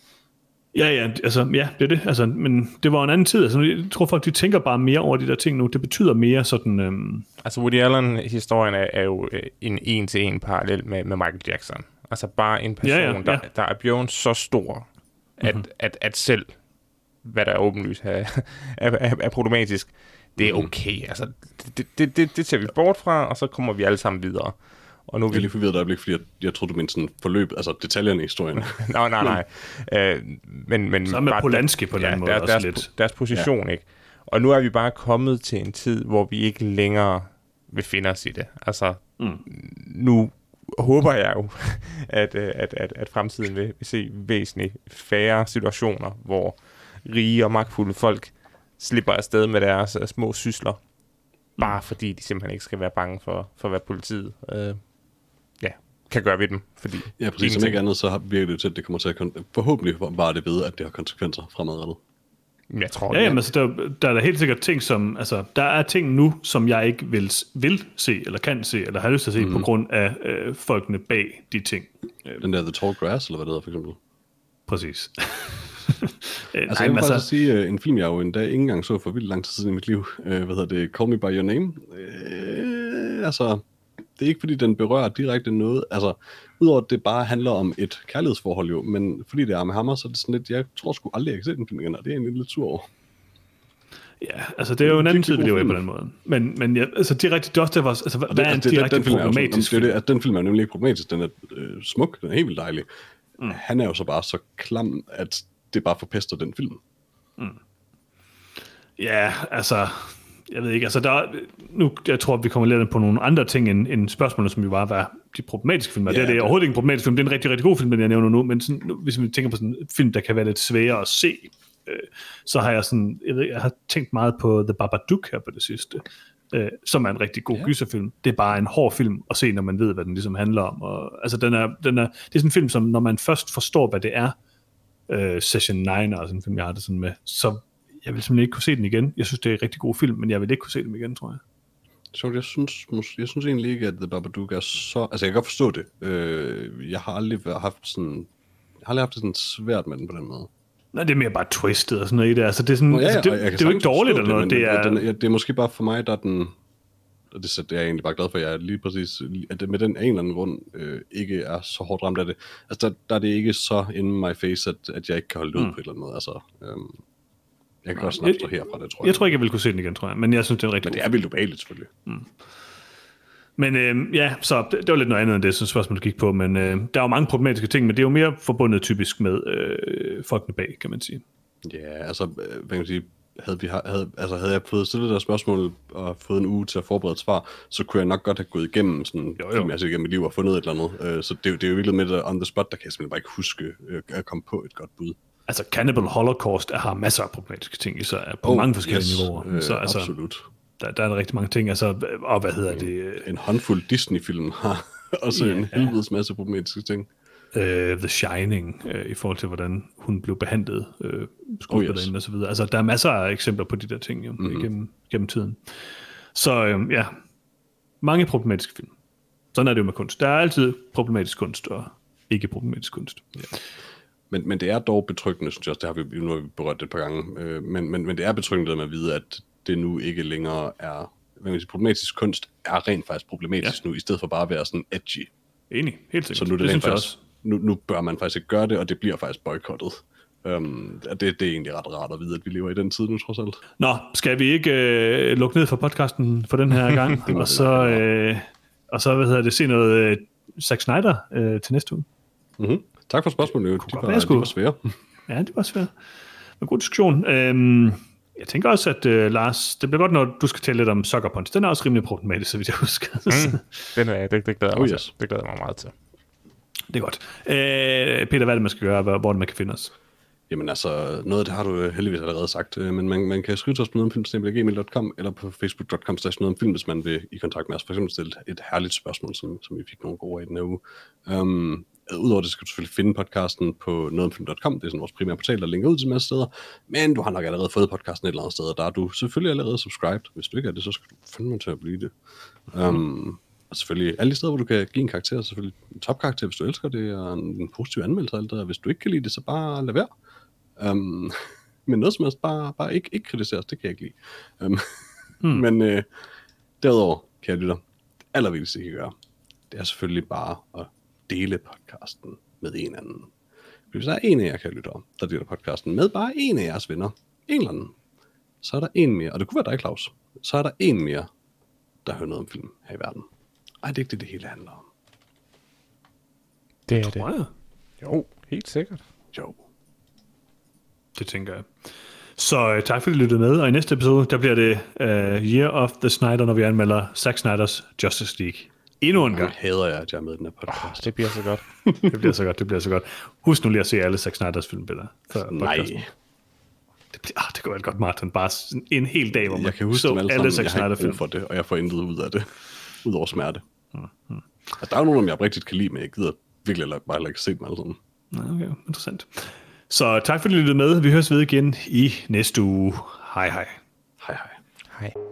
Ja, altså, ja, det er det, altså, men det var en anden tid, altså, jeg tror folk, de tænker bare mere over de der ting nu, det betyder mere sådan... Altså, Woody Allen-historien er jo en en-til-en parallel med Michael Jackson. Altså, bare en person, der er blevet så stor, at selv, hvad der er åbenlyst er problematisk, det er okay. Altså, det tager vi bort fra, og så kommer vi alle sammen videre. Og nu jeg er lige forvirret øjeblik, fordi jeg troede, du mente sådan forløb, altså detaljerne i historien. Nej. Men så med Polanski på den måde også lidt. Deres position, ikke? Og nu er vi bare kommet til en tid, hvor vi ikke længere vil finde os i det. Altså, nu håber jeg jo, at fremtiden vil se væsentligt færre situationer, hvor rige og magtfulde folk slipper afsted med deres små sysler, bare fordi de simpelthen ikke skal være bange for hvad politiet kan gøre ved dem. Fordi præcis, som ikke andet, så virker det til, at det kommer til at forhåbentlig var det ved, at det har konsekvenser fremadrettet. Jeg tror jamen, altså, der er helt sikkert ting, som, altså, der er ting nu, som jeg ikke vil se, eller kan se, eller har lyst til at se, på grund af folkene bag de ting. Den der The Tall Grass, eller hvad det hedder, for eksempel? Præcis. Altså, jeg vil faktisk sige, en film, jeg jo endda ikke engang så for vildt lang tid siden i mit liv, Call Me By Your Name. Altså, det er ikke fordi, den berører direkte noget, altså, udover at det bare handler om et kærlighedsforhold jo, men fordi det er med Hammer, så er det sådan lidt, jeg tror sgu aldrig, jeg kan se den film igen, og det er egentlig lidt sur over. Ja, altså det er jo en anden tid, vi lever i på den måde. Men ja, altså direkte, det er også det, altså, hvad er en direkte problematisk film? Den film er nemlig ikke problematisk, den er smuk, den er helt vildt dejlig. Han er jo så bare så klam, at det bare forpester den film. Ja, altså, jeg ved ikke, altså jeg tror, vi kommer lidt på nogle andre ting end spørgsmålene, som jo bare var de problematiske film. Det er overhovedet ikke en problematisk film, det er en rigtig, rigtig god film, den jeg nævner nu, men sådan, hvis vi tænker på sådan en film, der kan være lidt sværere at se, så har jeg har tænkt meget på The Babadook her på det sidste, som er en rigtig god gyserfilm. Det er bare en hård film at se, når man ved, hvad den ligesom handler om. Og, altså, det er sådan en film, som når man først forstår, hvad det er, Session 9 er sådan en film, jeg har det sådan med, så jeg vil simpelthen ikke kunne se den igen. Jeg synes, det er en rigtig god film, men jeg vil ikke kunne se dem igen, tror jeg. Så jeg synes egentlig ikke, at The Babadook er så... Altså, jeg kan godt forstå det. Jeg har aldrig haft det sådan svært med den på den måde. Nej, det er mere bare twistet og sådan noget i det. Altså, det er, sådan, det er jo ikke dårligt eller noget. Det er måske bare for mig, der er den... Og det er jeg egentlig bare glad for, at jeg lige præcis... At det med den en eller anden grund ikke er så hårdt ramt af det. Altså, der er det ikke så in my face, at jeg ikke kan holde det ud på et eller andet måde. Altså... Jeg kan også snart stå herfra, det tror jeg. Jeg tror ikke, jeg vil kunne se den igen, tror jeg. Men jeg synes, det er en rigtig Men det er vildt ubehageligt, selvfølgelig. Men så det var lidt noget andet end det, som spørgsmålet gik på. Men der er jo mange problematiske ting, men det er jo mere forbundet typisk med folkene bag, kan man sige. Ja, altså, hvad kan man sige, havde jeg fået stillet der spørgsmål og fået en uge til at forberede et svar, så kunne jeg nok godt have gået igennem sådan igennem mit liv og fundet et eller andet. Så det er jo virkelig med det on the spot, der kan jeg simpelthen bare ikke huske at komme på et godt bud. Altså Cannibal Holocaust har masser af problematiske ting i sig på mange forskellige niveauer. Så altså, absolut. Der er rigtig mange ting. Altså, og hvad hedder det? En håndfuld Disney-film har også en helvedes masse problematiske ting. The Shining, i forhold til, hvordan hun blev behandlet, skuespillerinde og så videre. Altså, der er masser af eksempler på de der ting jo, gennem tiden. Så mange problematiske film. Sådan er det jo med kunst. Der er altid problematisk kunst og ikke problematisk kunst. Ja. Men det er dog betryggende, synes jeg også, det har vi nu har vi berørt det et par gange, men det er betryggende med at vide, at det nu ikke længere er, hvad man siger, problematisk kunst er rent faktisk problematisk nu, i stedet for bare at være sådan edgy. Enig, helt sikkert. Så nu, det faktisk, nu bør man faktisk ikke gøre det, og det bliver faktisk boykottet. Det er egentlig ret rart at vide, at vi lever i den tid nu, trods alt. Nå, skal vi ikke lukke ned for podcasten for den her gang, og så se noget Zack Snyder til næste uge? Mm-hmm. Tak for spørgsmålet. De var svære. Ja, det var svært. En god diskussion. Jeg tænker også, at Lars, det bliver godt, når du skal tale lidt om Sucker Punch. Den er også rimelig problematisk, så vidt jeg husker. Det glæder mig meget til. Det er godt. Peter, hvad er det, man skal gøre? Hvor er det, man kan finde os? Jamen altså, noget af det har du heldigvis allerede sagt, men man kan skrive til os på nogetomfilm.gmail.com eller på facebook.com/nogetomfilm, hvis man vil i kontakt med os. For eksempel stille et herligt spørgsmål, som vi fik nogle gode af i den her uge. Udover det skal du selvfølgelig finde podcasten på nogetomfilm.com, det er sådan vores primære portal, der linker ud til en masse steder, men du har nok allerede fået podcasten et eller andet sted, og der er du selvfølgelig allerede subscribed. Hvis du ikke er det, så skal du finde mig til at blive det. Og selvfølgelig alle de steder, hvor du kan give en karakter, selvfølgelig en topkarakter, hvis du elsker det, og en positiv anmeldelse og alt det der. Hvis du ikke kan lide det, så bare lad være. Men noget som helst, bare ikke kritiseres, det kan jeg ikke lide. Men derudover, kære lytter, det allervigtigste, I kan gøre, det er selvfølgelig bare at dele podcasten med en anden. Hvis der er en af jer, kære lytter, der deler podcasten med bare en af jeres venner, en eller anden, så er der en mere, og det kunne være dig, Claus, så er der en mere, der hører noget om film her i verden. Ej, det er ikke det hele handler om. Det er det. Jo, helt sikkert. Jo. Det tænker jeg. Så tak fordi I lyttede med, og i næste episode, der bliver det Year of the Snyder, når vi anmelder Zack Snyders Justice League. Endnu en gang. Hader jeg, at jeg er med i den her podcast. Det bliver så godt. det bliver så godt. Husk nu lige at se alle Zack Snyders filmbilleder. Nej. Det kunne være et godt maraton. Bare en hel dag, hvor man jeg kan huske så alle Zack Snyder film. For det, og jeg får intet ud af det. Udover smerte. Altså, der er jo nogen, jeg rigtig kan lide, men jeg gider virkelig bare ikke se dem alle sammen. Okay, interessant. Så tak fordi I lyttede med. Vi høres ved igen i næste uge. Hej hej. Hej hej. Hej.